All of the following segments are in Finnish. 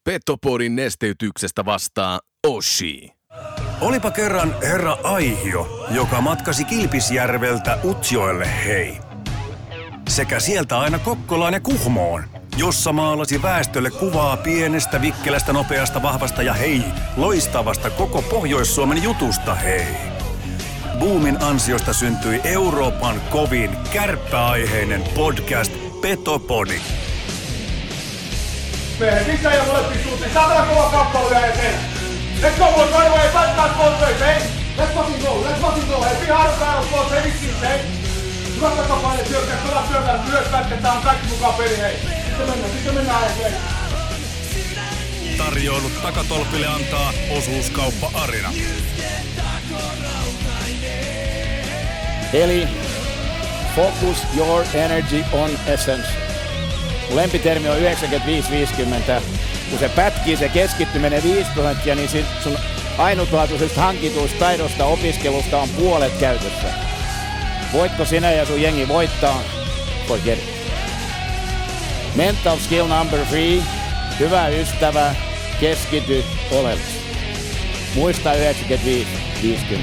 Petopodin nesteytyksestä vastaa Oshi. Olipa kerran herra Aihio, joka matkasi Kilpisjärveltä Utsjoelle hei. Sekä sieltä aina Kokkolaan ja Kuhmoon, jossa maalasi väestölle kuvaa pienestä, vikkelästä, nopeasta, vahvasta ja hei, loistavasta koko Pohjois-Suomen jutusta hei. Boomin ansiosta syntyi Euroopan kovin kärppäaiheinen podcast Petopodi. Missä ja molempiin suuntiin? Saatana kova kappale vielä eteen! Let's go, boys, right away! Let's both ways, hey! Let's fucking go, hey! Be hard on battle, boys, hey! Vittiin, hey! Hyvät takapaine syökkää, kovaa syökkää, myös pätketään, kaikki mukaan peli, hei! Sitten mennään eteen! Tarjoilut takatolpille antaa Osuuskauppa Arina. Eli focus your energy on essence. Mun lempitermi on 95-50. Kun se pätkii, se keskittyminen 5%, niin sun ainutlaatuisesta hankituista taidosta opiskelusta on puolet käytössä. Voitko sinä ja sun jengi voittaa? Forget it. Mental skill number 3. Hyvä ystävä, keskity oleellisesti. Muista 95-50.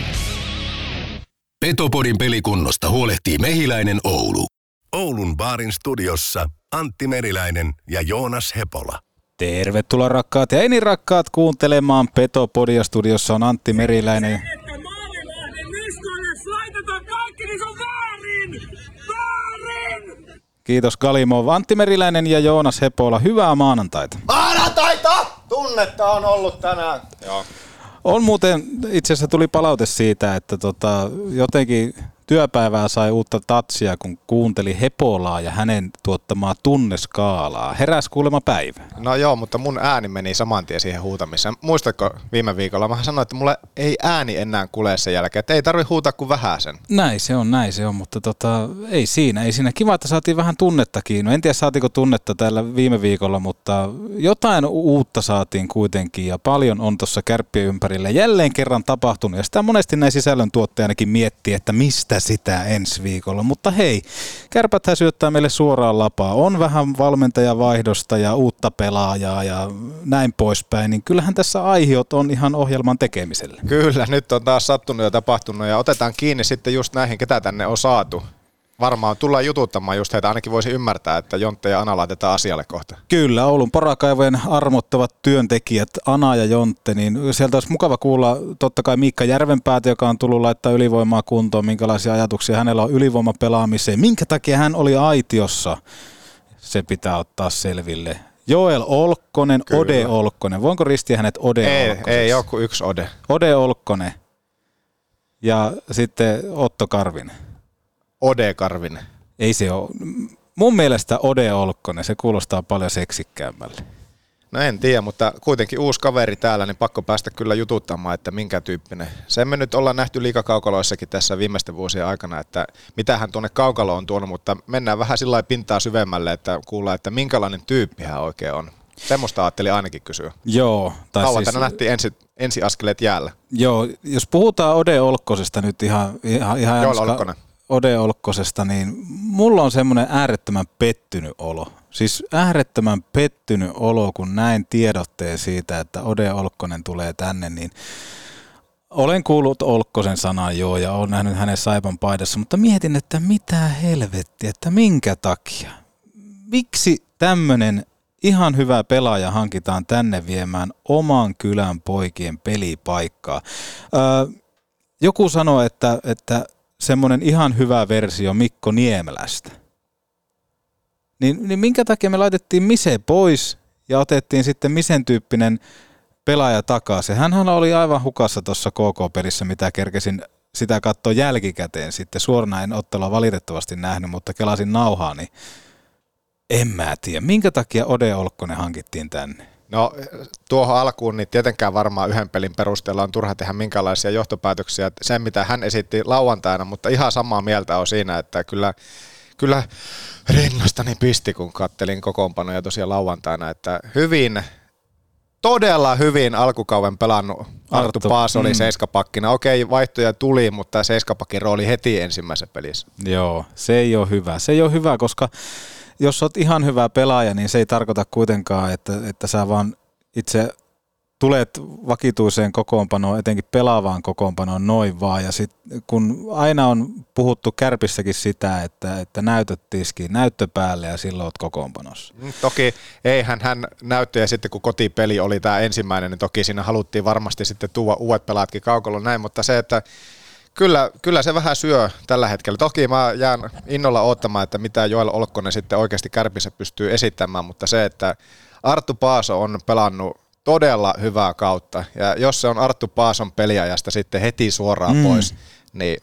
Petopodin pelikunnosta huolehtii Mehiläinen Oulu. Oulun baarin studiossa Antti Meriläinen ja Joonas Hepola. Tervetuloa rakkaat ja enin rakkaat kuuntelemaan Petopodia. Studiossa on Antti Meriläinen. Että Maalilahden niskoille laitetaan kaikki, niin se on väärin! Väärin! Kiitos Galimov, Antti Meriläinen ja Joonas Hepola. Hyvää maanantaita. Maanantaita! Tunnetta on ollut tänään. Joo. On muuten, itse asiassa tuli palaute siitä, että jotenkin työpäivää sai uutta tatsia, kun kuunteli Hepolaa ja hänen tuottamaa tunneskaalaa. Heräs kuulemma päivä. No joo, mutta mun ääni meni saman tien siihen huutamiseen. Muistatko viime viikolla? Mä sanoin, että mulle ei ääni enää kulje sen jälkeen, että ei tarvi huutaa kuin vähäsen. Näin se on, mutta ei siinä. Kiva, että saatiin vähän tunnettakin. No en tiedä saatiinko tunnetta täällä viime viikolla, mutta jotain uutta saatiin kuitenkin ja paljon on tuossa Kärppien ympärillä jälleen kerran tapahtunut. Ja sitä monesti näin sisällöntuottajanakin miettii, että mistä sitä ensi viikolla. Mutta hei, Kärpäthän syöttää meille suoraan lapaa. On vähän valmentajavaihdosta ja uutta pelaajaa ja näin poispäin, niin kyllähän tässä aiheut on ihan ohjelman tekemiselle. Kyllä, nyt on taas sattunut ja tapahtunut ja otetaan kiinni sitten just näihin, ketä tänne on saatu. Varmaan tullaan jututtamaan just heitä, ainakin voisi ymmärtää, että Jontte ja Ana laitetaan asialle kohta. Kyllä, Oulun porakaivojen armottavat työntekijät Ana ja Jontte, niin sieltä olisi mukava kuulla totta kai Miikka Järvenpäätä, joka on tullut laittaa ylivoimaa kuntoon, minkälaisia ajatuksia hänellä on ylivoimapelaamiseen, minkä takia hän oli aitiossa, se pitää ottaa selville. Joel Olkkonen, kyllä. Ode Olkkonen, voinko ristiä hänet Ode Olkkosessa? Ei joku yksi Ode. Ode Olkkonen ja sitten Otto Karvinen. Ode Karvinen. Ei se ole. Mun mielestä Ode Olkkonen, se kuulostaa paljon seksikkäämmälle. No en tiedä, mutta kuitenkin uusi kaveri täällä, niin pakko päästä kyllä jututtamaan, että minkä tyyppinen. Sen me nyt ollaan nähty liigakaukaloissakin tässä viimeisten vuosien aikana, että mitä hän tuonne kaukaloon on tuonut, mutta mennään vähän sillä lailla pintaa syvemmälle, että kuullaan, että minkälainen tyyppi hän oikein on. Semmoista ajattelin ainakin kysyä. Joo. Kauan tänä nähtiin ensiaskeleet jäällä. Joo, jos puhutaan Ode Olkkosesta nyt ihan Ode Olkkosesta, niin mulla on semmoinen äärettömän pettynyt olo. Siis äärettömän pettynyt olo, kun näin tiedotteen siitä, että Ode Olkkonen tulee tänne, niin olen kuullut Olkkosen sanan joo ja olen nähnyt hänen Saipan paidassa, mutta mietin, että mitä helvettiä, että minkä takia? Miksi tämmöinen ihan hyvä pelaaja hankitaan tänne viemään oman kylän poikien pelipaikkaa? Joku sanoi, että semmoinen ihan hyvä versio Mikko Niemelästä. Niin minkä takia me laitettiin Mise pois ja otettiin sitten Misen tyyppinen pelaaja takaisin? Hänhän oli aivan hukassa tuossa KK-pelissä, mitä kerkesin sitä katsoa jälkikäteen sitten. Suorana en ottelua valitettavasti nähnyt, mutta kelasin nauhaa, niin en mä tiedä. Minkä takia Ode Olkkonen hankittiin tänne? No tuohon alkuun niin tietenkään varmaan yhden pelin perusteella on turha tehdä minkälaisia johtopäätöksiä sen, mitä hän esitti lauantaina, mutta ihan samaa mieltä on siinä, että kyllä rinnastani pisti, kun kattelin kokoonpanoja tosiaan lauantaina, että todella hyvin alkukauden pelannut Arttu Paas oli seiskapakkina. Okei, vaihtoja tuli, mutta seiskapakin rooli heti ensimmäisessä pelissä. Joo, se ei ole hyvä. Se ei ole hyvä, koska jos olet ihan hyvä pelaaja, niin se ei tarkoita kuitenkaan, että sä vaan itse tulet vakituiseen kokoonpanoon, etenkin pelaavaan kokoonpanoon noin vaan, ja sit, kun aina on puhuttu Kärpissäkin sitä, että näytöt tiskiin, näyttö päälle ja silloin olet kokoonpanossa. Toki eihän hän näyttöjä sitten, kun kotipeli oli tämä ensimmäinen, niin toki siinä haluttiin varmasti sitten tuoda uudet pelaatkin kaukaloon näin, mutta se, että Kyllä se vähän syö tällä hetkellä. Toki mä jään innolla odottamaan, että mitä Joel Olkkonen sitten oikeasti Kärpissä pystyy esittämään, mutta se, että Arttu Paaso on pelannut todella hyvää kautta, ja jos se on Arttu Paason peliajasta sitten heti suoraan pois, niin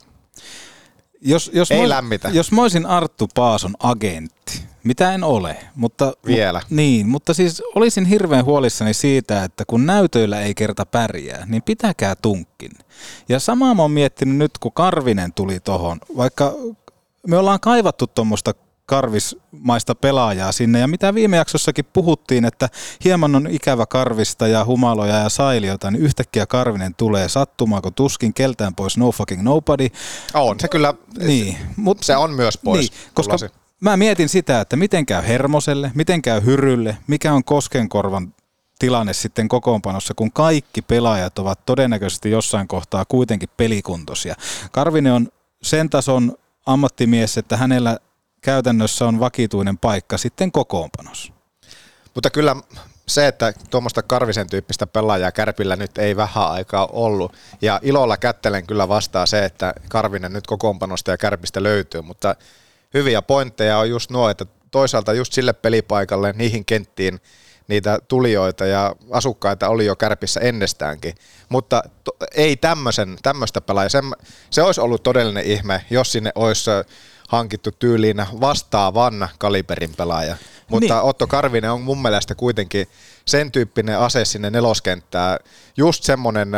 ei lämmitä. Jos mä olisin Arttu Paason agentti, mitä en ole, mutta vielä. Mutta siis olisin hirveän huolissani siitä, että kun näytöillä ei kerta pärjää, niin pitäkää tunkin. Ja samaa mä oon miettinyt nyt, kun Karvinen tuli tohon, vaikka me ollaan kaivattu tuommoista karvismaista pelaajaa sinne, ja mitä viime jaksossakin puhuttiin, että hieman on ikävä Karvista ja Humaloja ja Sailiota, niin yhtäkkiä Karvinen tulee sattumaako tuskin keltään pois no fucking nobody. On se kyllä, se on myös pois. Niin, koska mä mietin sitä, että miten käy Hermoselle, miten käy Hyrylle, mikä on Koskenkorvan tilanne sitten kokoonpanossa, kun kaikki pelaajat ovat todennäköisesti jossain kohtaa kuitenkin pelikuntoisia. Karvinen on sen tason ammattimies, että hänellä käytännössä on vakituinen paikka sitten kokoonpanossa. Mutta kyllä se, että tuommoista Karvisen tyyppistä pelaajaa Kärpillä nyt ei vähän aikaa ollut, ja ilolla kättelen kyllä vastaa se, että Karvinen nyt kokoonpanosta ja Kärpistä löytyy, mutta hyviä pointteja on just nuo, että toisaalta just sille pelipaikalle, niihin kenttiin niitä tulijoita ja asukkaita oli jo Kärpissä ennestäänkin, mutta ei tämmöistä pelaajaa. Se olisi ollut todellinen ihme, jos sinne olisi hankittu tyyliin vastaavan kaliberin pelaaja. Mutta niin. Otto Karvinen on mun mielestä kuitenkin sen tyyppinen ase sinne neloskenttään, just semmoinen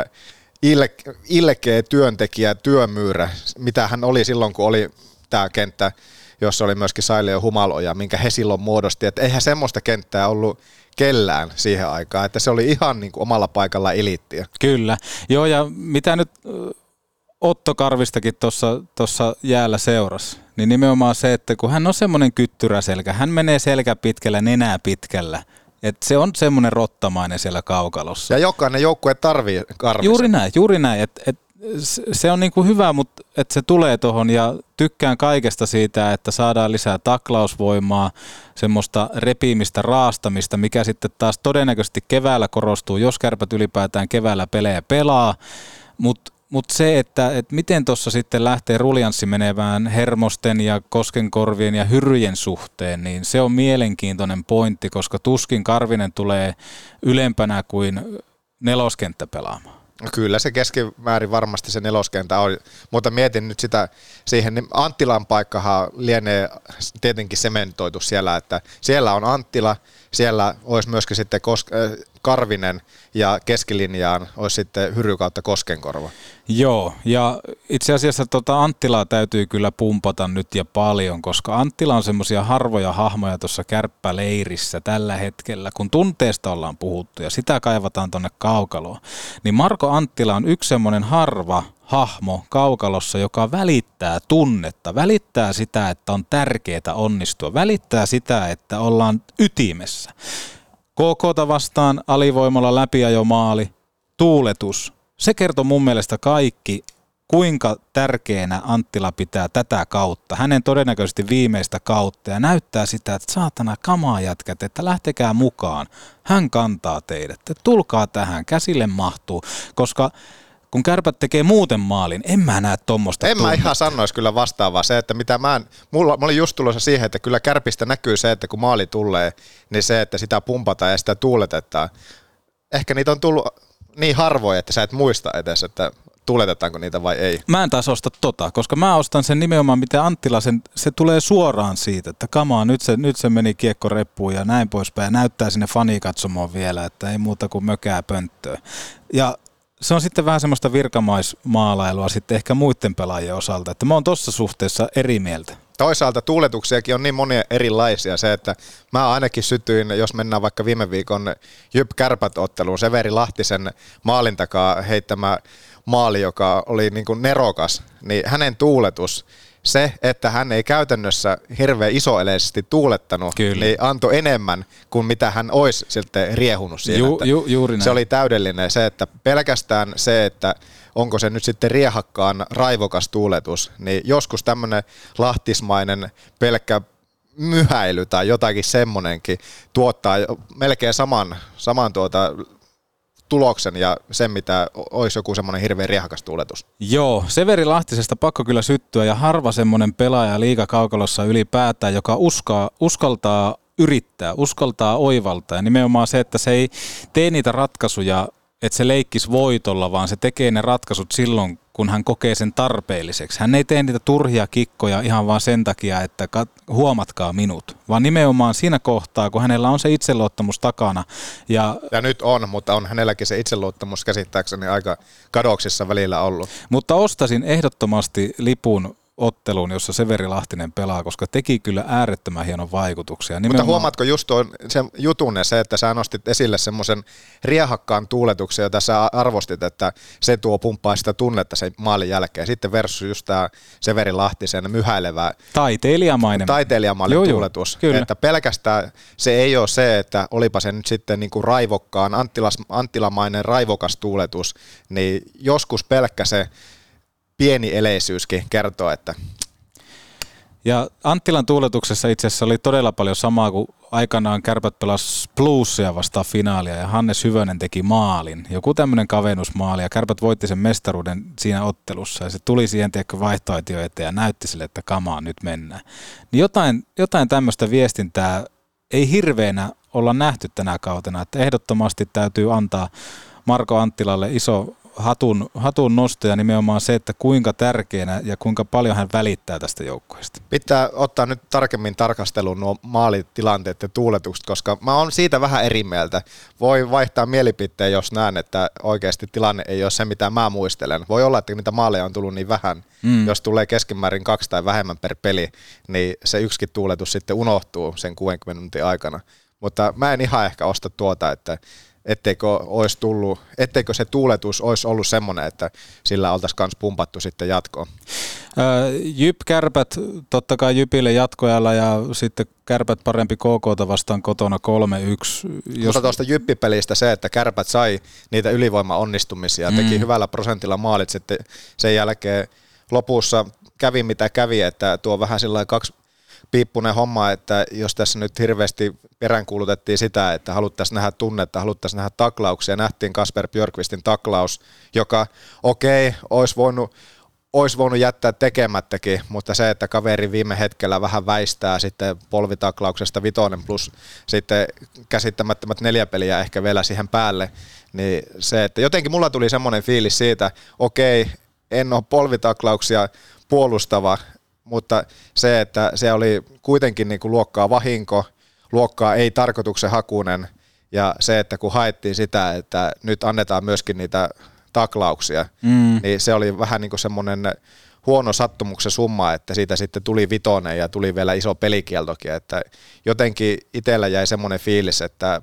ilkeä työntekijä, työmyyrä, mitä hän oli silloin, kun oli tämä kenttä, jossa oli myöskin Saile ja Humaloja, minkä he silloin muodosti. Että eihän semmoista kenttää ollut kellään siihen aikaan, että se oli ihan niin kuin omalla paikalla eliittiä. Kyllä. Joo, ja mitä nyt Otto Karvistakin tuossa jäällä seurasi, niin nimenomaan se, että kun hän on semmoinen kyttyräselkä, hän menee selkä pitkällä, nenää pitkällä, että se on semmoinen rottamainen siellä kaukalossa. Ja jokainen joukkue tarvii Karvisen. Juuri näin, että se on niin kuin hyvä, mutta että se tulee tuohon, ja tykkään kaikesta siitä, että saadaan lisää taklausvoimaa, semmoista repimistä, raastamista, mikä sitten taas todennäköisesti keväällä korostuu, jos Kärpät ylipäätään keväällä pelejä pelaa, mutta se, että miten tuossa sitten lähtee ruljanssi menevään Hermosten ja Koskenkorvien ja Hyryjen suhteen, niin se on mielenkiintoinen pointti, koska tuskin Karvinen tulee ylempänä kuin neloskenttä pelaamaan. Kyllä se keskimäärin varmasti se neloskentä on, mutta mietin nyt sitä siihen, niin Anttilan paikkahan lienee tietenkin sementoitu siellä, että siellä on Anttila, siellä olisi myöskin sitten Karvinen ja keskilinjaan olisi sitten Hyry kautta Koskenkorva. Joo, ja itse asiassa Anttilaa täytyy kyllä pumpata nyt ja paljon, koska Anttila on semmoisia harvoja hahmoja tuossa kärppäleirissä tällä hetkellä, kun tunteesta ollaan puhuttu ja sitä kaivataan tuonne kaukaloon, niin Marko Anttila on yksi semmoinen harva hahmo kaukalossa, joka välittää tunnetta, välittää sitä, että on tärkeää onnistua, välittää sitä, että ollaan ytimessä. KK:ta vastaan alivoimalla läpiajomaali, tuuletus. Se kertoo mun mielestä kaikki, kuinka tärkeänä Anttila pitää tätä kautta, hänen todennäköisesti viimeistä kautta, ja näyttää sitä, että saatana kamaa jätkät, että lähtekää mukaan, hän kantaa teidät, että tulkaa tähän, käsille mahtuu, koska kun Kärpät tekee muuten maalin, en mä näe tommoista tunnetta. Mä ihan sanoisi kyllä vastaavaa se, että mitä mä olin just tulossa siihen, että kyllä Kärpistä näkyy se, että kun maali tulee, niin se, että sitä pumpataan ja sitä tuuletetaan. Ehkä niitä on tullut niin harvoin, että sä et muista edes, että tuuletetaanko niitä vai ei. Mä en taas osta koska mä ostan sen nimenomaan, miten Anttila, se tulee suoraan siitä, että kamaa, nyt se meni kiekko reppuun ja näin poispäin, ja näyttää sinne fanikatsomoon vielä, että ei muuta kuin mökää pönttöä. Ja se on sitten vähän semmoista virkamaismaalailua sitten ehkä muiden pelaajien osalta, että mä oon tossa suhteessa eri mieltä. Toisaalta tuuletuksiakin on niin monia erilaisia. Se, että mä ainakin sytyin, jos mennään vaikka viime viikon Jyp-Kärpät-otteluun, Severi Lahtisen maalin takaa heittämä maali, joka oli niin kuin nerokas, niin hänen tuuletus, se, että hän ei käytännössä hirveän isoeleisesti tuulettanut, niin antoi enemmän kuin mitä hän olisi sitten riehunut siinä. Juuri näin. Se oli täydellinen se, että pelkästään se, että onko se nyt sitten riehakkaan raivokas tuuletus, niin joskus tämmöinen lahtismainen pelkkä myhäily tai jotakin semmonenkin tuottaa melkein saman tuloksen ja sen, mitä olisi joku semmoinen hirveän riehakas tuuletus. Joo, Severi Lahtisesta pakko kyllä syttyä ja harva semmoinen pelaaja liigakaukalossa ylipäätään, joka uskaltaa yrittää, uskaltaa oivaltaa ja nimenomaan se, että se ei tee niitä ratkaisuja, että se leikkisi voitolla, vaan se tekee ne ratkaisut silloin, kun hän kokee sen tarpeelliseksi. Hän ei tee niitä turhia kikkoja ihan vaan sen takia, että huomatkaa minut, vaan nimenomaan siinä kohtaa, kun hänellä on se itseluottamus takana. Ja nyt on, mutta on hänelläkin se itseluottamus käsittääkseni aika kadoksissa välillä ollut. Mutta ostaisin ehdottomasti lipun otteluun, jossa Severi Lahtinen pelaa, koska teki kyllä äärettömän hienon vaikutuksia. Mutta huomaatko just sen jutun, se, että sä nostit esille semmoisen riehakkaan tuuletuksen, jota sä arvostit, että se pumppaa sitä tunnetta sen maalin jälkeen. Sitten versus just tämä Severi Lahtisen myhäilevä taiteilijamainen tuuletus. Kyllä. Että pelkästään se ei ole se, että olipa se nyt sitten niin kuin raivokkaan, anttilamainen raivokas tuuletus, niin joskus pelkkä se pieni eleisyyskin kertoo, että... Ja Anttilan tuuletuksessa itse asiassa oli todella paljon samaa kuin aikanaan Kärpät pelasi Bluesia vastaan finaalia ja Hannes Hyvönen teki maalin. Joku tämmöinen kavennusmaali ja Kärpät voitti sen mestaruuden siinä ottelussa ja se tuli siihen vaihtoaitio eteen ja näytti sille, että kamaa nyt mennään. Niin jotain tämmöistä viestintää ei hirveänä olla nähty tänä kautena, että ehdottomasti täytyy antaa Marko Anttilalle iso hatun nosto ja nimenomaan se, että kuinka tärkeänä ja kuinka paljon hän välittää tästä joukkueesta. Pitää ottaa nyt tarkemmin tarkasteluun nuo maalitilanteet ja tuuletukset, koska mä oon siitä vähän eri mieltä. Voi vaihtaa mielipiteen, jos näen, että oikeasti tilanne ei ole se, mitä mä muistelen. Voi olla, että niitä maaleja on tullut niin vähän. Jos tulee keskimäärin 2 tai vähemmän per peli, niin se yksikin tuuletus sitten unohtuu sen 60 minuutin aikana. Mutta mä en ihan ehkä osta tuota, että etteikö se tuuletus olisi ollut semmoinen, että sillä oltaisiin myös pumpattu sitten jatkoon. Kärpät, totta kai Jypille jatkoajalla ja sitten Kärpät parempi KK:ta vastaan kotona 3-1. Mutta tuosta Jyppipelistä se, että Kärpät sai niitä ylivoima-onnistumisia, teki hyvällä prosentilla maalit sitten sen jälkeen lopussa kävi mitä kävi, että tuo vähän sillä piippunen homma, että jos tässä nyt hirveästi peräänkuulutettiin sitä, että haluttaisiin nähdä tunnetta, haluttaisiin nähdä taklauksia, nähtiin Kasper Björkvistin taklaus, joka olisi voinut jättää tekemättäkin, mutta se, että kaveri viime hetkellä vähän väistää sitten polvitaklauksesta 5 plus sitten käsittämättömät 4 peliä ehkä vielä siihen päälle, niin se, että jotenkin mulla tuli semmoinen fiilis siitä, en ole polvitaklauksia puolustava, mutta se, että se oli kuitenkin niin kuin luokkaa vahinko, luokkaa ei tarkoituksen hakunen ja se, että kun haettiin sitä, että nyt annetaan myöskin niitä taklauksia, niin se oli vähän niin kuin semmoinen huono sattumuksen summa, että siitä sitten tuli 5 ja tuli vielä iso pelikieltokin, että jotenkin itsellä jäi semmoinen fiilis, että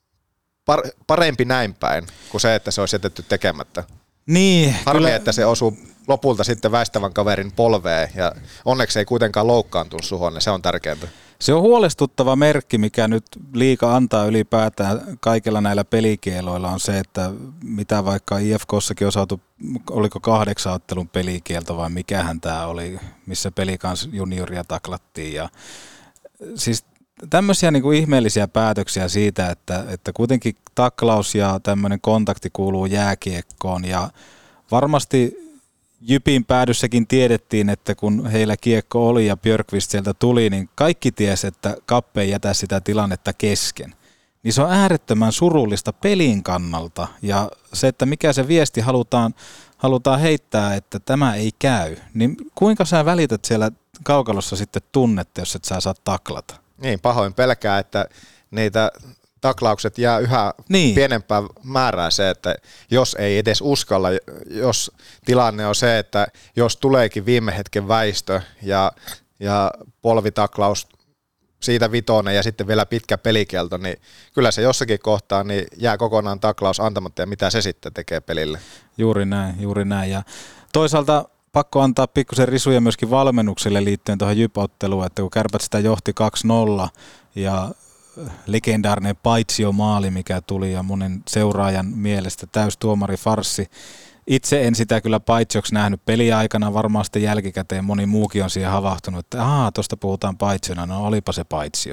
parempi näin päin kuin se, että se olisi jätetty tekemättä. Niin, harmi, kyllä. Että se osui lopulta sitten väistävän kaverin polveen ja onneksi ei kuitenkaan loukkaantunut Suhonen, se on tärkeintä. Se on huolestuttava merkki, mikä nyt liiga antaa ylipäätään kaikilla näillä pelikieloilla on se, että mitä vaikka IFK:ssakin on saatu, oliko 8 ottelun pelikielto vai mikähän tämä oli, missä Pelikans junioria taklattiin ja siis tämmöisiä niin kuin ihmeellisiä päätöksiä siitä, että kuitenkin taklaus ja tämmöinen kontakti kuuluu jääkiekkoon ja varmasti Jypin päädyssäkin tiedettiin, että kun heillä kiekko oli ja Björkvist sieltä tuli, niin kaikki tiesi, että Kappe ei jätä sitä tilannetta kesken. Niin se on äärettömän surullista pelin kannalta ja se, että mikä se viesti halutaan heittää, että tämä ei käy, niin kuinka sä välität siellä kaukalossa sitten tunnetta, jos et sä saa taklata? Niin, pahoin pelkää, että niitä taklaukset jää yhä pienempään määrää se, että jos ei edes uskalla, jos tilanne on se, että jos tuleekin viime hetken väistö ja polvitaklaus siitä 5 ja sitten vielä pitkä pelikielto, niin kyllä se jossakin kohtaa niin jää kokonaan taklaus antamatta ja mitä se sitten tekee pelille. Juuri näin. Ja toisaalta pakko antaa pikkusen risuja myöskin valmennukselle liittyen tuohon Jyp-otteluun, että kun Kärpät sitä johti 2-0 ja legendaarinen Paitsio-maali, mikä tuli ja monen seuraajan mielestä täystuomarifarssi. Itse en sitä kyllä Paitsioksi nähnyt peliaikana, varmaan sitten jälkikäteen moni muukin on siihen havahtunut, että tuosta puhutaan Paitsiona, no olipa se Paitsio.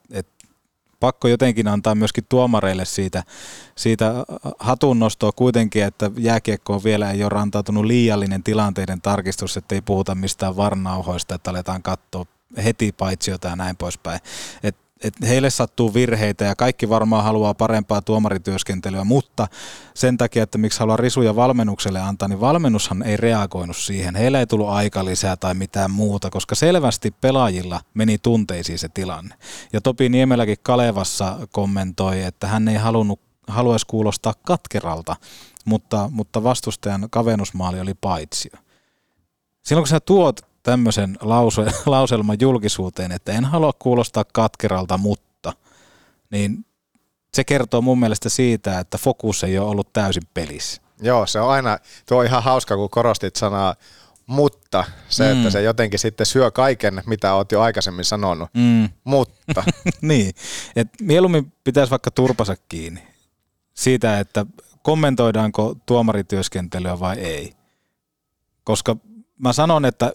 Pakko jotenkin antaa myöskin tuomareille siitä hatunnostoa kuitenkin, että jääkiekkoon vielä ei ole rantautunut liiallinen tilanteiden tarkistus, että ei puhuta mistään varnauhoista, että aletaan katsoa heti Paitsiota ja näin poispäin. Että heille sattuu virheitä ja kaikki varmaan haluaa parempaa tuomarityöskentelyä, mutta sen takia, että miksi haluaa risuja valmennukselle antaa, niin valmennushan ei reagoinut siihen. Heillä ei tullut aikalisää tai mitään muuta, koska selvästi pelaajilla meni tunteisiin se tilanne. Ja Topi Niemeläkin Kalevassa kommentoi, että hän ei haluaisi kuulostaa katkeralta, mutta vastustajan kavennusmaali oli Paitsio. Silloin kun sä tuot tämmöisen lauselman julkisuuteen, että en halua kuulostaa katkeralta, mutta, niin se kertoo mun mielestä siitä, että fokus ei ole ollut täysin pelissä. Joo, se on aina, tuo on ihan hauska, kun korostit sanaa mutta, että se jotenkin sitten syö kaiken, mitä oot jo aikaisemmin sanonut, mutta. Niin, että mieluummin pitäisi vaikka turpansa kiinni siitä, että kommentoidaanko tuomarityöskentelyä vai ei, koska mä sanon, että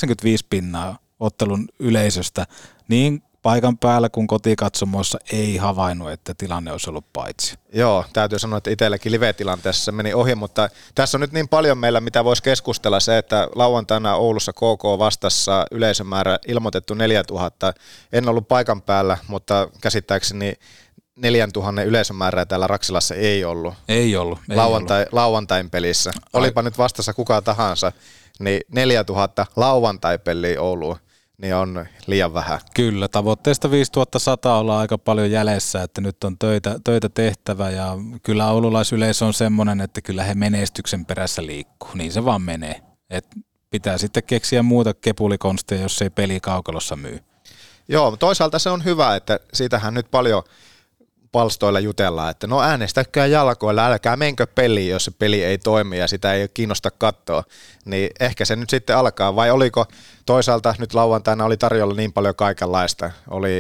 85% ottelun yleisöstä niin paikan päällä kuin kotikatsomoissa ei havainnut, että tilanne olisi ollut Paitsio. Joo, täytyy sanoa, että itselläkin live-tilanteessa se meni ohi, mutta tässä on nyt niin paljon meillä, mitä voisi keskustella. Se, että lauantaina Oulussa KK vastassa yleisömäärä ilmoitettu 4000. En ollut paikan päällä, mutta käsittääkseni 4000 yleisömäärää täällä Raksilassa ei ollut. Ei ollut. Lauantain pelissä. Olipa nyt vastassa kuka tahansa, niin 4000 lauantai-peliä Ouluun, niin on liian vähän. Kyllä, tavoitteesta 5100 ollaan aika paljon jäljessä, että nyt on töitä tehtävä ja kyllä oululaisyleisö on semmoinen, että kyllä he menestyksen perässä liikkuu, niin se vaan menee. Et pitää sitten keksiä muuta kepulikonsteja, jos ei peli kaukalossa myy. Joo, toisaalta se on hyvä, että siitähän nyt paljon palstoilla jutellaan, että no äänestäkää jalkoilla, älkää menkö peliin, jos se peli ei toimi ja sitä ei kiinnosta katsoa, niin ehkä se nyt sitten alkaa, vai oliko toisaalta nyt lauantaina oli tarjolla niin paljon kaikenlaista,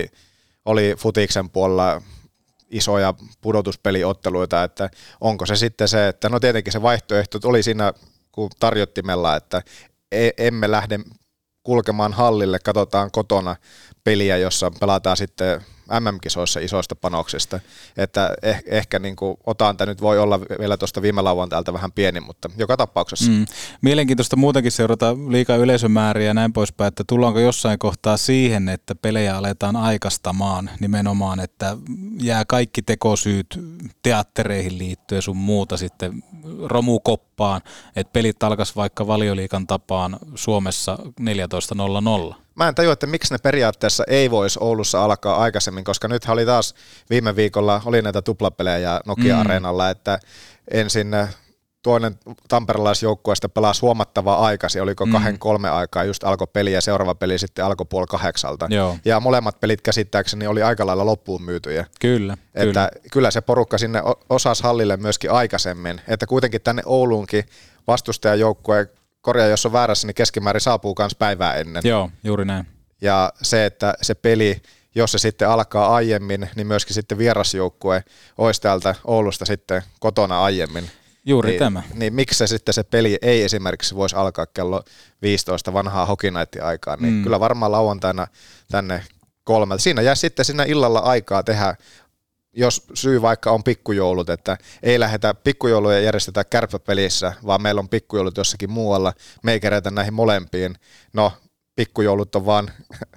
oli futiksen puolella isoja pudotuspeliotteluita, että onko se sitten se, että no tietenkin se vaihtoehto oli siinä, kun tarjottimella, että emme lähde kulkemaan hallille, katsotaan kotona peliä, jossa pelataan sitten MM-kisoissa isoista panoksista, että ehkä niin kuin otanta nyt voi olla vielä tuosta viime lauantailta vähän pieni, mutta joka tapauksessa. Mielenkiintoista muutenkin seurata liigaa yleisömääriä ja näin poispäin, että tullaanko jossain kohtaa siihen, että pelejä aletaan aikastamaan nimenomaan, että jää kaikki tekosyyt teattereihin liittyen sun muuta sitten romukoppaan, että pelit alkaisi vaikka Valioliigan tapaan Suomessa 14.00. Mä en tajua, että miksi ne periaatteessa ei voisi Oulussa alkaa aikaisemmin, koska nythän oli taas viime viikolla oli näitä tuplapelejä Nokia-areenalla, että ensin toinen tamperelaisjoukkueesta pelasi huomattavaa aikaisin, oliko 2-3 aikaa just alkoi peli ja seuraava peli sitten alkoi 7:30. Joo. Ja molemmat pelit käsittääkseni oli aika lailla loppuun myytyjä. Että kyllä se porukka sinne osasi hallille myöskin aikaisemmin, että kuitenkin tänne Ouluunkin vastustajajoukkue korjaa, jos on väärässä, niin keskimäärin saapuu myös päivää ennen. Joo, juuri näin. Ja se, että se peli, jos se sitten alkaa aiemmin, niin myöskin sitten vierasjoukkue olisi täältä Oulusta sitten kotona aiemmin. Juuri tämä. Niin miksi se sitten se peli ei esimerkiksi voisi alkaa kello 15 vanhaa Hockey Nightin aikaan, niin kyllä varmaan lauantaina tänne 3. Siinä jää sitten siinä illalla aikaa tehdä, jos syy vaikka on pikkujoulut, että ei lähdetä pikkujouluja järjestetään Kärppäpelissä, vaan meillä on pikkujoulut jossakin muualla, me ei kerätä näihin molempiin. No, pikkujoulut on vaan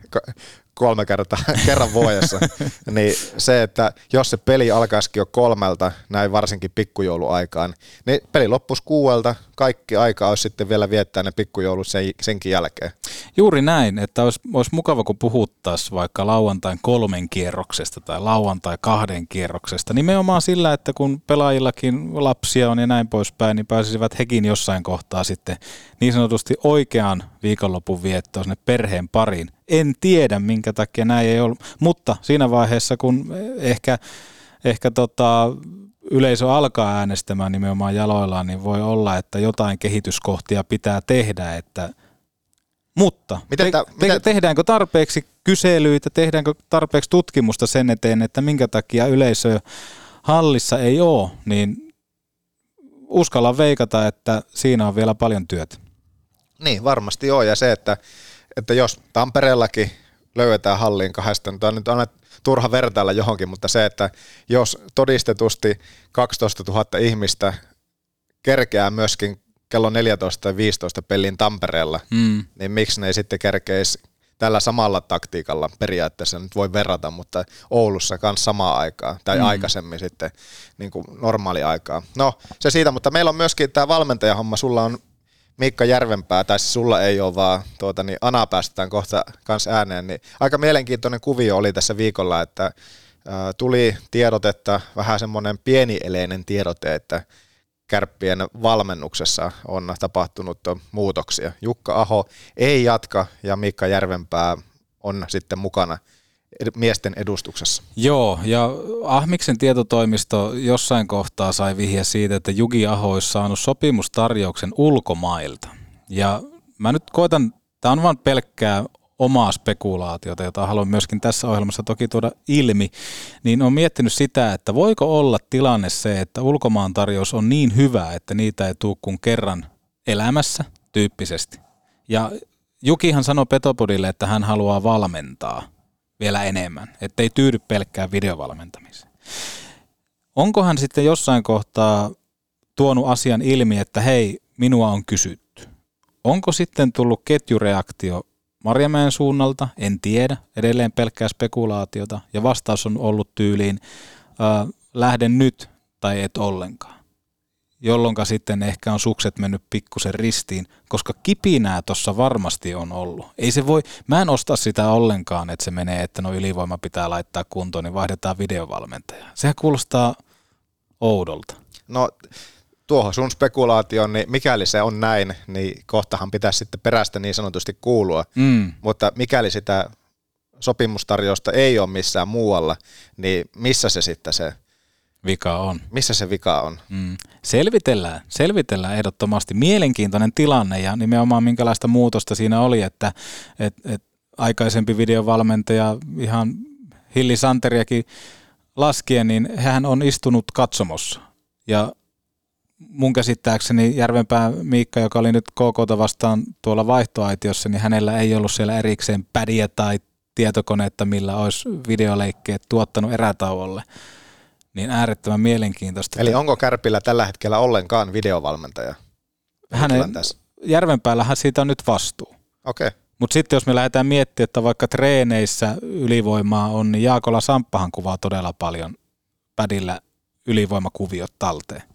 3 kerran vuodessa, niin se, että jos se peli alkaisikin jo 3, näin varsinkin pikkujouluaikaan, niin peli loppuisi 6, kaikki aika olisi sitten vielä viettää ne pikkujoulut senkin jälkeen. Juuri näin, että olisi mukava, kun puhuttaisiin vaikka lauantain 3 kierroksesta tai lauantai 2 kierroksesta, nimenomaan sillä, että kun pelaajillakin lapsia on ja näin poispäin, niin pääsisivät hekin jossain kohtaa sitten niin sanotusti oikeaan viikonlopun viettoon sinne perheen pariin. En tiedä, minkä takia näin ei ollut, mutta siinä vaiheessa, kun ehkä yleisö alkaa äänestämään nimenomaan jaloillaan, niin voi olla, että jotain kehityskohtia pitää tehdä, mutta tehdäänkö tarpeeksi kyselyitä, tehdäänkö tarpeeksi tutkimusta sen eteen, että minkä takia yleisö hallissa ei ole, niin uskallan veikata, että siinä on vielä paljon työtä. Niin, varmasti joo, ja se, että jos Tampereellakin löydetään halliin 2, nyt on aina turha vertailla johonkin, mutta se, että jos todistetusti 12 000 ihmistä kerkeää myöskin kello 14 tai 15 peliin Tampereella, niin miksi ne ei sitten kerkeisi tällä samalla taktiikalla periaatteessa, nyt voi verrata, mutta Oulussa kanssa samaa aikaa, tai aikaisemmin sitten niin kuin normaali aikaa. No se siitä, mutta meillä on myöskin tämä valmentajahomma, sulla on Miikka Järvenpää, tai siis sulla ei ole vaan, Ana päästetään kohta kanssa ääneen, niin aika mielenkiintoinen kuvio oli tässä viikolla, että tuli tiedotetta, vähän semmoinen pienieleinen tiedote, että Kärppien valmennuksessa on tapahtunut muutoksia. Jukka Aho ei jatka ja Miikka Järvenpää on sitten mukana miesten edustuksessa. Joo, ja Ahmiksen tietotoimisto jossain kohtaa sai vihje siitä, että Juki Aho olisi saanut sopimustarjouksen ulkomailta. Ja mä nyt koitan, tämä on vain pelkkää omaa spekulaatiota, jota haluan myöskin tässä ohjelmassa toki tuoda ilmi, niin on miettinyt sitä, että voiko olla tilanne se, että ulkomaan tarjous on niin hyvä, että niitä ei tule kuin kerran elämässä tyyppisesti. Ja Jukihan sanoi Petopodille, että hän haluaa valmentaa vielä enemmän, ettei tyydy pelkkään videovalmentamiseen. Onkohan sitten jossain kohtaa tuonut asian ilmi, että hei, minua on kysytty. Onko sitten tullut ketjureaktio Marjamäen suunnalta? En tiedä, edelleen pelkkää spekulaatiota, ja vastaus on ollut tyyliin, lähden nyt tai et ollenkaan. Jolloinka sitten ehkä on sukset mennyt pikkusen ristiin, koska kipinää tuossa varmasti on ollut. Ei se voi, mä en osta sitä ollenkaan, että se menee, että no ylivoima pitää laittaa kuntoon, niin vaihdetaan videovalmentajaa. Sehän kuulostaa oudolta. No tuohon sun spekulaatioon, niin mikäli se on näin, niin kohtahan pitäisi sitten perästä niin sanotusti kuulua. Mutta mikäli sitä sopimustarjousta ei ole missään muualla, niin missä se sitten se vika on? Missä se vika on? Selvitellään ehdottomasti. Mielenkiintoinen tilanne ja nimenomaan minkälaista muutosta siinä oli, että aikaisempi videovalmentaja ihan Hilli Santeriakin laskien, niin hän on istunut katsomossa. Ja mun käsittääkseni Järvenpää Miikka, joka oli nyt KK:ta vastaan tuolla vaihtoaitiossa, niin hänellä ei ollut siellä erikseen pädiä tai tietokoneetta, millä olisi videoleikkeet tuottanut erätauolle. Niin äärettömän mielenkiintoista. Eli onko Kärpillä tällä hetkellä ollenkaan videovalmentaja? Järvenpäällähän siitä on nyt vastuu. Okei. Mutta sitten jos me lähdetään miettimään, että vaikka treeneissä ylivoimaa on, niin Jaakola Samppahan kuvaa todella paljon pädillä ylivoimakuviot talteen.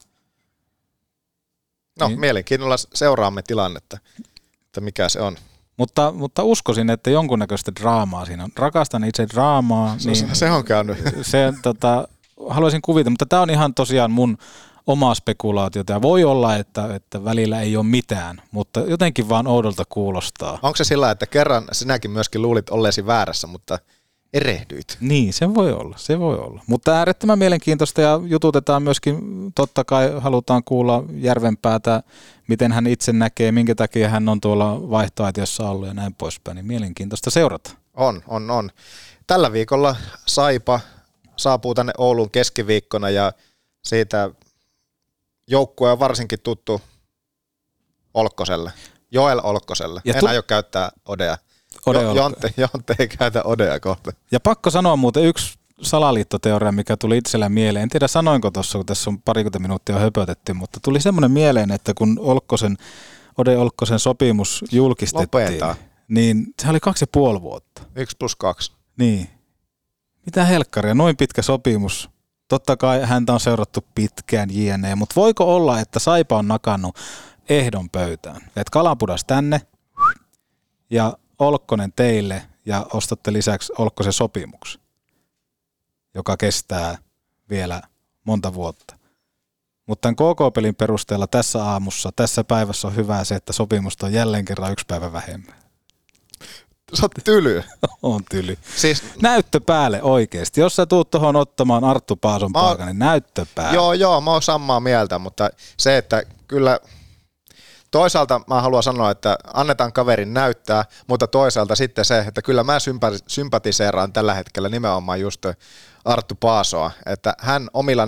No niin. Mielenkiinnolla seuraamme tilannetta, että mikä se on. Mutta uskoisin, että jonkunnäköistä draamaa siinä on. Rakastan itse draamaa. Niin se on käynyt. Haluaisin kuvitella, mutta tämä on ihan tosiaan mun omaa spekulaatiota. Ja voi olla, että välillä ei ole mitään, mutta jotenkin vaan oudolta kuulostaa. Onko se sillä, että kerran sinäkin myöskin luulit olleesi väärässä, mutta erehdyit? Niin, se voi olla. Mutta äärettömän mielenkiintoista ja jututetaan myöskin, totta kai halutaan kuulla Järvenpäätä, miten hän itse näkee, minkä takia hän on tuolla vaihtoaitiossa ollut ja näin poispäin. Niin mielenkiintoista seurata. On. Tällä viikolla Saipa saapuu tänne Ouluun keskiviikkona ja siitä joukkue on varsinkin tuttu Olkkoselle, Joel Olkkoselle. En aio käyttää Odea. Jonte ei käytä Odea kohta. Ja pakko sanoa muuten yksi salaliittoteoria, mikä tuli itsellä mieleen. En tiedä sanoinko tuossa, kun tässä on parikymmentä minuuttia höpötetty, mutta tuli semmoinen mieleen, että kun Ode Olkkosen sopimus julkistettiin, niin se oli 2,5 vuotta. 1+2. Niin. Mitä helkkaria, noin pitkä sopimus. Totta kai häntä on seurattu pitkään jne, mutta voiko olla, että Saipa on nakannut ehdon pöytään? Että Kalapudas tänne ja Olkkonen teille ja ostatte lisäksi Olkkosen sopimuksen, joka kestää vielä monta vuotta. Mutta tämän KK-pelin perusteella tässä aamussa, tässä päivässä on hyvä se, että sopimusta on jälleen kerran 1 päivä vähemmän. Sä oot tyly. On tyly. Siis, näyttö päälle oikeesti. Jos sä tuut tohon ottamaan Arttu Paason paikan, niin näyttö päälle. Joo, mä oon samaa mieltä, mutta se, että kyllä toisaalta mä haluan sanoa, että annetaan kaverin näyttää, mutta toisaalta sitten se, että kyllä mä sympatiseeraan tällä hetkellä nimenomaan just Arttu Paasoa, että hän omilla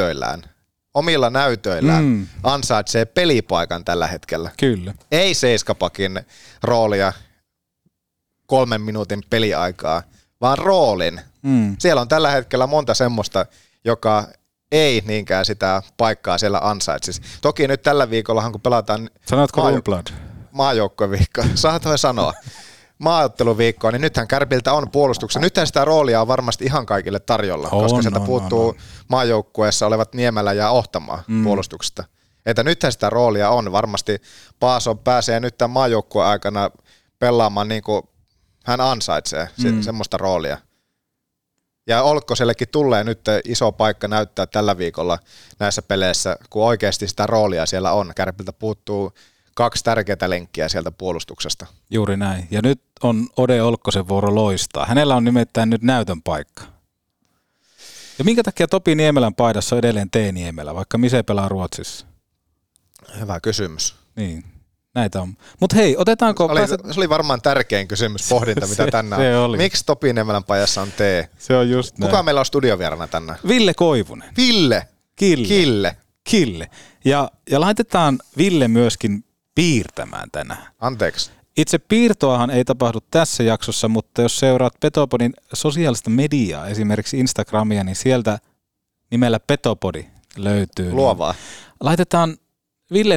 näytöillään ansaitsee pelipaikan tällä hetkellä. Kyllä. Ei seiskapakin roolia 3 minuutin peliaikaa, vaan roolin. Siellä on tällä hetkellä monta semmoista, joka ei niinkään sitä paikkaa siellä ansaitsisi. Toki nyt tällä viikollahan, kun pelataan maajoukkueviikkoa, saatoin sanoa, maaotteluviikkoa, niin nythän Kärpiltä on puolustuksessa. Nythän sitä roolia on varmasti ihan kaikille tarjolla, koska sieltä puuttuu maajoukkueessa olevat Niemelä ja Ohtamaa puolustuksesta. Että nythän sitä roolia on. Varmasti Paaso pääsee nyt tämän maajoukkueen aikana pelaamaan niin kuin hän ansaitsee semmoista roolia. Ja Olkkosellekin tulee nyt iso paikka näyttää tällä viikolla näissä peleissä, kun oikeasti sitä roolia siellä on. Kärpiltä puuttuu 2 tärkeää lenkkiä sieltä puolustuksesta. Juuri näin. Ja nyt on Ode Olkkosen vuoro loistaa. Hänellä on nimittäin nyt näytön paikka. Ja minkä takia Topi Niemelän paidassa on edelleen T-Niemelä, vaikka Mise pelaa Ruotsissa? Hyvä kysymys. Niin. Näitä on. Mutta hei, otetaanko... Se oli varmaan tärkein kysymys, pohdinta, mitä tänään on. Miksi Topi Niemelän paijassa on T? Se on just näin. Kuka meillä on studiovierana tänään? Ville Koivunen. Ville? Kille. Ja laitetaan Ville myöskin piirtämään tänään. Anteeksi. Itse piirtoahan ei tapahdu tässä jaksossa, mutta jos seuraat Petopodin sosiaalista mediaa, esimerkiksi Instagramia, niin sieltä nimellä Petopodi löytyy. Luovaa. Niin laitetaan Ville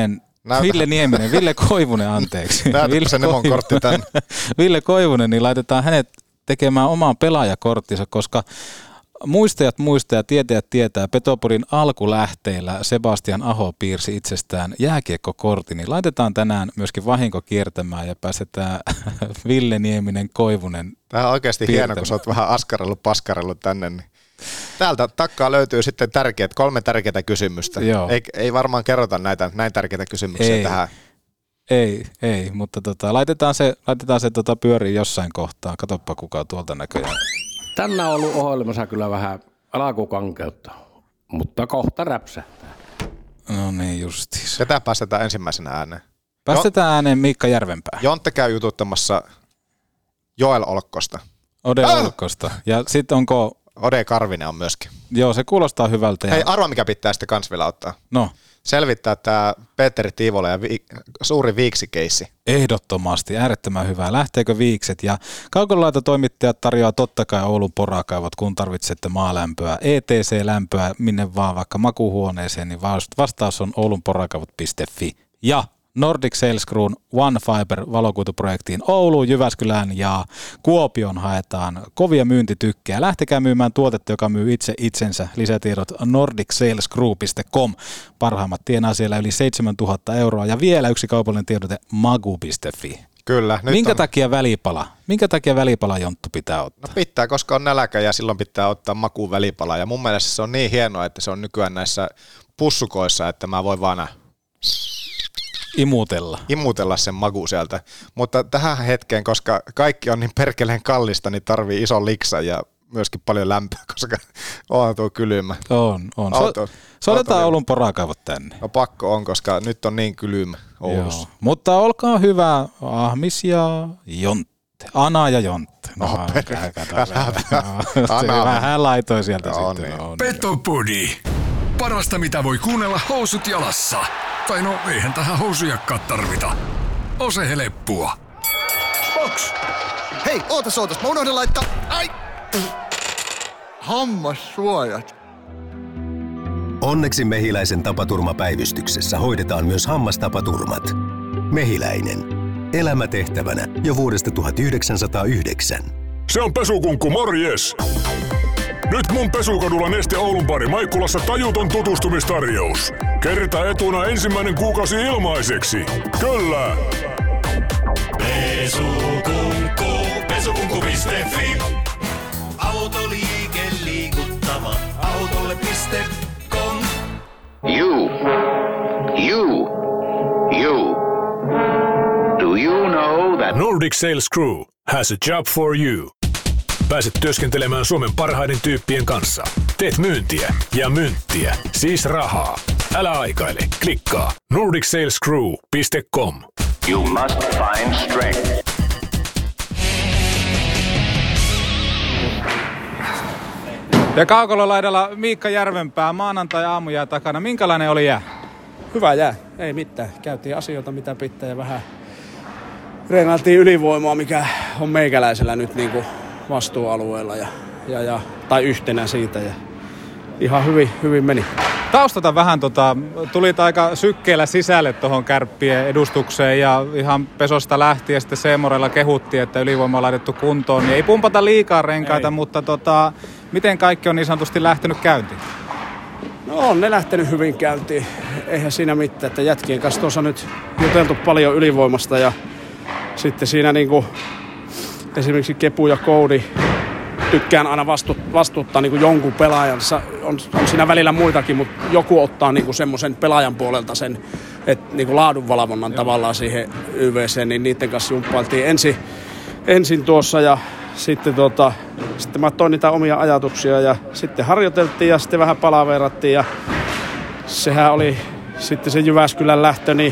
Koivunen, anteeksi. Näytätkö se Nemon kortti tänne? Ville Koivunen, niin laitetaan hänet tekemään omaan pelaajakorttinsa, koska muistajat tietää, Petopodin alkulähteillä Sebastian Aho piirsi itsestään jääkiekkokortin, niin laitetaan tänään myöskin vahinko kiertämään ja päästetään Ville Nieminen Koivunen. Tämä on oikeasti hieno, kun sä oot vähän paskarellut tänne. Niin. Täältä takkaa löytyy sitten 3 tärkeää kysymystä. Ei varmaan kerrota näin tärkeitä kysymyksiä tähän. Ei, mutta laitetaan se pyörii jossain kohtaa. Katoppa kuka tuolta näköjään. Tänään on ollut ohjelmassa kyllä vähän alkukankeutta, mutta kohta räpsähtää. No niin justiis. Ketä päästetään ensimmäisenä ääneen? Päästetään ääneen Miikka Järvenpää. Jontte käy jututtamassa Joel Olkkosta. Ode Olkkosta. Ja sitten onko... Ode Karvinen on myöskin. Joo, se kuulostaa hyvältä. Hei, arva mikä pitää sitten kans vielä ottaa. No. Selvittää tämä Petteri Tiivola ja suuri viiksikeissi. Ehdottomasti, äärettömän hyvää. Lähteekö viikset? Ja Kaukolalaitotoimittajat tarjoaa totta kai Oulun porakaivot, kun tarvitsette maalämpöä, ETC-lämpöä, minne vaan vaikka makuuhuoneeseen, niin vastaus on oulunporakaivot.fi. Ja Nordic Sales Crewn One Fiber valokuituprojektiin Ouluun, Jyväskylään ja Kuopioon haetaan kovia myyntitykkejä. Lähtekää myymään tuotetta, joka myy itse itsensä. Lisätiedot nordicsalescrew.com. Parhaimmat tienaa siellä yli 7 000 euroa ja vielä yksi kaupallinen tiedote magu.fi. Kyllä. Minkä takia välipala? Minkä takia välipala Jonttu pitää ottaa? No pitää, koska on nälkä ja silloin pitää ottaa makuun välipala. Ja mun mielestä se on niin hienoa, että se on nykyään näissä pussukoissa, että mä voin vaan imutella sen maku sieltä. Mutta tähän hetkeen, koska kaikki on niin perkeleen kallista, niin tarvii ison liksan ja myöskin paljon lämpöä, koska on tuo kylmä. On. Soitetaan Oulun porakaivot tänne. No pakko on, koska nyt on niin kylmä Oulussa. Joo. Mutta olkaa hyvä, Ahmis ja Jontte. Ana ja Jontte. Vähän laitoi sieltä sitten. Niin. Petopodi. Parasta mitä voi kuunnella housut jalassa. Tai no, eihän tähän housujakkaa tarvita. Ose heleppua. Box! Hei, ootas, mä unohdin laittaa... Ai! Hammassuojat. Onneksi Mehiläisen tapaturmapäivystyksessä hoidetaan myös hammastapaturmat. Mehiläinen. Elämä tehtävänä jo vuodesta 1909. Se on Pesukunkku, morjes! Nyt mun Pesukadulla Neste Oulun pari Maikkulassa tajuton tutustumistarjous. Kerta etuna ensimmäinen kuukausi ilmaiseksi. Kyllä! Pesukunkku.fi. Autoliike liikuttava. Autolle.com. You. Do you know that Nordic Sales Crew. has a job for you. Pääset työskentelemään Suomen parhaiden tyyppien kanssa. Teet myyntiä ja mynttiä, siis rahaa. Älä aikaile, klikkaa nordicsalescrew.com. You must find strength. Ja kaukololaidalla Miikka Järvenpää, maanantai-aamujää takana. Minkälainen oli jää? Hyvä jää, ei mitään. Käytiin asioita mitä pitää ja vähän reenailtiin ylivoimaa, mikä on meikäläisellä nyt niin kuin vastuualueella tai yhtenä siitä. Ja ihan hyvin meni. Taustata vähän, tulit aika sykkeellä sisälle tuohon Kärppien edustukseen ja ihan pesosta lähtien sitten Seemorella kehuttiin, että ylivoima on laitettu kuntoon. Niin ei pumpata liikaa renkaita, mutta miten kaikki on niin sanotusti lähtenyt käyntiin? No on ne lähtenyt hyvin käyntiin. Eihän siinä mitään, että jätkien kanssa tuossa nyt juteltu paljon ylivoimasta ja sitten siinä niinku esimerkiksi Kepu ja Koudi tykkään aina vastuuttaa niinku jonkun pelaajansa. On siinä välillä muitakin, mutta joku ottaa niinku semmoisen pelaajan puolelta sen niinku laadunvalvonnan tavallaan siihen YVC:hen, niin niiden kanssa jumppailtiin ensin tuossa ja sitten mä toin niitä omia ajatuksia ja sitten harjoiteltiin ja sitten vähän palaverattiin ja sehän oli sitten se Jyväskylän lähtö, niin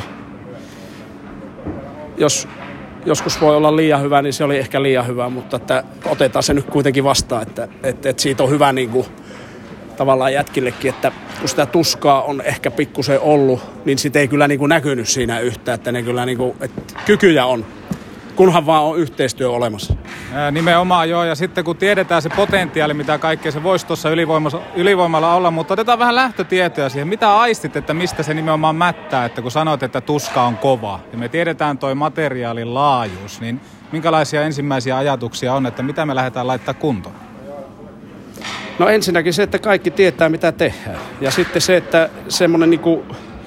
jos joskus voi olla liian hyvä, niin se oli ehkä liian hyvä, mutta että otetaan se nyt kuitenkin vastaan, että siitä on hyvä niin kuin, tavallaan jätkillekin, että kun sitä tuskaa on ehkä pikkusen ollut, niin sitä ei kyllä niin kuin näkynyt siinä yhtään, että ne kyllä niin kuin, että kykyjä on, kunhan vaan on yhteistyö olemassa. Nimenomaan joo, ja sitten kun tiedetään se potentiaali, mitä kaikkea se voisi tuossa ylivoimalla olla, mutta otetaan vähän lähtötietoja siihen. Mitä aistit, että mistä se nimenomaan mättää, että kun sanoit, että tuska on kova, ja me tiedetään toi materiaalin laajuus, niin minkälaisia ensimmäisiä ajatuksia on, että mitä me lähdetään laittaa kuntoon? No ensinnäkin se, että kaikki tietää, mitä tehdään. Ja sitten se, että semmoinen niinku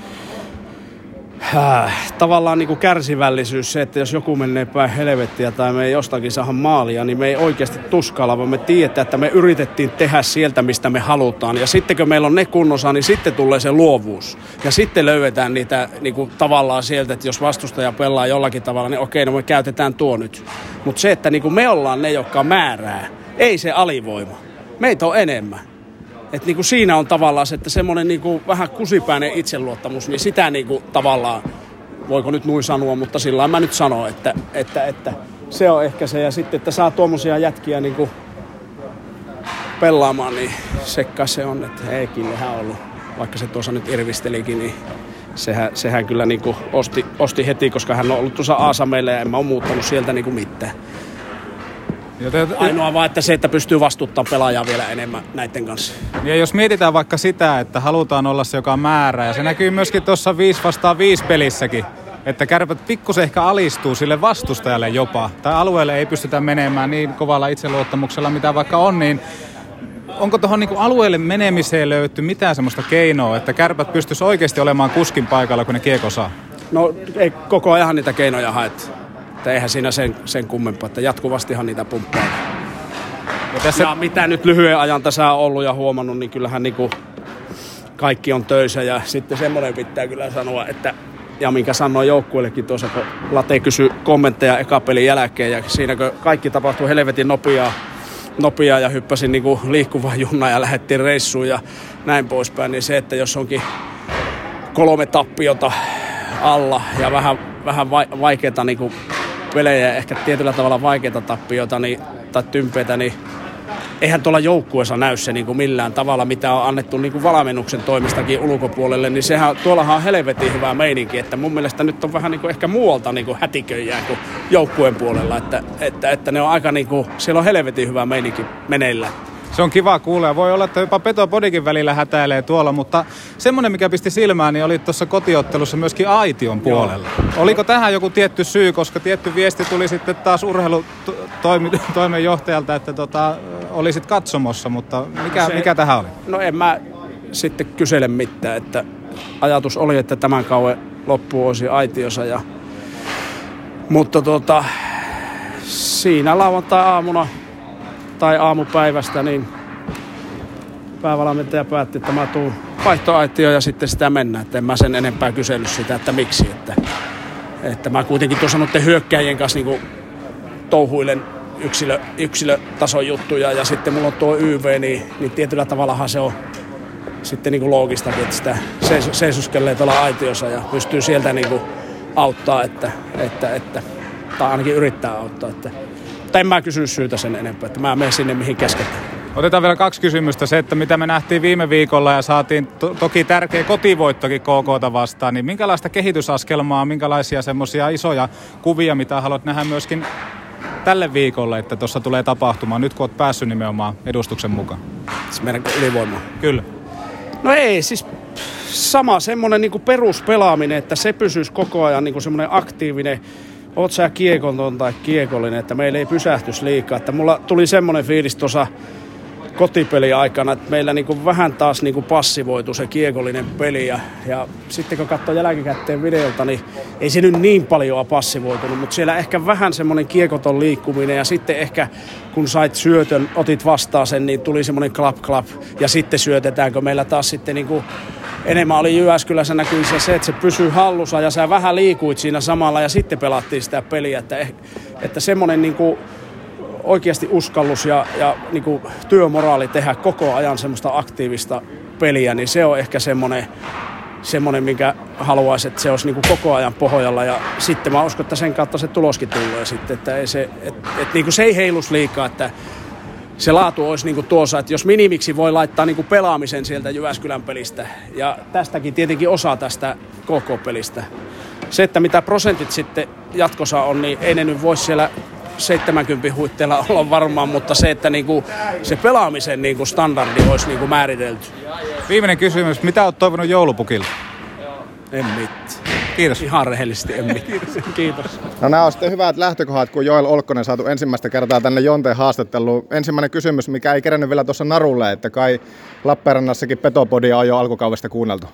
tavallaan niin kuin kärsivällisyys, se, että jos joku menee päin helvettiä tai me ei jostakin saada maalia, niin me ei oikeasti tuskailla, vaan me tiedetään, että me yritettiin tehdä sieltä, mistä me halutaan. Ja sitten kun meillä on ne kunnossa, niin sitten tulee se luovuus. Ja sitten löydetään niitä niin kuin tavallaan sieltä, että jos vastustaja pelaa jollakin tavalla, niin okei, no me käytetään tuo nyt. Mutta se, että niin kuin me ollaan ne, jotka määrää, ei se alivoima. Meitä on enemmän. Että niinku siinä on tavallaan se, että semmoinen niinku vähän kusipäinen itseluottamus, niin sitä niinku tavallaan, voiko nyt nuin sanoa, mutta sillä lailla mä nyt sanon, että se on ehkä se. Ja sitten, että saa tuommoisia jätkiä niinku pelaamaan, niin sekka se on, että Heikillehän on ollut, vaikka se tuossa nyt irvistelikin, niin sehän kyllä niinku osti heti, koska hän on ollut tuossa Aasameilla ja en mä ole muuttanut sieltä niinku mitään. Ainoa vaan, että se, että pystyy vastuuttamaan pelaajaa vielä enemmän näiden kanssa. Ja jos mietitään vaikka sitä, että halutaan olla se, joka määrää, ja se näkyy myöskin tuossa 5 vastaan 5 pelissäkin, että Kärpät pikkusen ehkä alistuu sille vastustajalle jopa, tai alueelle ei pystytä menemään niin kovalla itseluottamuksella, mitä vaikka on, niin onko tuohon niin kuin alueelle menemiseen löytyy mitään semmoista keinoa, että Kärpät pystyisi oikeasti olemaan kuskin paikalla, kun ne kiekko saa? No ei koko ajan niitä keinoja haet. Että eihän siinä sen kummempaa, että jatkuvastihan niitä pumppaa. Ja mitä nyt lyhyen ajan tässä on ollut ja huomannut, niin kyllähän niinku kaikki on töissä. Ja sitten semmoinen pitää kyllä sanoa, että ja minkä sanoin joukkueellekin tuossa, kun Late kysyi kommentteja eka pelin jälkeen. Ja siinä kun kaikki tapahtui helvetin nopeaa ja hyppäsin niinku liikkuvaan junaan ja lähdettiin reissuun ja näin poispäin. Niin se, että jos onkin 3 tappiota alla ja vähän vaikeita niinku pelejä, ehkä tietyllä tavalla vaikeita tappioita tai tympeitä, niin eihän tuolla joukkueessa näy se niin kuin millään tavalla, mitä on annettu niin kuin valmennuksen toimestakin ulkopuolelle, niin tuollahan on helvetin hyvä meininki, että mun mielestä nyt on vähän niin kuin ehkä muualta niin kuin hätiköijää kuin joukkueen puolella, että ne on aika niin kuin, siellä on helvetin hyvä meininki meneillään. Se on kiva kuulla. Voi olla, että jopa Petopodikin välillä hätäilee tuolla, mutta semmoinen, mikä pisti silmään, niin oli tuossa kotiottelussa myöskin Aition puolella. Joo. Oliko tähän joku tietty syy, koska tietty viesti tuli sitten taas urheilutoimenjohtajalta, että olisit katsomossa, mutta mikä tähän oli? No en mä sitten kysele mitään, että ajatus oli, että tämän kauden loppuun olisi Aitiossa, mutta siinä lauantai-aamuna tai aamupäivästä, niin päävalmentaja päätti, että mä tuun vaihtoaitioon ja sitten sitä mennään. Että en mä sen enempää kysellyt sitä, että miksi. Että mä kuitenkin tuossa noiden hyökkäjien kanssa niin touhuilen yksilötason juttuja ja sitten mulla on tuo YV, niin tietyllä tavallahan se on sitten niin kuin loogistakin, että sitä seisoskelee tuolla aitiossa ja pystyy sieltä niin kuin auttaa, tai ainakin yrittää auttaa. Mutta en mä kysy syytä sen enempää, että mä menen sinne mihin kesketään. Otetaan vielä 2 kysymystä. Se, että mitä me nähtiin viime viikolla ja saatiin toki tärkeä kotivoittokin KK:ta vastaan, niin minkälaista kehitysaskelmaa, minkälaisia semmoisia isoja kuvia, mitä haluat nähdä myöskin tälle viikolle, että tuossa tulee tapahtumaan, nyt kun olet päässyt nimenomaan edustuksen mukaan? Siis meidän ylivoimaa. Kyllä. No ei, siis sama semmoinen niinku peruspelaaminen, että se pysyisi koko ajan niinku semmoinen aktiivinen, oot sä kiekoton tai kiekollinen, että meillä ei pysähtys liikaa. Että mulla tuli semmoinen fiilis tuossa kotipeli aikana, että meillä niinku vähän taas niinku passivoitu se kiekollinen peli. Ja sitten kun katsoo jälkikäteen videolta, niin ei se nyt niin paljon passivoitunut, mutta siellä ehkä vähän semmoinen kiekoton liikkuminen ja sitten ehkä kun sait syötön, otit vastaan sen, niin tuli semmoinen klap ja sitten syötetäänkö meillä taas sitten niinku enemmän oli Jyväskylässä näkyy se, että se pysyy hallussa ja sä vähän liikuit siinä samalla ja sitten pelattiin sitä peliä, että semmoinen niinku oikeasti uskallus ja niinku työmoraali tehdä koko ajan semmoista aktiivista peliä, niin se on ehkä semmoinen minkä haluaisi, että se olisi niinku koko ajan pohjalla ja sitten mä uskon, että sen kautta se tuloskin tulee sitten, että niinku se ei heilus liikaa, että se laatu olisi niinku tuossa, että jos minimiksi voi laittaa niinku pelaamisen sieltä Jyväskylän pelistä ja tästäkin tietenkin osa tästä KK-pelistä. Se, että mitä prosentit sitten jatkossa on, niin ei ne nyt voi siellä 70 huitteilla olla varmaan, mutta se, että niinku se pelaamisen niinku standardi olisi niinku määritelty. Viimeinen kysymys, mitä olet toivonut joulupukille? En mitään. Kiitos. Ihan rehellisesti en mitään. Kiitos. No nämä on sitten hyvät lähtökohdat, kun Joel Olkkonen saatu ensimmäistä kertaa tänne Jonteen haastatteluun. Ensimmäinen kysymys, mikä ei kerennyt vielä tuossa narulle, että kai Lappeenrannassakin Petopodia on jo alkukaudesta kuunneltu.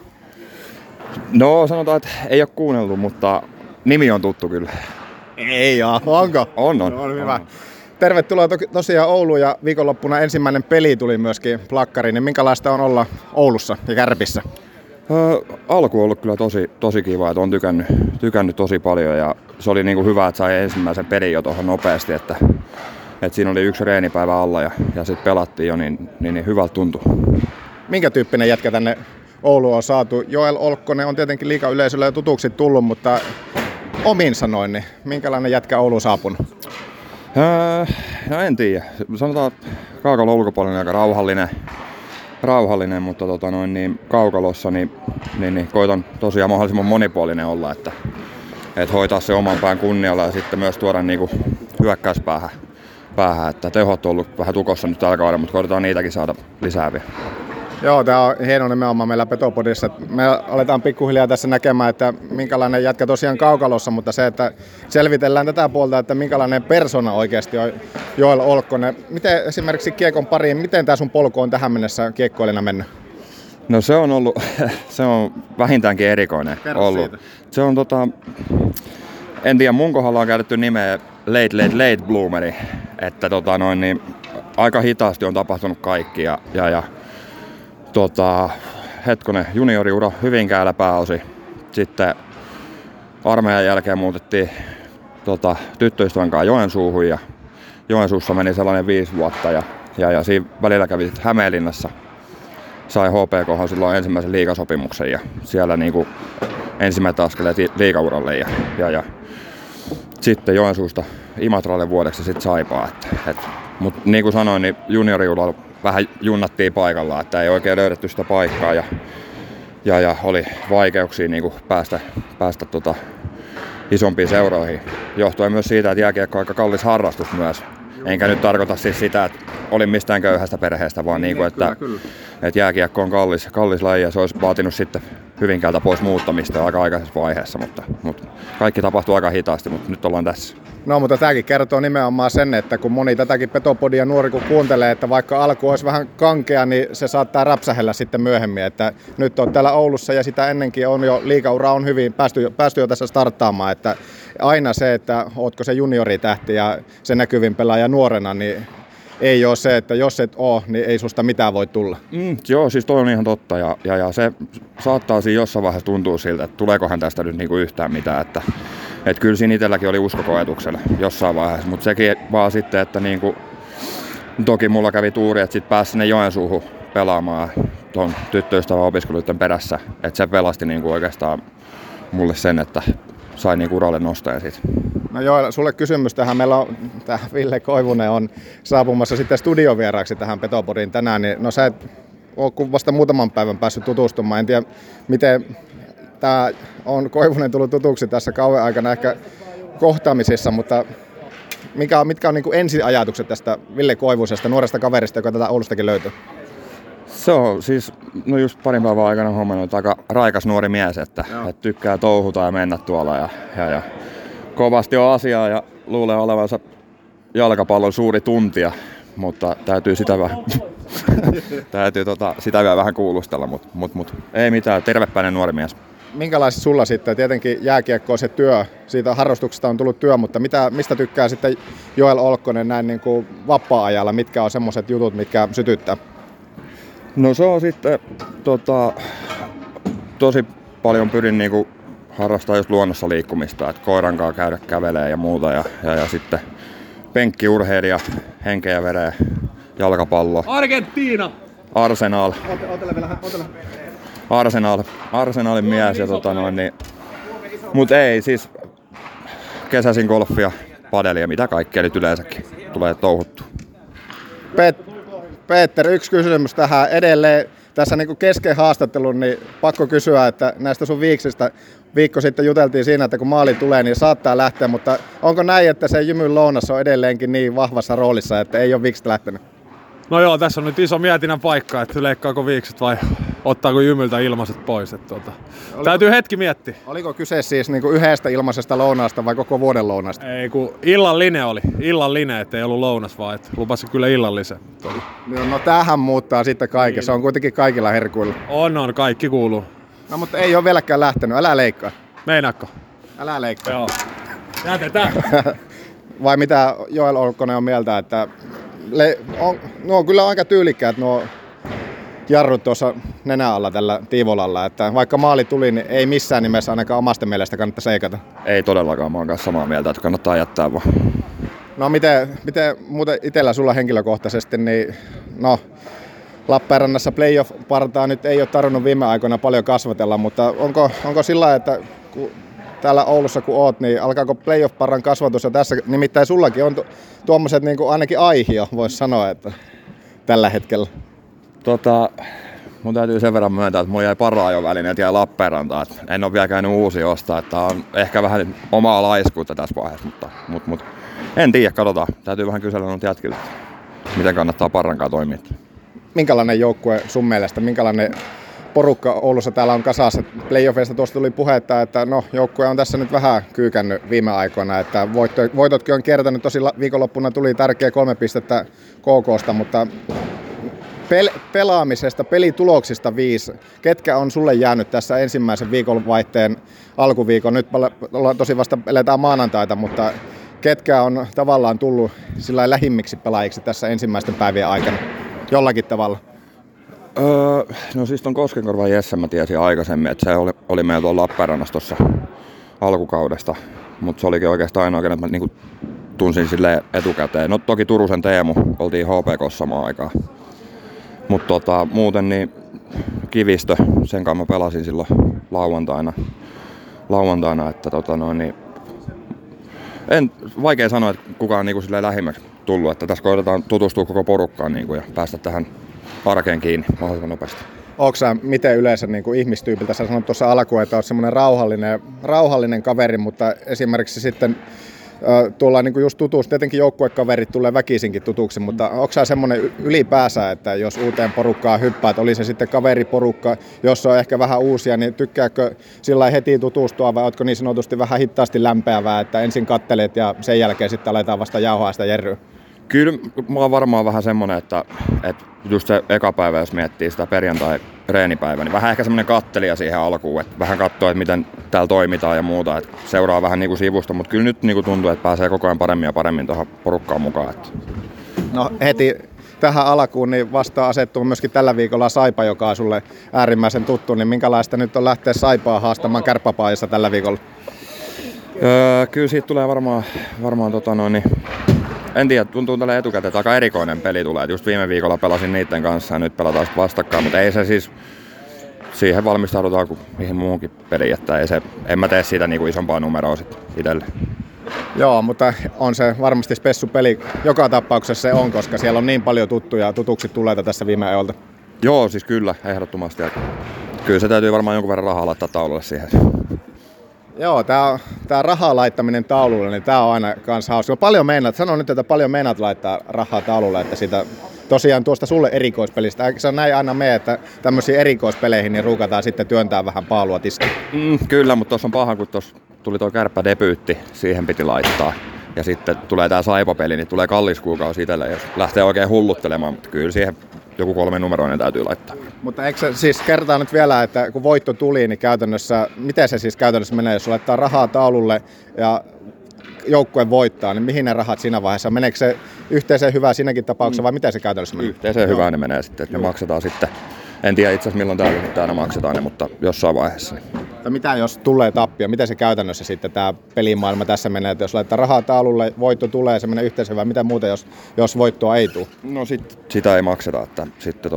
No sanotaan, että ei ole kuunneltu, mutta nimi on tuttu kyllä. Ei ole. Onko? On. No, hyvä. Tervetuloa tosiaan Ouluun ja viikonloppuna ensimmäinen peli tuli myöskin plakkariin. Niin minkälaista on olla Oulussa ja Kärpissä? Alku on ollut kyllä tosi kiva, että on tykännyt tosi paljon ja se oli niin kuin hyvä, että sai ensimmäisen pelin jo tuohon nopeasti, että siinä oli 1 reenipäivä alla ja sitten pelattiin jo, niin hyvältä tuntui. Minkä tyyppinen jätkä tänne Ouluun on saatu? Joel Olkkonen on tietenkin liigayleisölle jo tutuksi tullut, mutta omin sanoin, niin minkälainen jätkä Ouluun saapunut? No en tiedä. Sanotaan, että kaukalon ulkopuolinen aika rauhallinen, mutta kaukalossa niin koitan tosiaan mahdollisimman monipuolinen olla, että hoitaa se oman pään kunnialla ja sitten myös tuoda niinku hyökkäyspäähän, että tehot on ollut vähän tukossa nyt tällä kaudella, mutta koitetaan niitäkin saada lisää vielä. Joo, tämä on hieno nimenomaan meillä Petopodissa. Me aletaan pikkuhiljaa tässä näkemään, että minkälainen jätkä tosiaan kaukalossa, mutta se, että selvitellään tätä puolta, että minkälainen persona oikeasti on Joel Olkkonen. Miten esimerkiksi kiekon pariin, miten tämä sun polku on tähän mennessä kiekkoilijana mennyt? No se on vähintäänkin erikoinen ollut. Siitä. Se on en tiedä, mun kohdalla on käytetty nimeä late bloomeri, että aika hitaasti on tapahtunut kaikki ja junioriura Hyvinkäällä pääosi. Sitten armeijan jälkeen muutettiin tyttöystävän kanssa Joensuuhun ja Joensuussa meni sellainen 5 vuotta ja siinä välillä kävi Hämeenlinnassa. Sai HPK:han silloin ensimmäisen liigasopimuksen ja siellä niinku ensimmäiset askeleet liigauralle ja sitten Joensuusta Imatralle vuodeksi sitten Saipaa. Mutta niin kuin sanoin, niin junioriuralla vähän junnattiin paikalla, että ei oikein löydetty sitä paikkaa ja oli vaikeuksia niin kuin päästä isompiin seuroihin. Johtuen myös siitä, että jääkiekko on aika kallis harrastus myös. Enkä nyt tarkoita siis sitä, että olin mistään köyhästä perheestä, vaan niin kuin, että jääkiekko on kallis laji ja se olisi vaatinut sitten Hyvinkäältä pois muuttamista aika aikaisessa vaiheessa, mutta kaikki tapahtuu aika hitaasti, mutta nyt ollaan tässä. No, mutta tämäkin kertoo nimenomaan sen, että kun moni tätäkin Petopodia nuori kun kuuntelee, että vaikka alku olisi vähän kankea, niin se saattaa räpsähellä sitten myöhemmin. Että nyt on täällä Oulussa ja sitä ennenkin on jo liigaura on hyvin päästy jo tässä starttaamaan, että aina se, että ootko se junioritähti ja se näkyvin pelaaja nuorena, niin ei ole se, että jos et ole, niin ei susta mitään voi tulla. Joo, siis toi on ihan totta ja se saattaa siinä jossain vaiheessa tuntua siltä, että tuleekohan tästä nyt niinku yhtään mitään, Et kyllä siinä itselläkin oli usko koetukselle jossain vaiheessa, mutta sekin vaan sitten, että niinku, toki mulla kävi tuuri, että sitten pääsi sinne Joensuuhun pelaamaan tuon tyttöystävän opiskeluiden perässä. Että se pelasti niinku oikeastaan mulle sen, että sai niinku uralle nostaa siitä. No joo, sulle kysymys tähän. Meillä on Ville Koivunen on saapumassa sitten studiovieraaksi tähän Petopodiin tänään. Niin, no sä et ole vasta muutaman päivän päässyt tutustumaan. En tiedä, miten tämä on Koivunen tullut tutuksi tässä kauan aikana ehkä kohtaamisissa, mutta mitkä on niin kuin ensiajatukset tästä Ville Koivusesta, nuoresta kaverista, joka tätä Oulustakin löytyy? Se on siis, no just parin päivän aikana huomannut, että aika raikas nuori mies, että tykkää touhuta ja mennä tuolla ja kovasti on asiaa ja luulee olevansa jalkapallon suuri tuntija, mutta täytyy sitä vähän, sitä vielä vähän kuulustella, mutta ei mitään, tervepäinen nuori mies. Minkälaista sulla sitten, tietenkin jääkiekko on se työ, siitä harrastuksesta on tullut työ, mutta mistä tykkää sitten Joel Olkkonen näin niin kuin vapaa-ajalla, mitkä on semmoiset jutut, mitkä sytyttää? No se on sitten, tosi paljon pyrin niinku harrastaa just luonnossa liikkumista, että koiran kanssa käydä kävelee ja muuta ja sitten penkkiurheilija, henkeä ja vereen, jalkapallo. Argentiina! Arsenal. Arsenalin mies ja mut ei siis kesäisin golfia, padelia, mitä kaikkea nyt yleensäkin tulee touhuttua. Peter, yksi kysymys tähän edelleen. Tässä niin kesken haastattelun, niin pakko kysyä, että näistä sun viiksistä viikko sitten juteltiin siinä, että kun maali tulee, niin saattaa lähteä, mutta onko näin, että se Jymyn lounas on edelleenkin niin vahvassa roolissa, että ei ole viikset lähtenyt? No joo, tässä on nyt iso mietinnän paikka, että leikkaako viikset vai ottaako Jymyltä ilmaiset pois. Täytyy hetki miettiä. Oliko kyse siis niin kuin yhdestä ilmaisesta lounaasta vai koko vuoden lounaasta? Ei, kun illallinen oli. Illallinen, ettei ollut lounas, vaan että lupasi kyllä illallisen. No tämähän muuttaa sitten kaiken. Niin. Se on kuitenkin kaikilla herkuilla. On, kaikki kuuluu. No mutta ei ole vieläkään lähtenyt. Älä leikkaa. Meinaatko? Älä leikkaa. Joo. Jätetään. Vai mitä Joel Olkkonen on mieltä, että nuo on kyllä aika tyylikkäät nuo jarrut tuossa nenän alla tällä Tiivolalla, että vaikka maali tuli, niin ei missään nimessä ainakaan omasta mielestä kannattaa seikata. Ei todellakaan, mä oon kanssa samaa mieltä, että kannattaa jättää vaan. No miten muuten itsellä sulla henkilökohtaisesti, niin no Lappeenrannassa playoff-partaa nyt ei ole tarvinnut viime aikoina paljon kasvatella, mutta onko sillä lailla, että täällä Oulussa kun oot, niin alkaako playoff-parran kasvatus ja tässä, nimittäin sullakin on tuommoiset niin kuin ainakin aihio, voisi sanoa, että tällä hetkellä. Mun täytyy sen verran myöntää, että mulla jäi parraajovälineet jäi Lappeenrantaan, että en ole vielä käynyt uusia ostaa, että on ehkä vähän omaa laiskuutta tässä vaiheessa, mutta en tiedä, katsotaan. Täytyy vähän kysellä noilta jätkiltä, miten kannattaa parrankaan toimia. Minkälainen joukkue sun mielestä, minkälainen porukka Oulussa täällä on kasassa? Playoffeista tuosta tuli puhetta, että no joukkue on tässä nyt vähän kyykännyt viime aikoina, että voitotkin on kiertänyt, tosi viikonloppuna tuli tärkeä 3 pistettä KK:sta, mutta pelaamisesta, pelituloksista 5. Ketkä on sulle jäänyt tässä ensimmäisen viikonvaihteen alkuviikon? Nyt tosi vasta eletään maanantaita, mutta ketkä on tavallaan tullut sillä lähimmiksi pelaajiksi tässä ensimmäisten päivien aikana jollakin tavalla? No siis ton Koskenkorvan Jessen mä tiesin aikaisemmin, että se oli meillä tuolla Lappeenrannassa tuossa alkukaudesta, mutta se olikin oikeastaan ainoa, kenet mä niinku tunsin silleen etukäteen. No toki Turusen Teemu, oltiin HPK:ssa samaan aikaan. Mutta muuten niin Kivistö, sen kanssa mä pelasin silloin lauantaina että vaikea sanoa, että kuka on niinku silleen lähimmäksi tullut, että tässä koitetaan tutustua koko porukkaan niinku ja päästä tähän arkeen kiinni mahdollisimman nopeasti. Ootko sä miten yleensä niin kuin ihmistyypiltä? Sä sanoit tuossa alkuun, että oot semmoinen rauhallinen kaveri, mutta esimerkiksi sitten tuolla niin kuin just tutuus, tietenkin joukkuekaverit tulee väkisinkin tutuksi, mutta onko sä semmoinen ylipäänsä, että jos uuteen porukkaan hyppäät, oli se sitten kaveriporukka, jos on ehkä vähän uusia, niin tykkääkö sillä heti tutustua vai ootko niin sanotusti vähän hitaasti lämpeävää, että ensin kattelet ja sen jälkeen sitten aletaan vasta jauhaa sitä jerryä? Kyllä mä oon varmaan vähän semmonen, että just se eka päivä, jos miettii sitä perjantai-reenipäivää, niin vähän ehkä semmonen kattelija siihen alkuun, että vähän katsoo, että miten täällä toimitaan ja muuta, että seuraa vähän niinku sivusta, mutta kyllä nyt niinku tuntuu, että pääsee koko ajan paremmin ja paremmin tuohon porukkaan mukaan. Että. No heti tähän alkuun niin vastaan asettuu myöskin tällä viikolla Saipa, joka on sulle äärimmäisen tuttu, niin minkälaista nyt on lähteä Saipaa haastamaan Kärppäpaajassa tällä viikolla? Kyllä siitä tulee varmaan en tiedä, tuntuu tälle etukäteen, että aika erikoinen peli tulee. Just viime viikolla pelasin niiden kanssa ja nyt pelataan vastakkain, mutta ei se siis, siihen valmistaudutaan kuin mihin muuhunkin peliin, että en mä tee siitä niinku isompaa numeroa sitten itselle. Joo, mutta on se varmasti spessupeli. Joka tapauksessa se on, koska siellä on niin paljon tutuksi tulleita tässä viime ajoilta. Joo, siis kyllä, ehdottomasti. Kyllä se täytyy varmaan jonkun verran rahaa laittaa taululle siihen. Joo, tää rahaa laittaminen taululle, niin tää on aina kans hauska. Sano nyt, että paljon meinaat laittaa rahaa taululle, että sitä tosiaan tuosta sulle erikoispelistä. Eikö se on näin aina että tämmöisiin erikoispeleihin niin ruukataan sitten työntää vähän paalua tiskiin? Kyllä, mutta tuossa on paha, kun tuossa tuli tuo kärppädebyytti, siihen piti laittaa. Ja sitten tulee tää Saipa-peli, niin tulee kallis kuukausi itselle, jos lähtee oikein hulluttelemaan, mutta kyllä siihen joku 3 numeroinen täytyy laittaa. Mutta eikö se siis kertaa nyt vielä, että kun voitto tuli, niin käytännössä, miten se siis käytännössä menee, jos laittaa rahaa taululle ja joukkue voittaa, niin mihin ne rahat siinä vaiheessa? Meneekö se yhteiseen hyvään siinäkin tapauksessa vai miten se käytännössä menee? Yhteiseen hyvään ne menee sitten, että ne maksetaan sitten. En tiedä itse asiassa milloin täällä maksetaan ne, mutta jossain vaiheessa. Tai mitä jos tulee tappio? Miten se käytännössä sitten tämä pelimaailma tässä menee? Että jos laittaa rahaa taululle, voitto tulee, se menee yhteiseen hyvään. Mitä muuta, jos voittoa ei tule? No sitä ei makseta, että sitten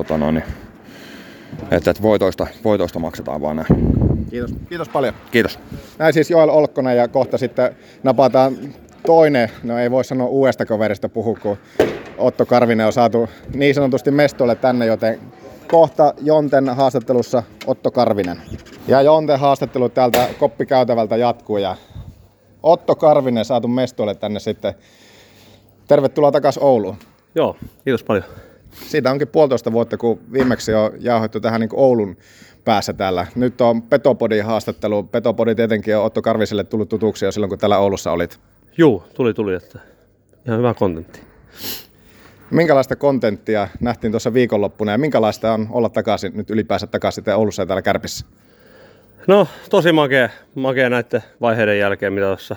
että voitoista maksetaan vaan näin. Kiitos paljon. Kiitos. Näin siis Joel Olkkonen ja kohta sitten napataan toinen, no ei voi sanoa uudesta kaverista puhua, kun Otto Karvinen on saatu niin sanotusti mestolle tänne, joten kohta Jonten haastattelussa Otto Karvinen. Ja Jonten haastattelu täältä koppikäytävältä jatkuu ja Otto Karvinen saatu mestolle tänne sitten. Tervetuloa takaisin Ouluun. Joo, kiitos paljon. Siitä onkin 1,5 vuotta, kun viimeksi on jauhettu tähän niin kuin Oulun päässä täällä. Nyt on Petopodin haastattelu. Petopodi tietenkin on Otto Karviselle tullut tutuksi jo silloin, kun täällä Oulussa olit. Juu, tuli, että ihan hyvä kontentti. Minkälaista kontenttia nähtiin tuossa viikonloppuna ja minkälaista on olla nyt ylipäänsä takaisin Oulussa ja täällä Kärpissä? No, tosi makea näiden vaiheiden jälkeen,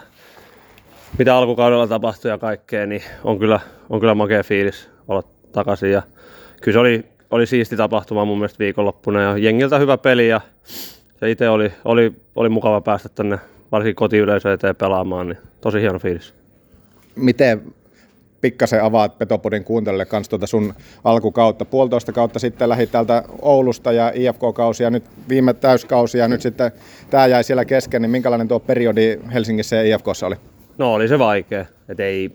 mitä alkukaudella tapahtui ja kaikkea, niin on kyllä makea fiilis olla takaisin. Ja kyllä se oli siisti tapahtuma mun mielestä viikonloppuna ja jengiltä hyvä peli ja se itse oli mukava päästä tänne varsinkin kotiyleisö eteen pelaamaan, niin tosi hieno fiilis. Miten pikkasen avaat Petopodin kuuntelijoille kanssa tuota sun alkukautta? 1,5 kautta sitten lähdit täältä Oulusta ja IFK-kausi ja nyt viime täyskausi ja nyt sitten tää jäi siellä kesken, niin minkälainen tuo periodi Helsingissä ja IFK:ssa oli? No oli se vaikea, että ei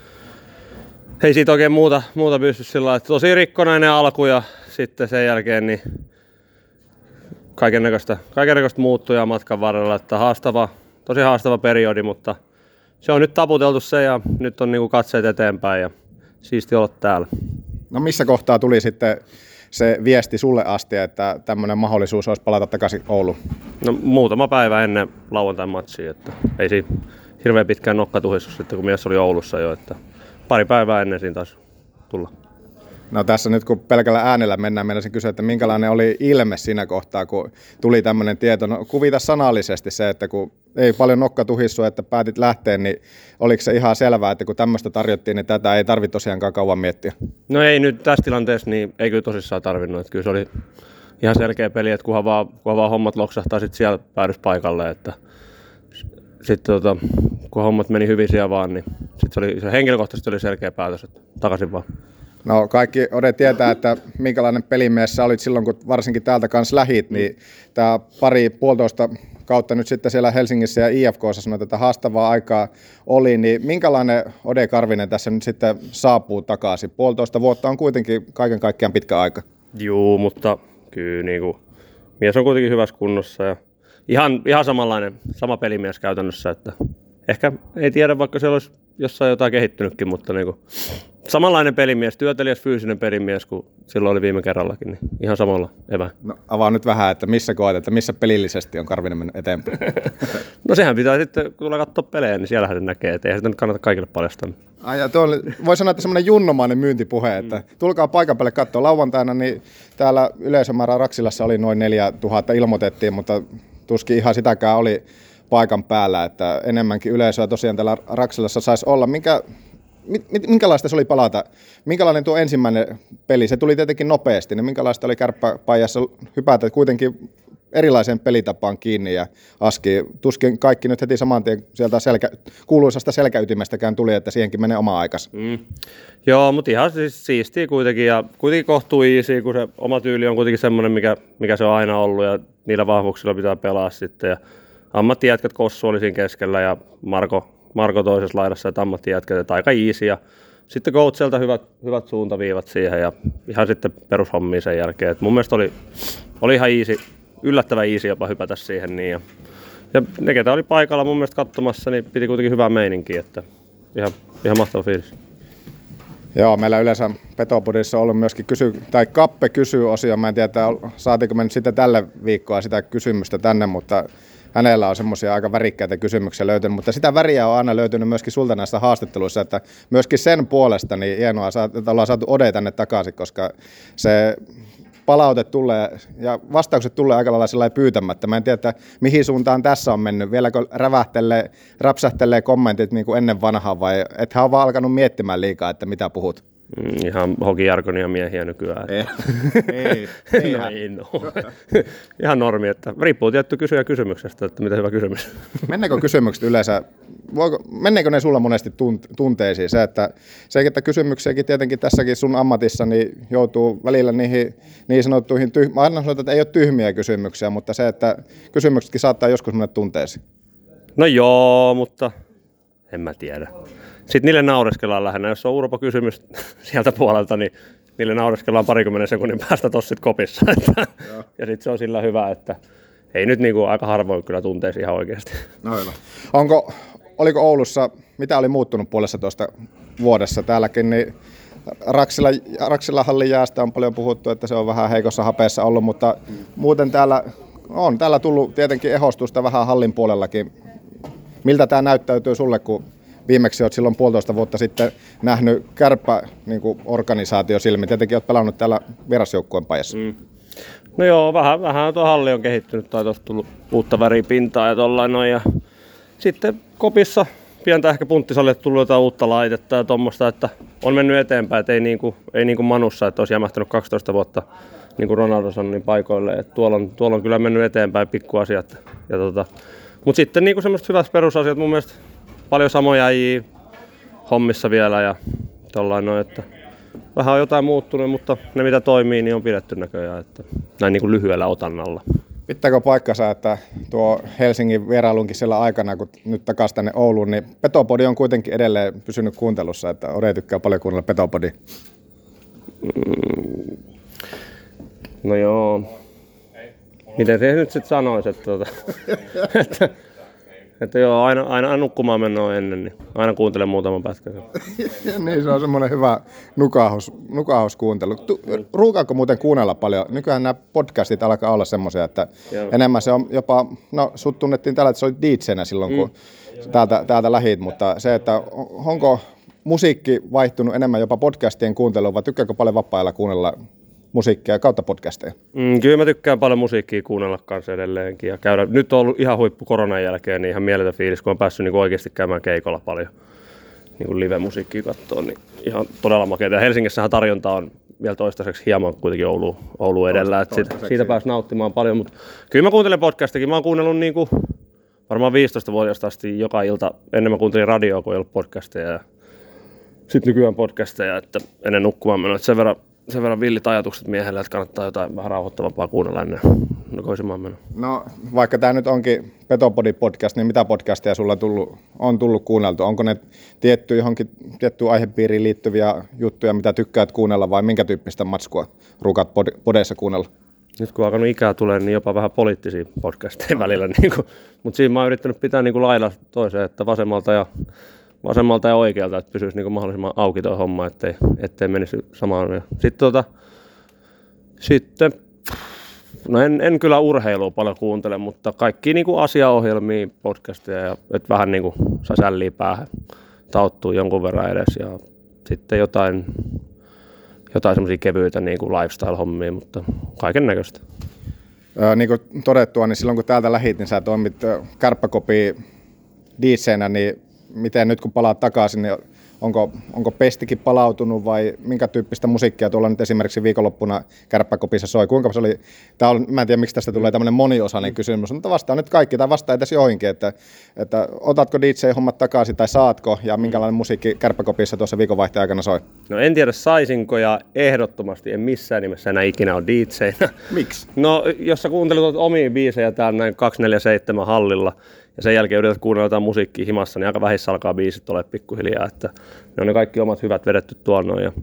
siitä oikein muuta pysty sillä lailla, että tosi rikkonainen alku ja sitten sen jälkeen niin kaikennäköistä muuttujaa matkan varrella, että tosi haastava periodi, mutta se on nyt taputeltu se ja nyt on niinku katseet eteenpäin ja siisti olla täällä. No missä kohtaa tuli sitten se viesti sulle asti, että tämmöinen mahdollisuus olisi palata takaisin Ouluun? No muutama päivä ennen lauantain matsia, että ei siinä hirveän pitkään nokkatuhissu sitten, kun mies oli Oulussa jo, että pari päivää ennen siinä taisi tulla. No tässä nyt kun pelkällä äänellä mennään, meinasin kysyä, että minkälainen oli ilme siinä kohtaa, kun tuli tämmöinen tieto. No, kuvita sanallisesti se, että kun ei paljon nokkatuhissu, että päätit lähteä, niin oliko se ihan selvää, että kun tämmöistä tarjottiin, niin tätä ei tarvitse tosiaankaan kauan miettiä? No ei nyt tässä tilanteessa, niin ei kyllä tosissaan tarvinnut. Että kyllä se oli ihan selkeä peli, että kunhan vaan hommat loksahtaa sitten siellä päädys paikalle. Että sitten kun hommat meni hyvin siellä vaan, niin sitten se henkilökohtaisesti oli selkeä päätös, että takaisin vaan. No kaikki Ode tietää, että minkälainen pelimies sä olit silloin, kun varsinkin täältä kanssa lähit, niin tämä 1,5 kautta nyt sitten siellä Helsingissä ja IFK:ssa sanoit, että haastavaa aikaa oli, niin minkälainen Ode Karvinen tässä nyt sitten saapuu takaisin? 1,5 vuotta on kuitenkin kaiken kaikkiaan pitkä aika. Juu, mutta kyllä mies on kuitenkin hyvässä kunnossa ja ihan sama pelimies käytännössä, että ehkä ei tiedä, vaikka siellä olisi jossain jotain kehittynytkin, mutta samanlainen pelimies, työtelijäs fyysinen pelimies kuin silloin oli viime kerrallakin, niin ihan samalla evää. No avaa nyt vähän, että missä koet, että missä pelillisesti on Karvinen mennyt eteenpäin? No sehän pitää sitten, kun tulee katsoa pelejä, niin siellähän se näkee, että eihän sitä nyt kannata kaikille paljastaa. Voi sanoa, että semmoinen junnomainen myyntipuhe, että tulkaa paikan päälle katsoa. Lauantaina niin täällä yleisömäärä Raksilassa oli noin 4,000 ilmoitettiin, mutta tuskin ihan sitäkään oli paikan päällä, että enemmänkin yleisöä tosiaan täällä Raksilassa saisi olla. Minkälaista se oli palata? Minkälainen tuo ensimmäinen peli? Se tuli tietenkin nopeasti. Niin minkälaista oli Kärppäpaijassa hypätä? Kuitenkin erilaiseen pelitapaan kiinni ja Aski. Tuskin kaikki nyt heti saman tien sieltä kuuluisasta selkäytimestäkään tuli, että siihenkin menee oma aikansa. Joo, mutta ihan siis siistiä kuitenkin ja kuitenkin kohtuu easy, kun se oma tyyli on kuitenkin semmoinen, mikä se on aina ollut ja niillä vahvuuksilla pitää pelaa sitten. Ja ammattijätkät Kossu oli siinä keskellä ja Marko toisessa laidassa, että ammattijätkät, että aika easy ja sitten coachelta hyvät suuntaviivat siihen ja ihan sitten perushommia sen jälkeen. Et mun mielestä oli ihan easy, yllättävän easy jopa hypätä siihen niin. Ja ne, ketä oli paikalla mun mielestä katsomassa, niin piti kuitenkin hyvää meininkiä, että ihan mahtava fiilis. Joo, meillä yleensä Petopodissa on ollut myöskin Kappe kysyy -osio. Mä en tiedä, saatiinko me nyt sitä tällä viikkoa sitä kysymystä tänne, mutta hänellä on semmoisia aika värikkäitä kysymyksiä löytynyt, mutta sitä väriä on aina löytynyt myöskin sulta näissä haastatteluissa, että myöskin sen puolesta niin hienoa, että ollaan saatu Ode tänne takaisin, koska se palaute tulee ja vastaukset tulee aika lailla sellainen pyytämättä. Mä en tiedä, että mihin suuntaan tässä on mennyt. Vieläkö räpsähtelee kommentit niin kuin ennen vanhaa vai ethän ole vaan alkanut miettimään liikaa, että mitä puhut? Ihan hokijargonia miehiä nykyään. Ei. Ihan normi, että riippuu tietty kysyjä kysymyksestä, että mitä hyvä kysymys. Menneekö kysymykset yleensä, menneekö ne sulla monesti tunteisiin? Se, että kysymyksiäkin tietenkin tässäkin sun ammatissa niin joutuu välillä niihin niin sanottuihin, mä aina sanon, että ei ole tyhmiä kysymyksiä, mutta se, että kysymyksetkin saattaa joskus mennä tunteisiin. No joo, mutta en mä tiedä. Sitten niille naureskellaan lähinnä, jos on Urpo-kysymys sieltä puolelta, niin niille naureskellaan 20 sekunnin päästä tossit kopissa. Ja sitten se on sillä hyvä, että ei nyt niinku aika harvoin kyllä tunteisi ihan oikeasti. No hyvä. Oliko Oulussa, mitä oli muuttunut 1,5 vuodessa täälläkin, niin Raksila hallin jäästä on paljon puhuttu, että se on vähän heikossa hapeessa ollut, mutta muuten täällä on tullut tietenkin ehostusta vähän hallin puolellakin. Miltä tämä näyttäytyy sulle, kun viimeksi olet silloin 1,5 vuotta sitten nähnyt Kärppä-organisaatio silmin. Tietenkin olet pelannut täällä vierasjoukkueen pajassa. No joo, vähän tuo halli on kehittynyt tai tuossa tullut uutta väripintaa ja tollain. Ja sitten kopissa pientä ehkä punttisalille tullut jotain uutta laitetta ja tuommoista, että on mennyt eteenpäin, että ei niin kuin Manussa, että olisi jämähtänyt 12 vuotta niin kuin Ronaldo sanoi paikoille. Että tuolla on kyllä mennyt eteenpäin pikkuasiat. Mutta sitten niin kuin semmoiset hyvät perusasiat mun mielestä. Paljon samoja äijiä hommissa vielä ja tollain että vähän on jotain muuttunut, mutta ne mitä toimii, niin on pidetty näköjään, että näin niin kuin lyhyellä otannalla. Pitääkö paikkansa, että tuo Helsingin vierailunkin siellä aikana, kun nyt takaisin tänne Ouluun, niin Petopodi on kuitenkin edelleen pysynyt kuuntelussa, että Ode tykkää paljon kuunnella Petopodia. No joo. Miten se nyt sitten sanoisi, että joo, aina nukkumaan mennään ennen, niin aina kuuntelen muutaman pätkän. Niin, se on semmoinen hyvä nukauskuuntelu. Ruukaako muuten kuunnella paljon? Nykyään nämä podcastit alkaa olla semmoisia, että enemmän se on jopa, no sut tunnettiin tällä, että se oli DJ:nä silloin, kun täältä lähit, mutta se, että onko musiikki vaihtunut enemmän jopa podcastien kuunteluun, vai tykkääkö paljon vapaa-ajalla kuunnella musiikkia kautta podcasteja? Kyllä mä tykkään paljon musiikkia kuunnella kanssa edelleenkin ja käydä. Nyt on ollut ihan huippu koronan jälkeen, niin ihan mieletön fiilis, kun on päässyt niin oikeasti käymään keikolla paljon niin live-musiikkia katsoa, niin ihan todella makeata. Ja Helsingissähän tarjonta on vielä toistaiseksi hieman kuitenkin Oulu edellä, että siitä pääsi nauttimaan paljon, mutta kyllä mä kuuntelen podcastikin. Mä oon kuunnellut niin kuin varmaan 15-vuotiaasta asti joka ilta. Ennen mä kuuntelin radioa, kun ei ollut podcasteja ja sitten nykyään podcasteja, että ennen nukkumaan menoa. Sen verran villit ajatukset miehelle, että kannattaa jotain vähän rauhoittavampaa kuunnella ennen nukoisimaan menoa. No, vaikka tämä nyt onkin Petopodi-podcast, niin mitä podcasteja sulla on tullut kuunneltu? Onko ne johonkin tiettyyn aihepiiriin liittyviä juttuja, mitä tykkäät kuunnella, vai minkä tyyppistä matskua ruukaat podeissa kuunnella? Nyt kun on alkanut ikää tulee, niin jopa vähän poliittisia podcasteja välillä. Mutta siinä mä oon yrittänyt pitää lailla toiseen, että vasemmalta ja oikealta, että pysyisi niin mahdollisimman auki tuo homma, ettei menisi samaan. Sitten no en kyllä urheilua paljon kuuntele, mutta kaikki niin asiaohjelmia, podcasteja, ja että vähän niin kuin saa sälliä päähän, tauttuu jonkun verran edes ja sitten jotain semmoisia kevyitä niin kuin lifestyle-hommia, mutta kaiken näköistä. Niin kuin todettua, niin silloin kun täältä lähit, niin sä toimit Kärppäkopin DJ:nä, niin miten nyt kun palaat takaisin, niin onko pestikin palautunut vai minkä tyyppistä musiikkia tuolla nyt esimerkiksi viikonloppuna Kärppäkopissa soi? Kuinka se oli, mä en tiedä miksi tästä tulee tämmöinen moniosainen kysymys, mutta vastaa nyt kaikki tai vastaa edes joihinkin, että otatko DJ-hommat takaisin tai saatko ja minkälainen musiikki Kärppäkopissa tuossa viikonvaihteen aikana soi? No en tiedä saisinko ja ehdottomasti en missään nimessä enää ikinä ole DJ:nä. Miksi? No jos sä kuuntelet omia biisejä täällä näin 247 hallilla ja sen jälkeen yrität kuunnella jotain musiikkia himassa, niin aika vähissä alkaa biisit ole pikkuhiljaa, että ne on ne kaikki omat hyvät vedetty tuonnoin. Ja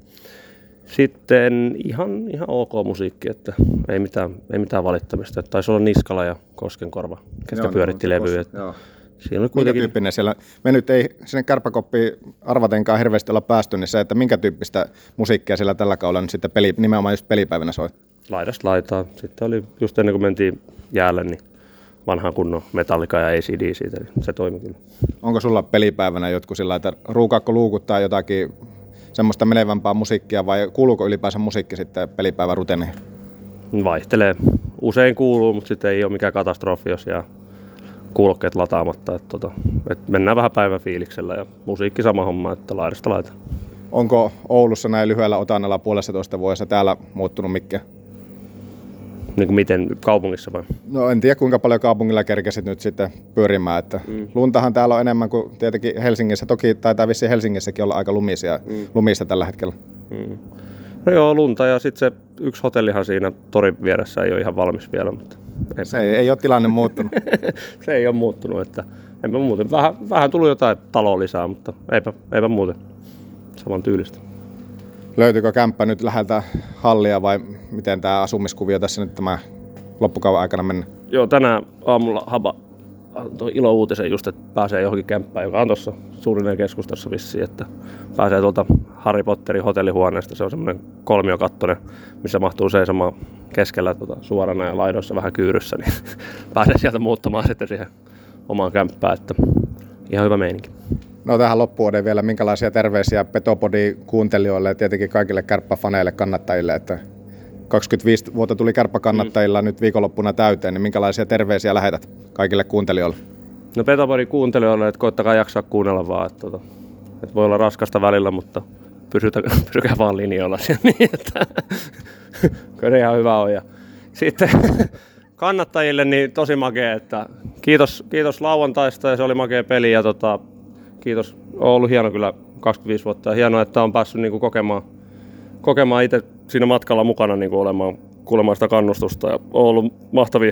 sitten ihan ok musiikki, että ei mitään valittamista. Taisi olla Niskala ja Koskenkorva, ketkä pyöritti levyä. Siinä oli kuitenkin... Minkä tyyppinen siellä? Me nyt ei sinne Kärppäkoppiin arvatenkaan hirveästi olla päästy, niin se, että minkä tyyppistä musiikkia siellä tällä kaudella nyt sitten nimenomaan just pelipäivänä soi? Laidasta laitaan. Sitten oli just ennen kuin mentiin jäälle, niin vanhan kunnon Metallica ja ACD siitä, niin se toimi kyllä. Onko sulla pelipäivänä jotkut sillä, että ruukaatko luukuttaa jotakin semmoista menevämpää musiikkia vai kuuluuko ylipäänsä musiikki sitten pelipäivän rutiniin? Vaihtelee. Usein kuuluu, mutta sitten ei ole mikään katastrofi, jos jää kuulokkeet lataamatta. Että mennään vähän päivän fiiliksellä ja musiikki sama homma, että laidasta laitaan. Onko Oulussa näin lyhyellä otannalla 1,5 vuodessa täällä muuttunut mikään? Niin kuin miten, kaupungissa vai? No en tiedä kuinka paljon kaupungilla kerkesit nyt sitten pyörimään. Että luntahan täällä on enemmän kuin tietenkin Helsingissä. Toki taitaa vissiin Helsingissäkin olla aika lumista tällä hetkellä. No joo, lunta ja sitten se yksi hotellihan siinä torin vieressä ei ole ihan valmis vielä. Mutta se ei ole tilanne muuttunut. Se ei ole muuttunut, että enpä muuten. Vähän tullut jotain taloa lisää, mutta eipä muuten saman tyylistä. Löytyykö kämppä nyt läheltä hallia vai miten tämä asumiskuvio tässä nyt tämä loppukauden aikana mennä? Joo, tänään aamulla Haba antoi ilouutisen just, että pääsee johonkin kämppään, joka on tuossa Suurinen keskustassa vissiin, että pääsee tuolta Harry Potterin hotellihuoneesta. Se on semmoinen kolmiokattoinen, missä mahtuu seisomaan keskellä suorana ja laidoissa vähän kyyryssä, niin pääsee sieltä muuttamaan sitten siihen omaan kämppään, että ihan hyvä meininki. No tähän loppuvuoden vielä, minkälaisia terveisiä Petopodin kuuntelijoille ja tietenkin kaikille kärppäfaneille, kannattajille, että 25 vuotta tuli kärppäkannattajilla nyt viikonloppuna täyteen, niin minkälaisia terveisiä lähetät kaikille kuuntelijoille? No Petopodin kuuntelijoille, että koittakaa jaksaa kuunnella vaan, että voi olla raskasta välillä, mutta pysykää vaan linjoilla niin, että kyllä ihan hyvä on. Ja sitten kannattajille niin tosi makea, että kiitos lauantaista ja se oli makea peli ja kiitos, on ollut hieno kyllä 25 vuotta ja hienoa, että on päässyt niin kuin kokemaan itse siinä matkalla mukana niin kuin kuulemaan sitä kannustusta ja on ollut mahtavia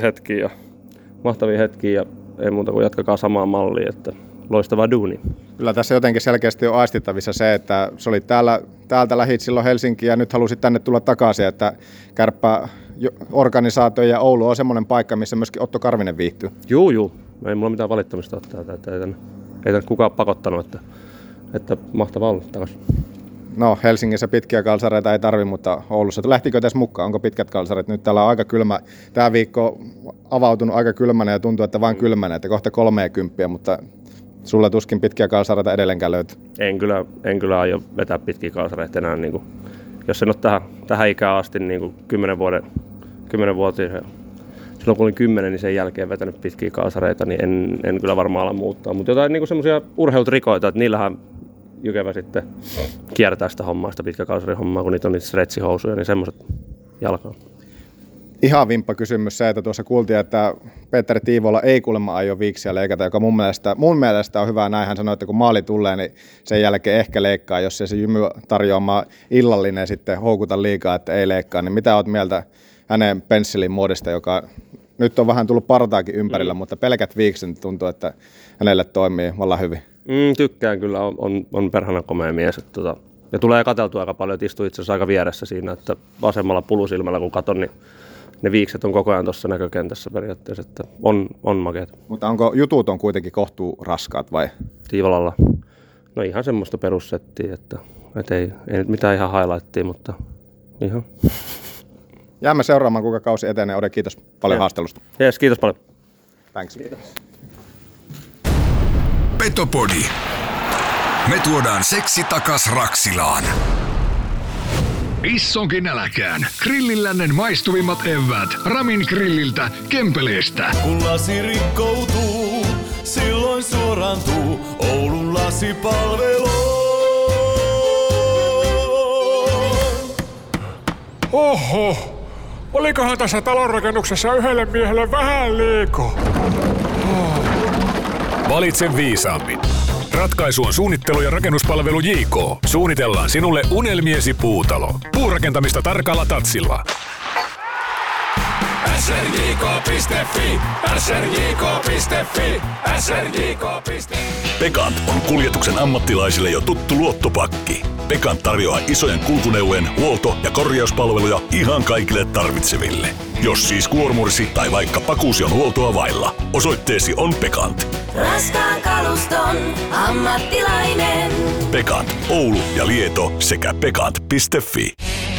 hetkiä ja ei muuta kuin jatkakaa samaa mallia, että loistavaa duunia. Kyllä tässä jotenkin selkeästi on aistittavissa se, että se oli täältä lähit silloin Helsinkiin ja nyt halusit tänne tulla takaisin, että Kärppä-organisaatio ja Oulu on semmoinen paikka, missä myöskin Otto Karvinen viihtyy. Juu, ei mulla mitään valittamista ole täältä, ei tänne kukaan pakottanut, että mahtavaa olla takaisin. No Helsingissä pitkiä kalsareita ei tarvi, mutta Oulussa. Lähtikö tässä mukaan? Onko pitkät kalsarit? Nyt täällä on aika kylmä. Tämä viikko on avautunut aika kylmänä ja tuntuu, että vain kylmänä, että kohta 30, mutta sulla tuskin pitkiä kalsareita edelleenkään löytyy. En kyllä aio vetää pitkiä kalsareita enää. Niin kuin, jos en ole tähän ikään asti niin 10-vuotias. Silloin kun olin 10, niin sen jälkeen vetänyt pitkiä kalsareita, niin en kyllä varmaan ala muuttaa. Mutta jotain niin semmoisia urheilutrikoita, että niillähän Jykevä sitten kiertää sitä hommaa, sitä pitkäkalsarihommaa, kun niitä on niitä stretchihousuja, niin semmoiset jalkaan. Ihan vimppa kysymys se, että tuossa kuultiin, että Petteri Tiivola ei kuulemma aio viiksiä leikata, joka mun mielestä on hyvä. Näin hän sanoi, että kun maali tulee, niin sen jälkeen ehkä leikkaa, jos se jymy tarjoamaan illallinen sitten houkuta liikaa, että ei leikkaa. Niin mitä oot mieltä hänen pensselin muodista, joka nyt on vähän tullut partaakin ympärillä, mutta pelkät viikset tuntuu, että hänelle toimii vallan hyvin. Tykkään kyllä, on perhana komea mies. Ja tulee katseltua aika paljon, että istuu itse asiassa aika vieressä siinä, että vasemmalla pulusilmällä kun katon, niin ne viikset on koko ajan tuossa näkökentässä periaatteessa, että on makeat. Mutta onko jutut on kuitenkin kohtuu raskaat vai? Tiivolalla. No ihan semmoista perussettiä, että ei nyt mitään ihan highlightia, mutta ihan. Jäämme seuraamaan, kuinka kausi etenee. Ode, kiitos paljon haastelusta. Jees, kiitos paljon. Thanks. Kiitos. Petopodi. Me tuodaan seksi takas Raksilaan. Issonkin äläkään. Grillillännen maistuvimmat eväät. Ramin grilliltä, Kempeleestä. Kun lasi rikkoutuu, silloin suorantuu Oulun lasipalvelu. Oho, olikohan tässä talonrakennuksessa yhdelle miehelle vähän liikaa? Valitse viisaammin. Ratkaisu on suunnittelu- ja rakennuspalvelu JK. Suunnitellaan sinulle unelmiesi puutalo. Puurakentamista tarkalla tatsilla. srjk.fi, srjk.fi, srjk.fi. Pekant on kuljetuksen ammattilaisille jo tuttu luottopakki. Pekant tarjoaa isojen kulkuneuvojen huolto- ja korjauspalveluja ihan kaikille tarvitseville. Jos siis kuormursi tai vaikka pakuusi on huoltoa vailla, osoitteesi on Pekant. Raskaan kaluston ammattilainen. Pekant, Oulu ja Lieto sekä pekant.fi.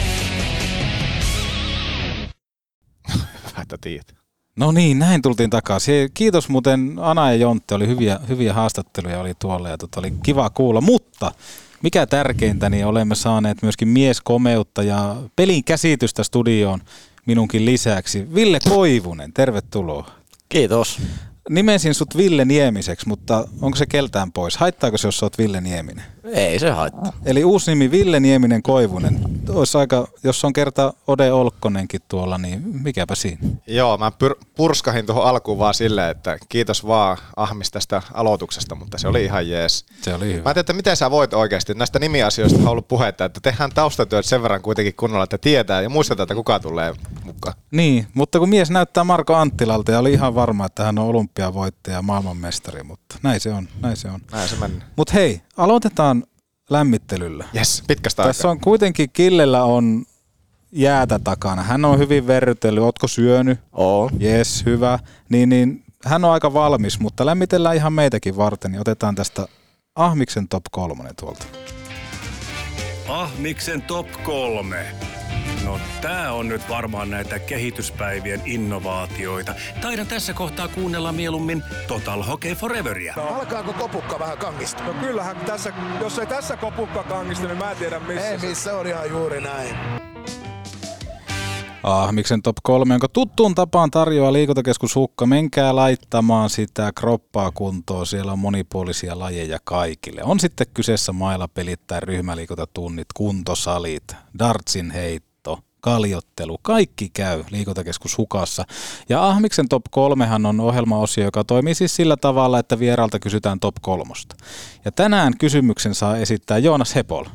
Että tiedät. No niin, näin tultiin takaisin. Kiitos muuten Ana ja Jontte, oli hyviä haastatteluja oli tuolla ja oli kiva kuulla, mutta mikä tärkeintä, niin olemme saaneet myöskin mieskomeutta ja pelin käsitystä studioon minunkin lisäksi. Ville Koivunen, tervetuloa. Kiitos. Nimesin sut Ville Niemiseksi, mutta onko se keltään pois? Haittaako se, jos sä oot Ville Nieminen? Ei se haittaa. Eli uusi nimi Ville Nieminen Koivunen. Olisi aika, jos on kerta Ode Olkkonenkin tuolla, niin mikäpä siinä? Joo, mä purskahin tuohon alkuun vaan silleen, että kiitos vaan Ahmis tästä aloituksesta, mutta se oli ihan jees. Se oli hyvä. Mä ajattelin, että miten sä voit oikeasti. Näistä nimiasioista on ollut puhetta, että tehdään taustatyöt sen verran kuitenkin kunnolla, että tietää ja muistetaan, että kuka tulee mukaan. Niin, mutta kun mies näyttää Marko Anttilalta ja oli ihan varma, että hän on olympiavoittaja ja maailmanmestari, mutta näin se on. Näin se mennään. Mutta hei, aloitetaan lämmittelyllä. Jes, pitkästä aikaa. Tässä on kuitenkin Killellä on jäätä takana. Hän on hyvin verrytellyt. Ootko syönyt? Oo. Jes, hyvä. Niin, hän on aika valmis, mutta lämmitellään ihan meitäkin varten. Niin otetaan tästä Ahmiksen top 3 tuolta. Ahmiksen top 3. No tää on nyt varmaan näitä kehityspäivien innovaatioita. Taidan tässä kohtaa kuunnella mieluummin Total Hockey Foreveria. No, alkaako kopukka vähän kangistua? No kyllähän tässä, jos ei tässä kopukka kangistu, niin mä en tiedä missä. Ei missä, on ihan juuri näin. Ahmiksen top 3, jonka tuttuun tapaan tarjoaa Liikuntakeskus Hukka. Menkää laittamaan sitä kroppaa kuntoon. Siellä on monipuolisia lajeja kaikille. On sitten kyseessä mailapelit tai ryhmäliikuntatunnit, kuntosalit, dartsin heitto, kaljottelu. Kaikki käy Liikuntakeskus Hukassa. Ja Ahmiksen top 3 on ohjelmaosio, joka toimii siis sillä tavalla, että vieraalta kysytään top 3. Ja tänään kysymyksen saa esittää Joonas Hepola.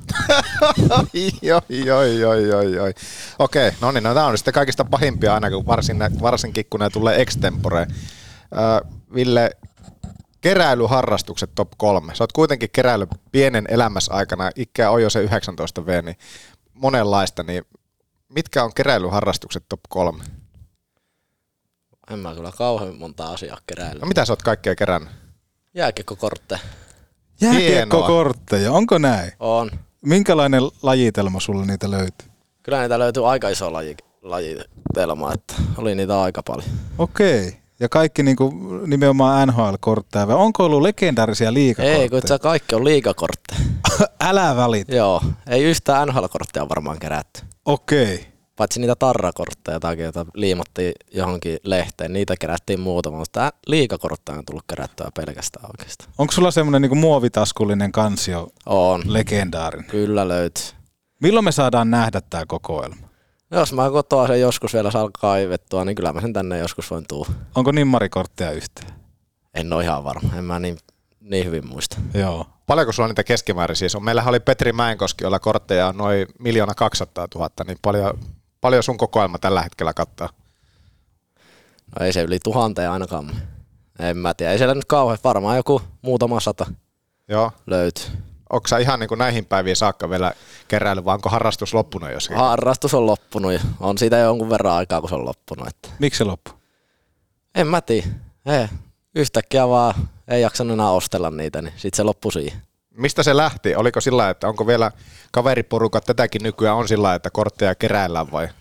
Joi. Okei, no niin, tämä on sitten kaikista pahimpia aina, kun varsinkin kun ne tulee extempore. Ville, keräilyharrastukset top 3. Sä oot kuitenkin keräily pienen elämässä aikana, ikää on jo se 19 V, niin monenlaista, niin mitkä on keräilyharrastukset top 3? En mä kyllä kauhean monta asiaa keräily. No mitä sä oot kaikkea kerännyt? Jääkiekkokortteja. Jääkiekkokortteja, onko näin? On. Minkälainen lajitelma sulla niitä löytyy? Kyllä niitä löytyy aika iso lajitelma, että oli niitä aika paljon. Okei. Ja kaikki niinku nimenomaan NHL-kortteja, vai onko ollut legendaarisia liigakortteja? Ei, kun se kaikki on liigakortteja. Älä välitä. Joo, ei yhtään NHL-kortteja varmaan kerätty. Okei. Paitsi niitä tarrakortteja tai joita liimattiin johonkin lehteen, niitä kerättiin muutama, mutta liigakortteja on tullut kerättyä pelkästään oikeastaan. Onko sulla semmoinen niinku muovitaskullinen kansio? On. Legendaarinen? Kyllä löytyy. Milloin me saadaan nähdä tää kokoelma? Jos mä kotoa sen joskus vielä saa kaivettua, niin kyllä mä sen tänne joskus voin tuua. Onko nimmarikortteja yhtään? En ole ihan varma, en mä niin hyvin muista. Joo. Paljonko sulla niitä keskimäärin siis on? Meillähän oli Petri Mäenkoski, jolla kortteja on noin 1 200 000, niin paljon sun kokoelma tällä hetkellä kattaa? No ei se yli 1000 ainakaan. En mä tiedä, ei siellä nyt kauhean, varmaan joku muutama 100 löytyy. Onko sä ihan niin kuin näihin päiviin saakka vielä keräily, vai onko harrastus loppunut jossakin? Harrastus on loppunut ja on siitä jonkun verran aikaa, kun se on loppunut. Että. Miksi se loppui? En mä tiedä. Yhtäkkiä vaan ei jaksanut enää ostella niitä, niin sit se loppui siihen. Mistä se lähti? Oliko sillä, että onko vielä kaveriporukat tätäkin nykyään on sillä, että kortteja keräillään vai?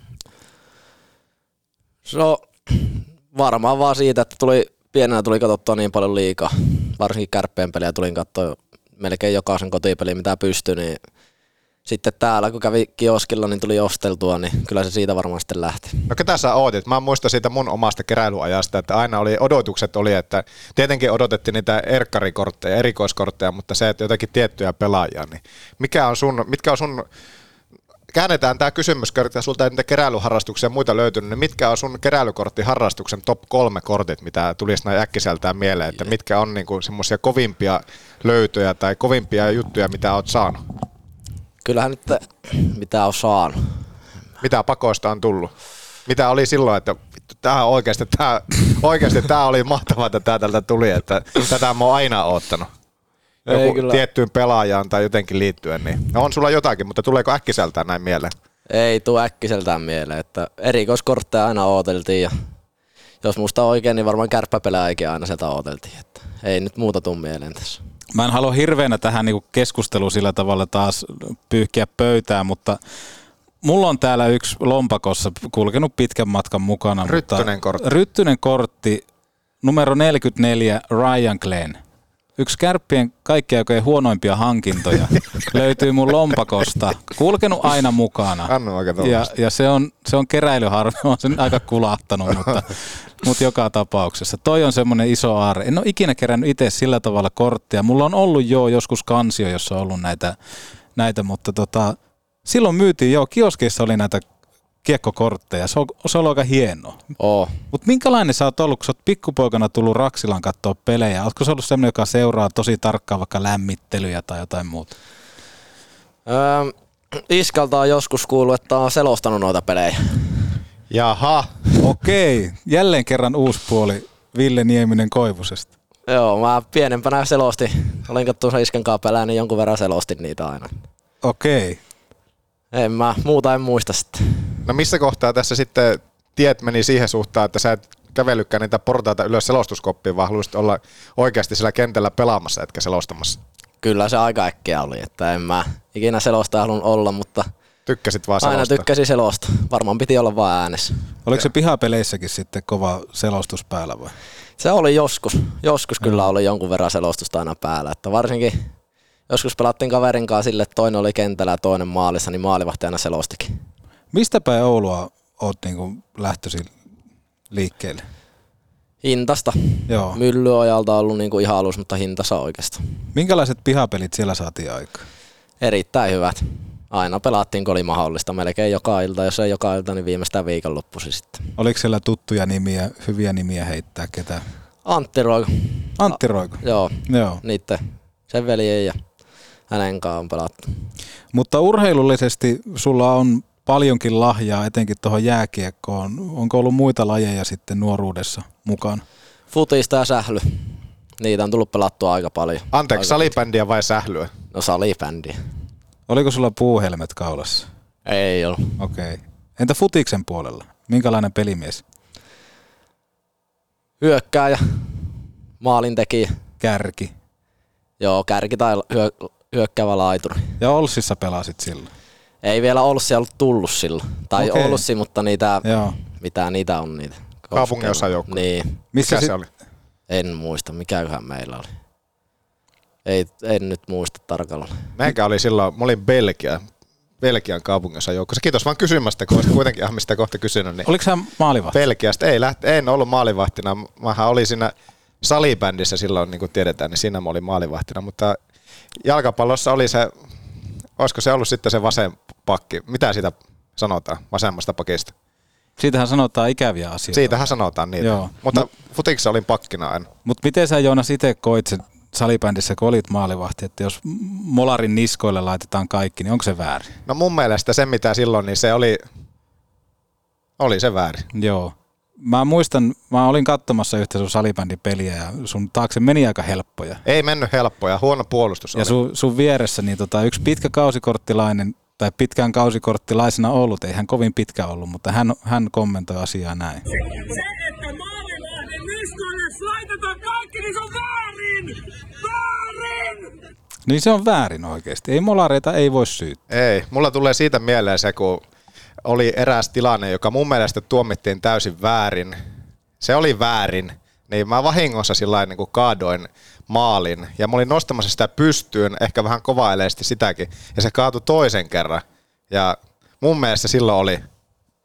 No varmaan vaan siitä, että pienenä tuli katsottua niin paljon liikaa. Varsinkin Kärppien peliä tulin katsoa melkein jokaisen kotipeli, mitä pystyi, niin sitten täällä, kun kävi kioskilla, niin tuli osteltua, niin kyllä se siitä varmaan sitten lähti. No ketä sä ootit? Mä muistan siitä mun omasta keräilyajasta, että aina odotukset oli, että tietenkin odotettiin niitä erkkarikortteja, erikoiskortteja, mutta se, että jotakin tiettyjä pelaajia, niin mitkä on sun käännetään tämä kysymys, että sulta ei niitä keräilyharrastuksia ja muita löytynyt, niin mitkä on sun keräilykorttiharrastuksen top 3 kortit, mitä tulisi näin äkkiseltään mieleen, että mitkä on niinku semmoisia kovimpia löytöjä tai kovimpia juttuja, mitä oot saanut? Kyllähän nyt mitä on saanut. Mitä pakoista on tullut? Mitä oli silloin, että tämä oli mahtavaa, että tämä tältä tuli, että tätä mä oon aina oottanut. Joku tiettyyn pelaajaan tai jotenkin liittyen, niin on sulla jotakin, mutta tuleeko äkkiseltään näin mieleen? Ei tule äkkiseltään mieleen, että erikoiskortteja aina ooteltiin ja jos musta oikein, niin varmaan kärppäpelaajakin aina sieltä ooteltiin, että ei nyt muuta tule mieleen tässä. Mä en halua hirveänä tähän niinku keskusteluun sillä tavalla taas pyyhkiä pöytää, mutta mulla on täällä yksi lompakossa kulkenut pitkän matkan mukana. Ryttynen kortti, numero 44, Ryan Glenn. Yksi Kärppien kaikkien aikojen huonoimpia hankintoja löytyy mun lompakosta. Kulkenut aina mukana. Ja se on keräilyharmi, on sen aika kulahtanut, mutta joka tapauksessa. Toi on semmoinen iso aarre. En ole ikinä kerännyt itse sillä tavalla korttia. Mulla on ollut joskus kansio, jossa on ollut näitä mutta silloin myytiin kioskeissa oli näitä kiekkokortteja. Se on ollut aika hienoa. Mutta minkälainen sä oot ollut, kun sä oot pikkupoikana tullut Raksilan katsoa pelejä? Ootko sä ollut semmoinen, joka seuraa tosi tarkkaan vaikka lämmittelyjä tai jotain muuta? Iskalta on joskus kuullut, että on selostanut noita pelejä. Jaha. Okei, jälleen kerran uusi puoli Ville Nieminen Koivusesta. Joo, mä pienempänä selostin. Olin katsoa Iskan kanssa pelää, niin jonkun verran selostin niitä aina. Okei. Muuta en muista sitten. No missä kohtaa tässä sitten tiet meni siihen suhtaan, että sä et kävellytkään niitä portaita ylös selostuskoppiin, vaan haluaisit olla oikeasti siellä kentällä pelaamassa, etkä selostamassa? Kyllä se aika äkkiä oli, että en mä ikinä selosta halunnut olla, mutta tykkäsit vaan selosta? Aina tykkäsin selosta. Varmaan piti olla vaan äänessä. Oliko se pihapeleissäkin sitten kova selostus päällä vai? Se oli joskus. Joskus kyllä oli jonkun verran selostusta aina päällä, että varsinkin joskus pelattiin kaverin kanssa sille, että toinen oli kentällä ja toinen maalissa, niin maalivahti aina selostikin. Mistä päin Oulua oot niinku lähtöisin liikkeelle? Hintasta. Joo. Myllyojalta on ollut niinku ihan alus, mutta Hintasa oikeastaan. Minkälaiset pihapelit siellä saatiin aikaan? Erittäin hyvät. Aina pelattiin, kun oli mahdollista. Melkein joka ilta, jos ei joka ilta, niin viimeistään viikonloppuisin sitten. Oliko siellä tuttuja nimiä, hyviä nimiä heittää ketään? Antti Roiko. Antti Roiko? Joo. Niitten sen veljen ja hänen kanssaan on pelattu. Mutta urheilullisesti sulla on paljonkin lahjaa, etenkin tuohon jääkiekkoon. Onko ollut muita lajeja sitten nuoruudessa mukana? Futista ja sähly. Niitä on tullut pelattua aika paljon. Anteeksi, salibändiä vai sählyä? No salibändiä. Oliko sulla puuhelmet kaulassa? Ei ollut. Okei. Entä futiksen puolella? Minkälainen pelimies? Hyökkääjä, maalintekijä. Kärki. Joo, kärki tai hyökkäävä laituri. Ja Olssissa pelasit silloin? Ei vielä Olssi ollut tullut silloin. Tai Olssi, mutta niitä, mitä niitä on niitä. Kaupungin osajoukkue. Niin. Mikä se oli? En muista, mikäköhän meillä oli. En nyt muista tarkalleen. Meikä oli silloin, mä olin Belgian kaupungin osajoukkue. Kiitos vaan kysymästä, kun olisit kuitenkin Ahmista kohta kysynyt. Niin oliko hän maalivahti? Belgiasta. En ollut maalivahtina. Mähän olin siinä salibändissä silloin, niin kuin tiedetään, niin siinä mä olin maalivahtina. Mutta jalkapallossa oli se, olisiko se ollut sitten se vasen pakki? Mitä siitä sanotaan vasemmasta pakista? Siitähän sanotaan ikäviä asioita. Siitähän sanotaan niitä. Joo. Mutta futiksessa olin pakkina aina. Mutta miten sä, Joonas, itse koit sen salibändissä, kun olit maalivahti, että jos molarin niskoille laitetaan kaikki, niin onko se väärin? No mun mielestä se, mitä silloin, niin se oli se väärin. Joo. Mä muistan, mä olin katsomassa yhtä sun salibändipeliä ja sun taakse meni aika helppoja. Ei mennyt helppoja, huono puolustus ja oli. Sun vieressä niin yksi pitkä kausikorttilainen, tai pitkään kausikorttilaisena ollut, ei hän kovin pitkä ollut, mutta hän kommentoi asiaa näin. Se, että maalivahden niskoille laitetaan kaikki, niin se on väärin! Väärin! Niin se on väärin oikeasti. Ei molareita ei voi syyttää. Ei, mulla tulee siitä mieleen se, kun oli eräs tilanne, joka mun mielestä tuomittiin täysin väärin. Se oli väärin. Niin mä vahingossa sillain niin kuin kaadoin maalin ja mä olin nostamassa sitä pystyyn, ehkä vähän kovaeleisesti sitäkin, ja se kaatui toisen kerran. Ja mun mielestä silloin oli,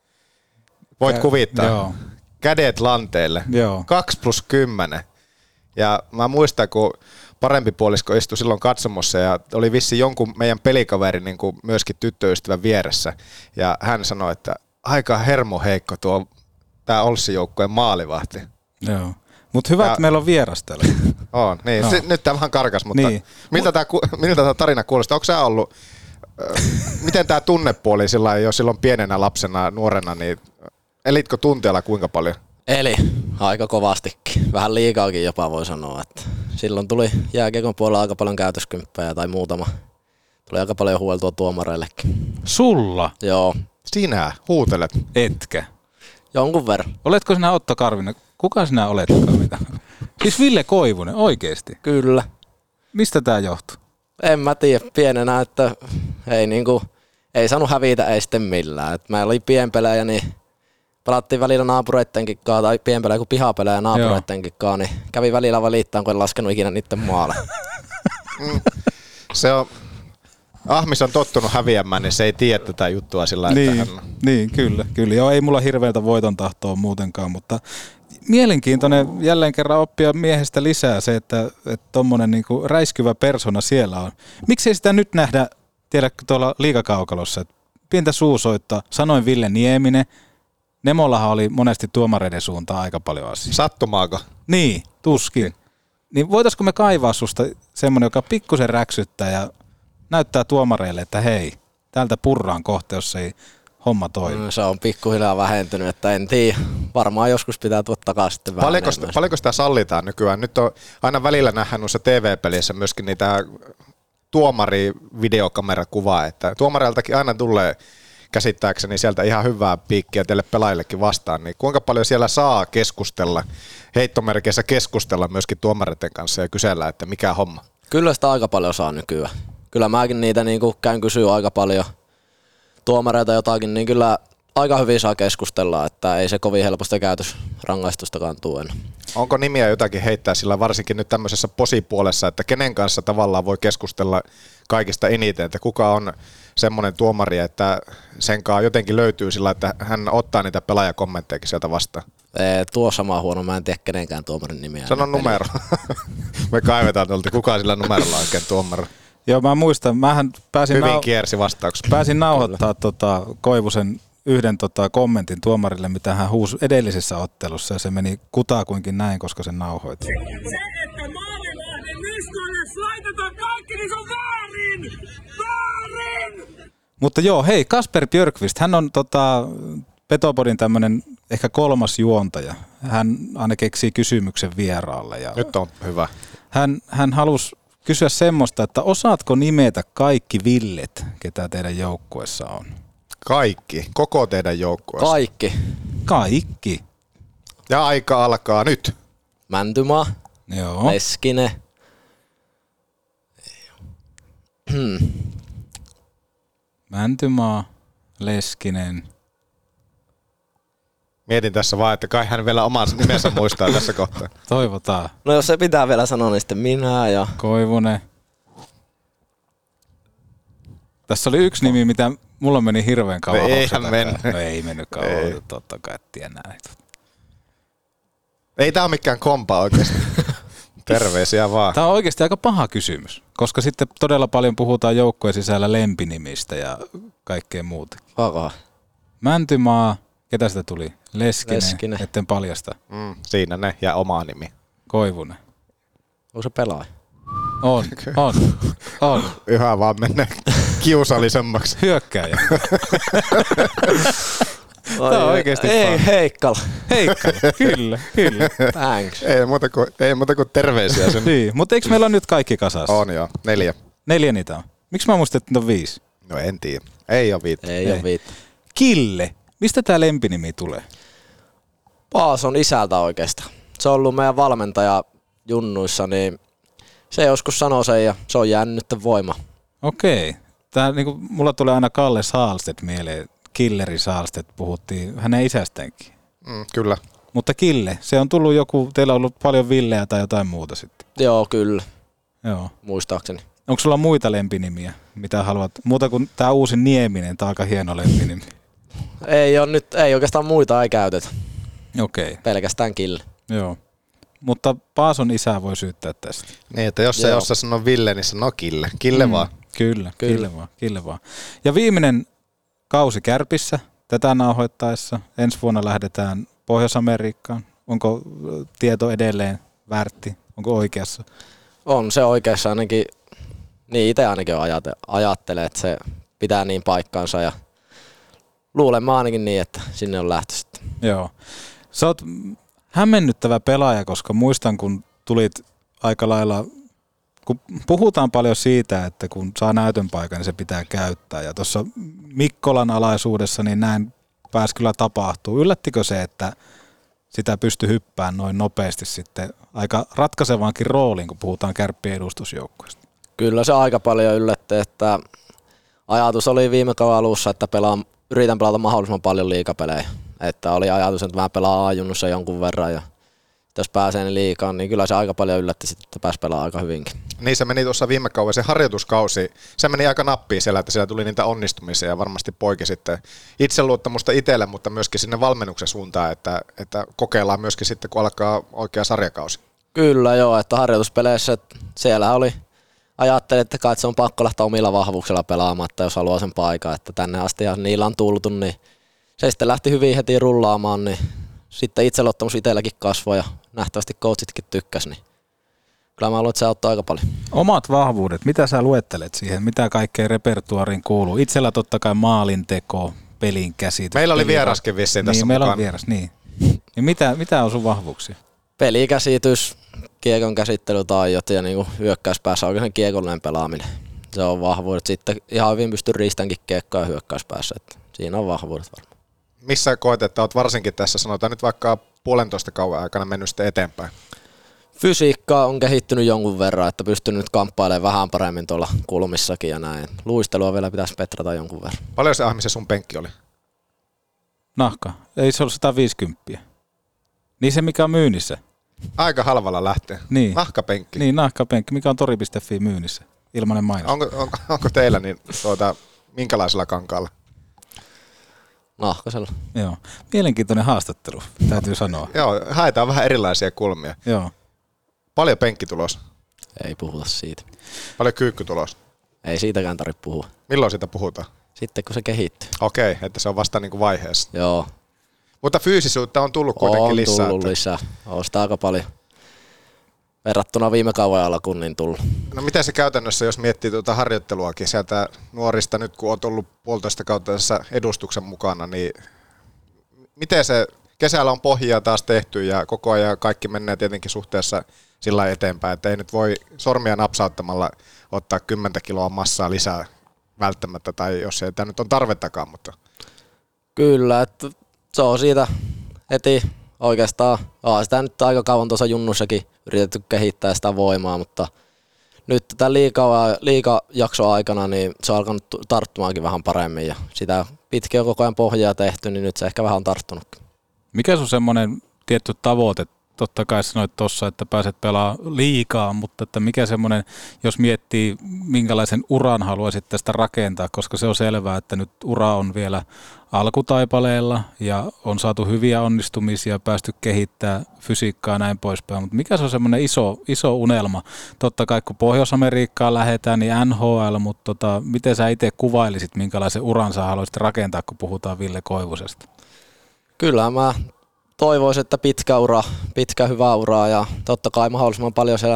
voit kuvittaa, kädet lanteille, 2+10. Ja mä muistan, kun parempi puolisko istui silloin katsomossa ja oli vissi jonkun meidän pelikaveri niin kuin myöskin tyttöystävän vieressä. Ja hän sanoi, että aika hermoheikko tää Olssi-joukkueen maalivahti. Joo. Mutta hyvä, että meillä on vieras täällä. On, niin. No. Nyt tämä vähän karkas, mutta niin. Miltä tämä tarina kuulostaa? Onko sä ollut, miten tämä tunnepuoli silloin pienenä lapsena, nuorena, niin elitkö tunteella kuinka paljon? Eli aika kovastikin. Vähän liikaakin jopa voi sanoa. Että silloin tuli jääkiekon puolella aika paljon käytöskymppejä tai muutama. Tuli aika paljon huueltua tuomareillekin. Sulla? Joo. Sinä huutelet? Etkä? Jonkun verran. Oletko sinä Otto Karvinen? Kuka sinä oletkaan? Mitä? Siis Ville Koivunen, oikeesti? Kyllä. Mistä tää johtuu? En mä tiedä. Pienenä, että ei saanut hävitä ei sitten millään. Et mä olin pienpelejä, niin pelattiin välillä naapureittenkin kanssa, tai pienpelejä kuin pihapelejä naapureittenkin kanssa, niin kävi välillä valittaan, kun en laskenut ikinä niiden maale. Se on, Ahmis on tottunut häviämään, niin se ei tiedä tätä juttua sillä niin, kyllä. Joo, ei mulla hirveältä voiton tahtoa muutenkaan, mutta mielenkiintoinen jälleen kerran oppia miehestä lisää se, että tommonen niinku räiskyvä persona siellä on. Miksei sitä nyt nähdä, tiedätkö, tuolla liigakaukalossa, että pientä suusoittaa, sanoin Ville Nieminen, Nemollahan oli monesti tuomareiden suuntaan aika paljon asiaa. Sattumaako? Niin, tuskin. Niin voitaisko me kaivaa susta semmoinen, joka pikkusen räksyttää ja näyttää tuomareille, että hei, täältä purraan kohta, jos ei homma toimi. Se on pikkuhiljaa vähentynyt, että en tiedä. Varmaan joskus pitää tuoda takaisin sitten vähän paljonko sitä sallitaan nykyään? Nyt on aina välillä nähdään noissa TV-pelissä myöskin niitä tuomari-videokamerakuvaa, että tuomareiltakin aina tulee käsittääkseni sieltä ihan hyvää piikkiä teille pelaajillekin vastaan, niin kuinka paljon siellä saa keskustella, heittomerkeissä keskustella myöskin tuomareiden kanssa ja kysellä, että mikä homma? Kyllä sitä aika paljon saa nykyään. Kyllä mäkin niitä niin käyn kysyä aika paljon tuomareita jotakin, niin kyllä aika hyvin saa keskustella, että ei se kovin helposti käytösrangaistustakaan tule. Onko nimiä jotakin heittää sillä varsinkin nyt tämmöisessä posipuolessa, että kenen kanssa tavallaan voi keskustella kaikista eniten, että kuka on semmoinen tuomari, että sen kanssa jotenkin löytyy sillä, että hän ottaa niitä pelaajakommenttejakin sieltä vastaan? Tuo sama huono, mä en tiedä kenenkään tuomarin nimiä. Sano numero. Me kaivetaan tuolta, kuka sillä numerolla oikein tuomari. Joo, mä muistan, hyvin kiersi vastaukset. Pääsin nauhoittaa Koivusen yhden kommentin tuomarille, mitä hän huusi edellisessä ottelussa, ja se meni kutakuinkin näin, koska se nauhoitti. Se, että Maalilahden niskoille laitetaan kaikki, niin se on väärin! Väärin! Mutta joo, hei, Kasper Björkqvist, hän on Petopodin tämmönen ehkä 3. juontaja. Hän aina keksii kysymyksen vieraalle. Ja nyt on hyvä. Hän halusi kysyä semmoista, että osaatko nimetä kaikki Villet, ketä teidän joukkueessa on? Kaikki? Koko teidän joukkueessa? Kaikki. Ja aika alkaa nyt. Mäntymaa. Joo. Leskinen. Mäntymaa, Leskinen. Mietin tässä vaan, että kai hän vielä oman nimensä muistaa tässä kohtaa. Toivotaan. No jos se pitää vielä sanoa, niin sitten minä ja Koivunen. Tässä oli yksi nimi, mitä mulla meni hirveän kauan. Eihän mennyt. No ei mennyt kauan, totta kai tiedän. Ei tää ole mikään kompa oikeasti. Terveisiä vaan. Tämä on oikeasti aika paha kysymys, koska sitten todella paljon puhutaan joukkojen sisällä lempinimistä ja kaikkea muuta. Mäntymaa, ketä sitä tuli? Leskinen. Etten paljasta. Siinä ne ja oma nimi. Koivunen. Onko se pelaaja? On. Yhä vaan menee kiusallisemmaksi. Hyökkääjä. Tämä on oikeasti Heikkala, kyllä. Thanks. Ei muuta kuin terveisiä sen. Niin, mutta eikö meillä on nyt kaikki kasassa? On joo, 4. 4 niitä on. Miksi mä muistan, että on 5? No en tiedä. Ei ole 5. Ei ole 5. Kille. Mistä tää lempinimi tulee? Paason isältä oikeastaan. Se on ollut meidän valmentaja junnuissa, niin se joskus sanoo sen ja se on jäänyt nyt voima. Okei. Tää niinku, mulla tulee aina Kalle Saalstedt mieleen. Killeri Saalstedt puhuttiin hänen isästäänkin. Kyllä. Mutta Kille, se on tullut joku, teillä on ollut paljon Villeä tai jotain muuta sitten. Joo, kyllä. Joo. Muistaakseni. Onko sulla muita lempinimiä, mitä haluat? Muuta kuin tää uusi Nieminen, tää on aika hieno lempinimi. Ei oikeastaan muita ei käytetä. Okei. Pelkästään Kille. Joo. mutta Paason isää voi syyttää tästä. Niin, että jos ei osaa sanoa Ville, niin sanoo Kille. Kille vaan. Kyllä. Kille vaan. Ja viimeinen kausi Kärpissä tätä nauhoittaessa. Ensi vuonna lähdetään Pohjois-Amerikkaan. Onko tieto edelleen väärti? Onko oikeassa? On se oikeassa ainakin. Niin itse ainakin ajattelen, että se pitää niin paikkaansa ja luulen mä ainakin niin, että sinne on lähtö sitten. Joo. Sä oot hämmennyttävä pelaaja, koska muistan kun tulit aika lailla, kun puhutaan paljon siitä, että kun saa näytön paikan, niin se pitää käyttää. Ja tuossa Mikkolan alaisuudessa niin näin pääsi kyllä tapahtuu. Yllättikö se, että sitä pystyi hyppään noin nopeasti sitten aika ratkaisevaankin rooliin, kun puhutaan Kärppien edustusjoukkueesta? Kyllä se aika paljon yllätti, että ajatus oli viime kauden alussa, että yritän pelata mahdollisimman paljon liigapelejä. Että oli ajatus, että mä pelaan A-junnussa jonkun verran ja jos pääsee niin liigaan, niin kyllä se aika paljon yllätti sitten, että pääsi pelaamaan aika hyvinkin. Niin se meni tuossa viime kauden, se harjoituskausi, se meni aika nappiin siellä, että siellä tuli niitä onnistumisia ja varmasti poiki sitten itseluottamusta itselle, mutta myöskin sinne valmennuksen suuntaan, että kokeillaan myöskin sitten, kun alkaa oikea sarjakausi. Kyllä joo, että harjoituspeleissä siellä oli, ajattelin, että kai se on pakko lähteä omilla vahvuuksilla pelaamaan, että jos haluaa sen paikan, että tänne asti ja niillä on tultu, niin se sitten lähti hyvin heti rullaamaan, niin sitten itseluottamus itselläkin kasvoi ja nähtävästi coachitkin tykkäsi, niin kyllä mä luulen, että se auttaa aika paljon. Omat vahvuudet, mitä sä luettelet siihen, mitä kaikkea repertuariin kuuluu? Itsellä totta kai maalinteko, pelin käsitys. Meillä oli vieraskin vissiin tässä meillä mukaan. On vieras, niin. Ja mitä on sun vahvuuksia? Pelikäsitys, kiekon käsittelytaidot ja niin hyökkäyspäässä oikein kiekollinen pelaaminen. Se on vahvuudet. Sitten ihan hyvin pystyy riistänkin kiekkoa hyökkäyspäässä, että siinä on vahvuudet varmaan. Missä koet, että olet varsinkin tässä, sanotaan nyt vaikka 1,5 kauan aikana mennyt sitten eteenpäin? Fysiikka on kehittynyt jonkun verran, että pystynyt nyt kamppailemaan vähän paremmin tuolla kulmissakin ja näin. Luistelua vielä pitäisi petrata jonkun verran. Paljon se se sun penkki oli? Nahka. Ei se ollut 150. Niin se mikä on myynnissä. Aika halvalla lähtee. Niin. Nahkapenkki. Niin, nahkapenkki. Mikä on tori.fi myynnissä? Ilmainen mainos. Onko teillä niin minkälaisella kankaalla? Nahkasella. Joo. Mielenkiintoinen haastattelu, täytyy sanoa. Joo, haetaan vähän erilaisia kulmia. Joo. Paljon penkki tulos? Ei puhuta siitä. Paljon kyykky tulos? Ei siitäkään tarvitse puhua. Milloin siitä puhutaan? Sitten kun se kehittyy. Okei, että se on vasta niin kuin vaiheessa. Joo. Mutta fyysisyyttä on tullut kuitenkin lisää. On tullut lisää. On sitä aika paljon. Verrattuna viime kauden alkuun niin tullut. No miten se käytännössä, jos miettii tuota harjoitteluakin sieltä nuorista, nyt kun olet ollut 1,5 kautta tässä edustuksen mukana, niin miten se kesällä on pohjaa taas tehty ja koko ajan kaikki menee tietenkin suhteessa sillä eteenpäin, että ei nyt voi sormia napsauttamalla ottaa 10 kiloa massaa lisää välttämättä, tai jos ei tämä nyt on tarvettakaan, mutta... Kyllä, että se on siitä heti oikeastaan, sitä nyt aika kauan tuossa junnussakin yritetty kehittää sitä voimaa, mutta nyt tämän liigajakson aikana niin se on alkanut tarttumaankin vähän paremmin ja sitä pitkin on koko ajan pohjaa tehty, niin nyt se ehkä vähän on tarttunutkin. Mikä sun semmoinen tietty tavoite? Totta kai sanoit tuossa, että pääset pelaamaan liigaa, mutta että mikä semmoinen, jos miettii minkälaisen uran haluaisit tästä rakentaa, koska se on selvää, että nyt ura on vielä alkutaipaleella ja on saatu hyviä onnistumisia, päästy kehittämään fysiikkaa ja näin poispäin, mutta mikä se on semmoinen iso unelma? Totta kai kun Pohjois-Amerikkaan lähdetään, niin NHL, mutta miten sä itse kuvailisit, minkälaisen uran sä haluaisit rakentaa, kun puhutaan Ville Koivusesta? Kyllä mä toivoisin, että pitkä hyvä ura ja totta kai mahdollisimman paljon siellä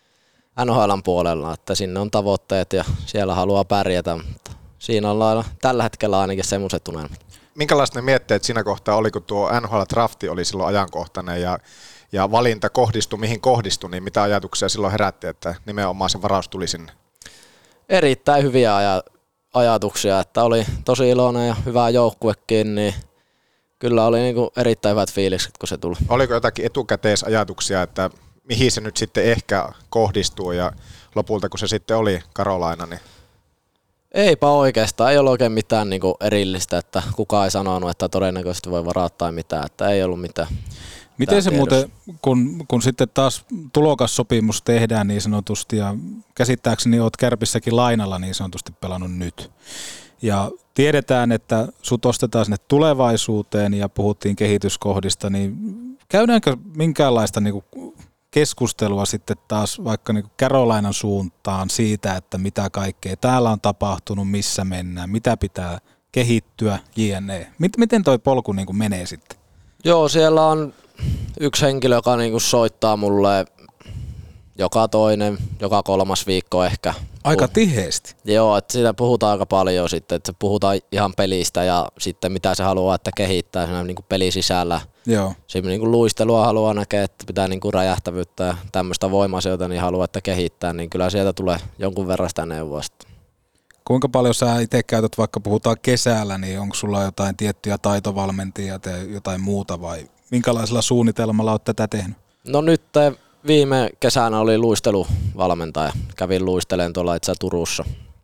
NHL:n puolella, että sinne on tavoitteet ja siellä haluaa pärjätä, mutta siinä on tällä hetkellä ainakin semmoiset unelmat. Minkälaista ne mietteet siinä kohtaa oli, kun tuo NHL-drafti oli silloin ajankohtainen ja valinta kohdistui, mihin kohdistui, niin mitä ajatuksia silloin herätti, että nimenomaan se varaus tuli sinne? Erittäin hyviä ajatuksia, että oli tosi iloinen ja hyvä joukkuekin, niin kyllä oli niinku erittäin hyvät fiilikset, kun se tuli. Oliko jotakin etukäteisajatuksia, että mihin se nyt sitten ehkä kohdistuu ja lopulta kun se sitten oli Carolina, niin... Eipä oikeastaan, ei ollut oikein mitään niinku erillistä, että kukaan ei sanonut, että todennäköisesti voi varaa tai mitään, että ei ollut mitään. Miten se muuten, kun sitten taas tulokassopimus tehdään niin sanotusti ja käsittääkseni olet Kärpissäkin lainalla niin sanotusti pelannut nyt. Ja tiedetään, että sut ostetaan sinne tulevaisuuteen ja puhuttiin kehityskohdista, niin käydäänkö minkäänlaista niin keskustelua sitten taas vaikka niin kuin Carolinan suuntaan siitä, että mitä kaikkea täällä on tapahtunut, missä mennään, mitä pitää kehittyä, jne. Miten toi polku niin kuin menee sitten? Joo, siellä on yksi henkilö, joka niin kuin soittaa mulle joka toinen, joka kolmas viikko ehkä. Aika tiheesti. Joo, että siitä puhutaan aika paljon sitten, että puhutaan ihan pelistä ja sitten mitä se haluaa, että kehittää siinä niin kuin pelin sisällä. Joo. Siinä niin kuin luistelua haluaa näkeä, että pitää niin kuin räjähtävyyttä ja tämmöistä voimaisiota niin haluaa, että kehittää, niin kyllä sieltä tulee jonkun verran sitä neuvosta. Kuinka paljon sä itse käytät, vaikka puhutaan kesällä, niin onko sulla jotain tiettyjä taitovalmentajia tai jotain muuta vai minkälaisella suunnitelmalla olet tätä tehnyt? No nyt viime kesänä oli luisteluvalmentaja. Kävin luistelemaan tuolla itse Turussa.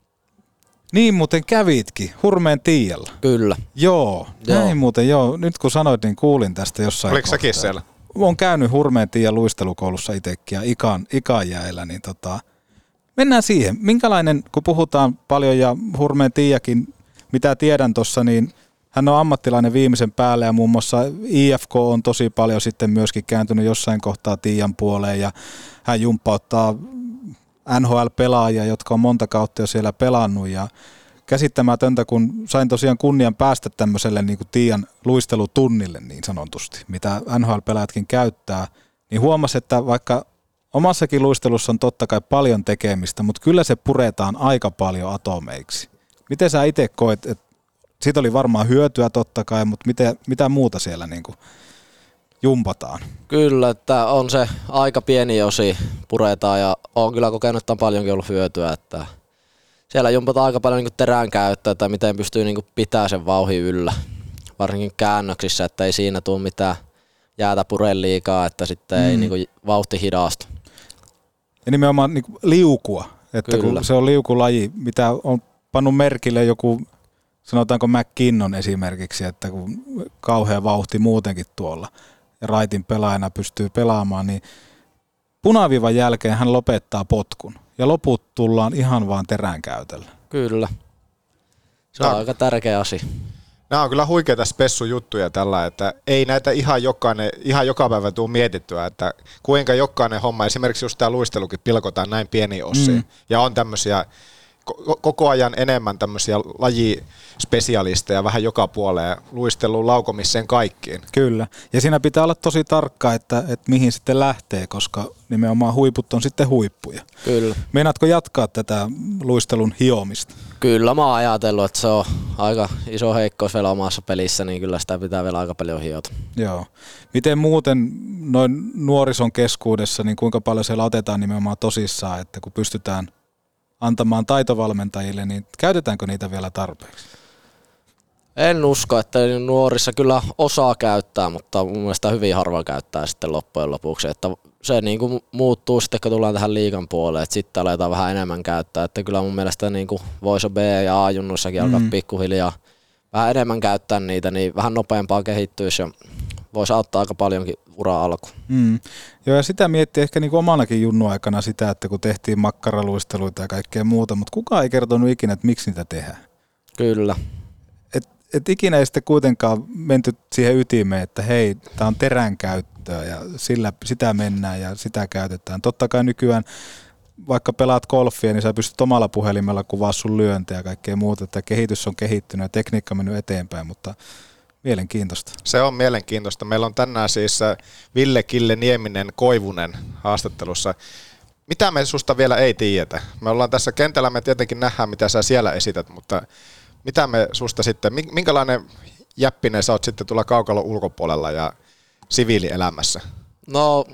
Niin muuten kävitkin, Hurmeen Tiialla. Kyllä. Joo, näin muuten joo. Nyt kun sanoit, niin kuulin tästä jossain Oliko säkin siellä? Olen käynyt Hurmeen Tiian luistelukoulussa itsekin ja ikan jäillä, niin mennään siihen. Minkälainen, kun puhutaan paljon ja Hurmeen Tiiakin, mitä tiedän tuossa, niin hän on ammattilainen viimeisen päälle ja muun muassa IFK on tosi paljon sitten myöskin kääntynyt jossain kohtaa Tiian puoleen ja hän jumppauttaa NHL-pelaajia, jotka on monta kautta jo siellä pelannut ja käsittämätöntä, kun sain tosiaan kunnian päästä tämmöiselle niin kuin Tiian luistelutunnille niin sanotusti, mitä NHL-pelaajatkin käyttää, niin huomasi, että vaikka omassakin luistelussa on totta kai paljon tekemistä, mutta kyllä se puretaan aika paljon atomeiksi. Miten sä itse koet, että siitä oli varmaan hyötyä totta kai, mutta mitä muuta siellä niin kuin jumpataan? Kyllä, että on se aika pieni osi puretaan ja on kyllä kokenut, että on paljonkin ollut hyötyä, että siellä jumpataan aika paljon niin kuin terän käyttöä, että miten pystyy niin kuin pitämään sen vauhdin yllä, varsinkin käännöksissä, että ei siinä tule mitään jäätä pureen liikaa, että sitten ei niin kuin vauhti hidastu. Ja nimenomaan niin kuin liukua, että kun se on liukulaji, mitä on pannut merkille joku, sanotaanko McKinnon esimerkiksi, että kun kauhea vauhti muutenkin tuolla ja raitin pelaajana pystyy pelaamaan, niin punaviivan jälkeen hän lopettaa potkun ja loput tullaan ihan vaan terän käytöllä. Kyllä. Se on aika tärkeä asia. Nämä on kyllä huikeita spessujuttuja tällä, että ei näitä ihan joka päivä tule mietittyä, että kuinka jokainen homma, esimerkiksi just tämä luistelukin pilkotaan näin pieniin osiin ja on tämmöisiä koko ajan enemmän tämmöisiä lajispesialisteja vähän joka puoleen, luisteluun, laukomiseen, kaikkiin. Kyllä, ja siinä pitää olla tosi tarkka, että mihin sitten lähtee, koska nimenomaan huiput on sitten huippuja. Kyllä. Meinaatko jatkaa tätä luistelun hiomista? Kyllä, mä oon ajatellut, että se on aika iso heikkous vielä omassa pelissä, niin kyllä sitä pitää vielä aika paljon hiota. Joo. Miten muuten noin nuorison keskuudessa, niin kuinka paljon siellä otetaan nimenomaan tosissaan, että kun pystytään antamaan taitovalmentajille, niin käytetäänkö niitä vielä tarpeeksi? En usko, että nuorissa kyllä osaa käyttää, mutta mun mielestä hyvin harva käyttää sitten loppujen lopuksi. Että se niin kuin muuttuu sitten, kun tullaan tähän liigan puolelle, että sitten aletaan vähän enemmän käyttää. Että kyllä mun mielestä niin kuin voisi B- ja A-junnuissakin alkaa pikkuhiljaa vähän enemmän käyttää niitä, niin vähän nopeampaa kehittyisi ja voisi auttaa aika paljonkin uraa alkuun. Joo, ja sitä miettii ehkä niin kuin omanakin junnuaikana sitä, että kun tehtiin makkaraluisteluita ja kaikkea muuta, mutta kukaan ei kertonut ikinä, että miksi niitä tehdään. Kyllä. Et ikinä ei sitten kuitenkaan menty siihen ytimeen, että hei, tämä on terän käyttöä ja sitä mennään ja sitä käytetään. Totta kai nykyään, vaikka pelaat golfia, niin sä pystyt omalla puhelimella kuvaa sun lyöntejä ja kaikkea muuta, että kehitys on kehittynyt ja tekniikka on mennyt eteenpäin, mutta mielenkiintoista. Se on mielenkiintoista. Meillä on tänään siis Ville Kille Nieminen Koivunen haastattelussa. Mitä me susta vielä ei tiedetä? Me ollaan tässä kentällä, me tietenkin nähdään, mitä sä siellä esität, mutta mitä me susta sitten, minkälainen jäppinen sä oot sitten tuolla kaukalon ulkopuolella ja siviilielämässä? No,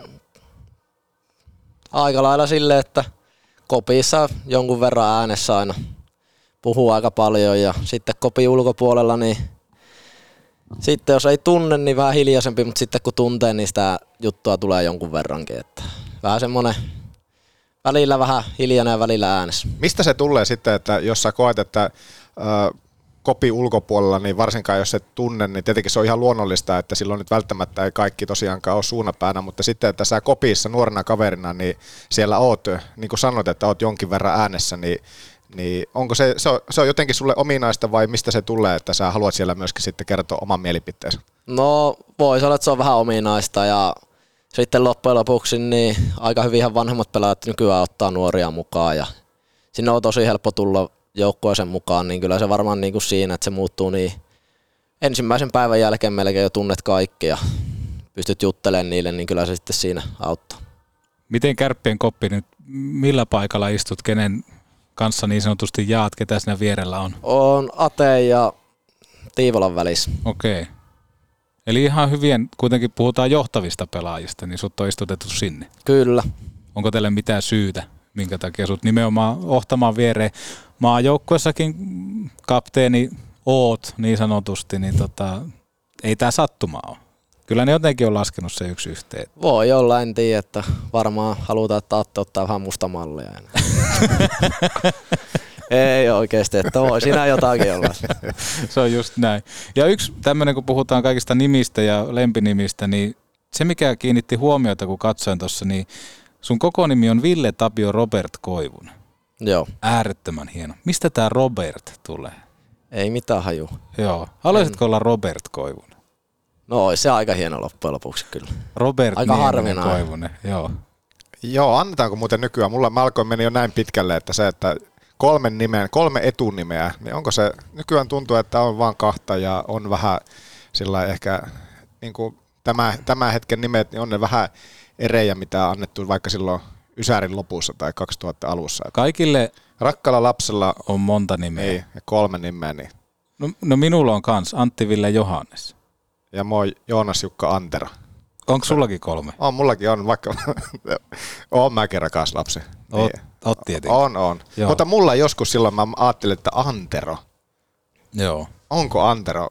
aika lailla silleen, että kopissa jonkun verran äänessä aina puhuu aika paljon ja sitten kopin ulkopuolella, niin sitten jos ei tunne, niin vähän hiljaisempi, mutta sitten kun tuntee, niin sitä juttua tulee jonkun verrankin. Että vähän semmoinen välillä vähän hiljainen ja välillä äänessä. Mistä se tulee sitten, että jos sä koet, että kopi ulkopuolella, niin varsinkaan jos et tunne, niin tietenkin se on ihan luonnollista, että silloin nyt välttämättä ei kaikki tosiaankaan ole suunapäänä, mutta sitten, että sä kopissa nuorena kaverina, niin siellä oot, niin kuin sanoit, että oot jonkin verran äänessä, niin onko se on jotenkin sulle ominaista vai mistä se tulee, että sä haluat siellä myöskin sitten kertoa oman mielipiteesi? No voisi olla, että se on vähän ominaista ja sitten loppujen lopuksi niin aika hyvinhän vanhemmat pelaajat nykyään ottaa nuoria mukaan ja sinne on tosi helppo tulla joukkueeseen mukaan, niin kyllä se varmaan niin kuin siinä, että se muuttuu niin ensimmäisen päivän jälkeen melkein jo tunnet kaikki ja pystyt juttelemaan niille, niin kyllä se sitten siinä auttaa. Miten Kärppien koppi nyt, millä paikalla istut, kenen kanssa niin sanotusti jaat, ketä siinä vierellä on? On Ate ja Tiivolan välissä. Okei. Eli ihan hyvien, kuitenkin puhutaan johtavista pelaajista, niin sut on istutettu sinne. Kyllä. Onko teille mitään syytä, minkä takia sut nimenomaan ohtamaan viereen? Maajoukkuessakin kapteeni oot niin sanotusti, niin ei tää sattumaa ole. Kyllä ne jotenkin on laskenut se yksi yhteen. Voi olla, en tiedä, että varmaan halutaan, että Atte ottaa vähän musta mallia. Ei oikeasti, että voi siinä jotakin olla. Se on just näin. Ja yksi tämmöinen, kun puhutaan kaikista nimistä ja lempinimistä, niin se mikä kiinnitti huomiota, kun katsoin tuossa, niin sun koko nimi on Ville Tapio Robert Koivunen. Joo. Äärettömän hieno. Mistä tää Robert tulee? Ei mitään haju. Joo. Haluaisitko olla Robert Koivunen? No olisi se aika hieno loppujen lopuksi kyllä. Robert aika harvinainen. Koivunen, joo. Joo, annetaanko muuten nykyään? Mä alkoin meni jo näin pitkälle, että se, että 3 etunimeä, niin onko se, nykyään tuntuu, että on vaan 2 ja on vähän sillä ehkä, niin kuin tämän hetken nimet, niin on ne vähän erejä, mitä annettu vaikka silloin Ysärin lopussa tai 2000 alussa. Kaikille rakkalla lapsella on monta nimeä. Niin, ja 3 nimeä. Niin. No minulla on kans Antti Ville Johannes. Ja moi Joonas Jukka Antero. Onko sullakin 3? On, mullakin on, vaikka oon mäkin rakas lapsi. Oot tietenkin. On. Mutta mulla joskus silloin mä ajattelin, että Antero. Joo. Onko Antero?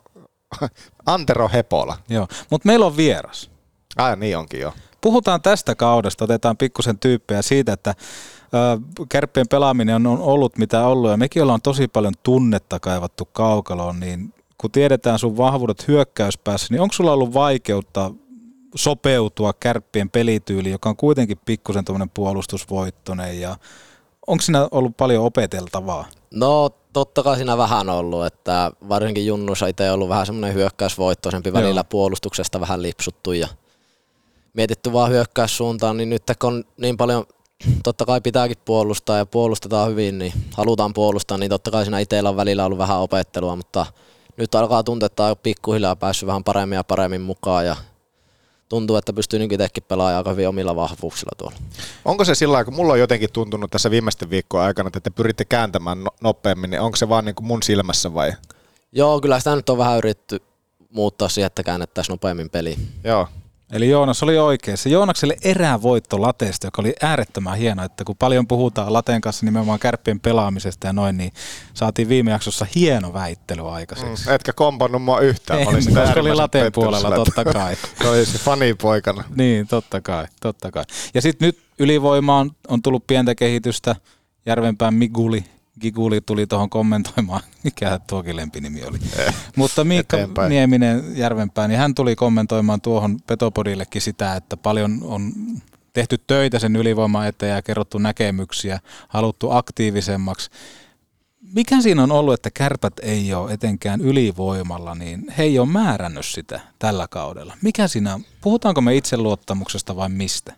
Antero Hepola. Joo, mutta meillä on vieras. Niin onkin jo. Puhutaan tästä kaudesta, otetaan pikkusen tyyppejä siitä, että Kärppien pelaaminen on ollut mitä ollut ja mekin ollaan tosi paljon tunnetta kaivattu kaukaloon, niin kun tiedetään sun vahvuudet hyökkäyspäässä, niin onko sulla ollut vaikeutta sopeutua Kärppien pelityyliin, joka on kuitenkin pikkusen tuommoinen puolustusvoittoinen ja onko siinä ollut paljon opeteltavaa? No totta kai siinä vähän ollut, että varsinkin junnuissa itse ollut vähän semmoinen hyökkäysvoittoisempi välillä puolustuksesta vähän lipsuttu ja mietitty vaan hyökkäyssuuntaan, niin nyt kun on niin paljon, totta kai pitääkin puolustaa ja puolustetaan hyvin, niin halutaan puolustaa, niin totta kai siinä itsellä on välillä ollut vähän opettelua, mutta nyt alkaa tuntua, että on pikkuhiljaa päässyt vähän paremmin ja paremmin mukaan ja tuntuu, että pystyy nyt itsekin pelaamaan aika hyvin omilla vahvuuksilla tuolla. Onko se sillä lailla, kun mulla on jotenkin tuntunut tässä viimeisten viikkojen aikana, että te pyritte kääntämään nopeammin, niin onko se vaan niin kuin mun silmässä vai? Joo, kyllä sitä nyt on vähän yritetty muuttaa siihen, että käännettäisiin nopeammin peliin. Joo. Eli Joonas oli oikeassa. Joonakselle erävoitto Lateesta, joka oli äärettömän hieno, että kun paljon puhutaan Lateen kanssa nimenomaan Kärppien pelaamisesta ja noin, niin saatiin viime jaksossa hieno väittely aikaiseksi. Etkä kompannut mua yhtään. Koska oli Lateen puolella, totta kai. Olisi fanipoikana. Niin, totta kai. Ja sitten nyt ylivoimaan on tullut pientä kehitystä. Järvenpään Giguli tuli tuohon kommentoimaan, mikä tuokin lempinimi oli. Mutta Miikka Nieminen Järvenpää, niin hän tuli kommentoimaan tuohon Petopodillekin sitä, että paljon on tehty töitä sen ylivoiman eteen ja kerrottu näkemyksiä, haluttu aktiivisemmaksi. Mikä siinä on ollut, että Kärpät ei ole etenkään ylivoimalla, niin he ei ole määrännyt sitä tällä kaudella. Mikä siinä on? Puhutaanko me itseluottamuksesta vai mistä?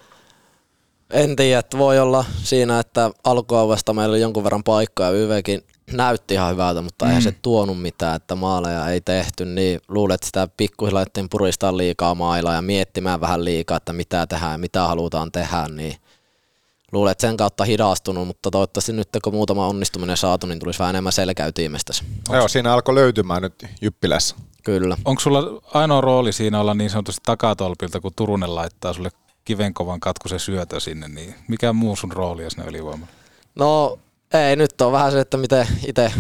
En tiedä, että voi olla siinä, että alkuauvesta meillä oli jonkun verran paikkaa ja YVkin näytti ihan hyvältä, mutta eihän se tuonut mitään, että maaleja ei tehty, niin luulen, että sitä pikkuhiljaa ettiin puristaa liikaa mailaa ja miettimään vähän liikaa, että mitä tehdään ja mitä halutaan tehdä, niin luulen, että sen kautta hidastunut, mutta toivottavasti nyt kun muutama onnistuminen saatu, niin tulisi vähän enemmän selkäytimestä. Joo, siinä alkoi löytymään nyt Jyppilässä. Kyllä. Onko sulla ainoa rooli siinä olla niin sanotusti takatolpilta, kun Turunen laittaa sulle kivenkovan katkuisen syötö sinne, niin mikä muu sun rooli on siinä ylivoimalla? No ei, nyt on vähän se, että miten itse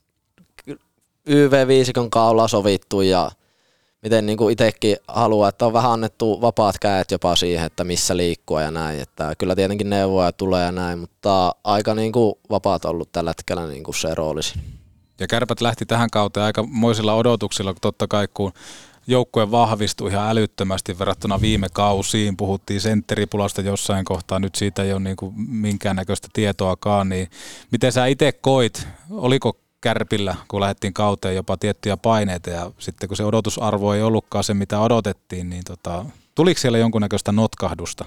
YV-viisikon kaulaa sovittu ja miten niin kuin itsekin haluaa, että on vähän annettu vapaat kädet jopa siihen, että missä liikkua ja näin. Että kyllä tietenkin neuvoja tulee ja näin, mutta aika niin kuin vapaat ollut tällä hetkellä niin kuin se roolisi. Ja Kärpät lähti tähän kauteen aika moisilla odotuksilla, totta kai kun joukkue vahvistui ihan älyttömästi verrattuna viime kausiin. Puhuttiin sentteripulasta jossain kohtaa, nyt siitä ei ole niin kuin minkäännäköistä tietoakaan. Niin miten sä itse koit, oliko Kärpillä, kun lähdettiin kauteen jopa tiettyjä paineita ja sitten kun se odotusarvo ei ollutkaan se, mitä odotettiin, niin Tuliko siellä jonkunnäköistä notkahdusta?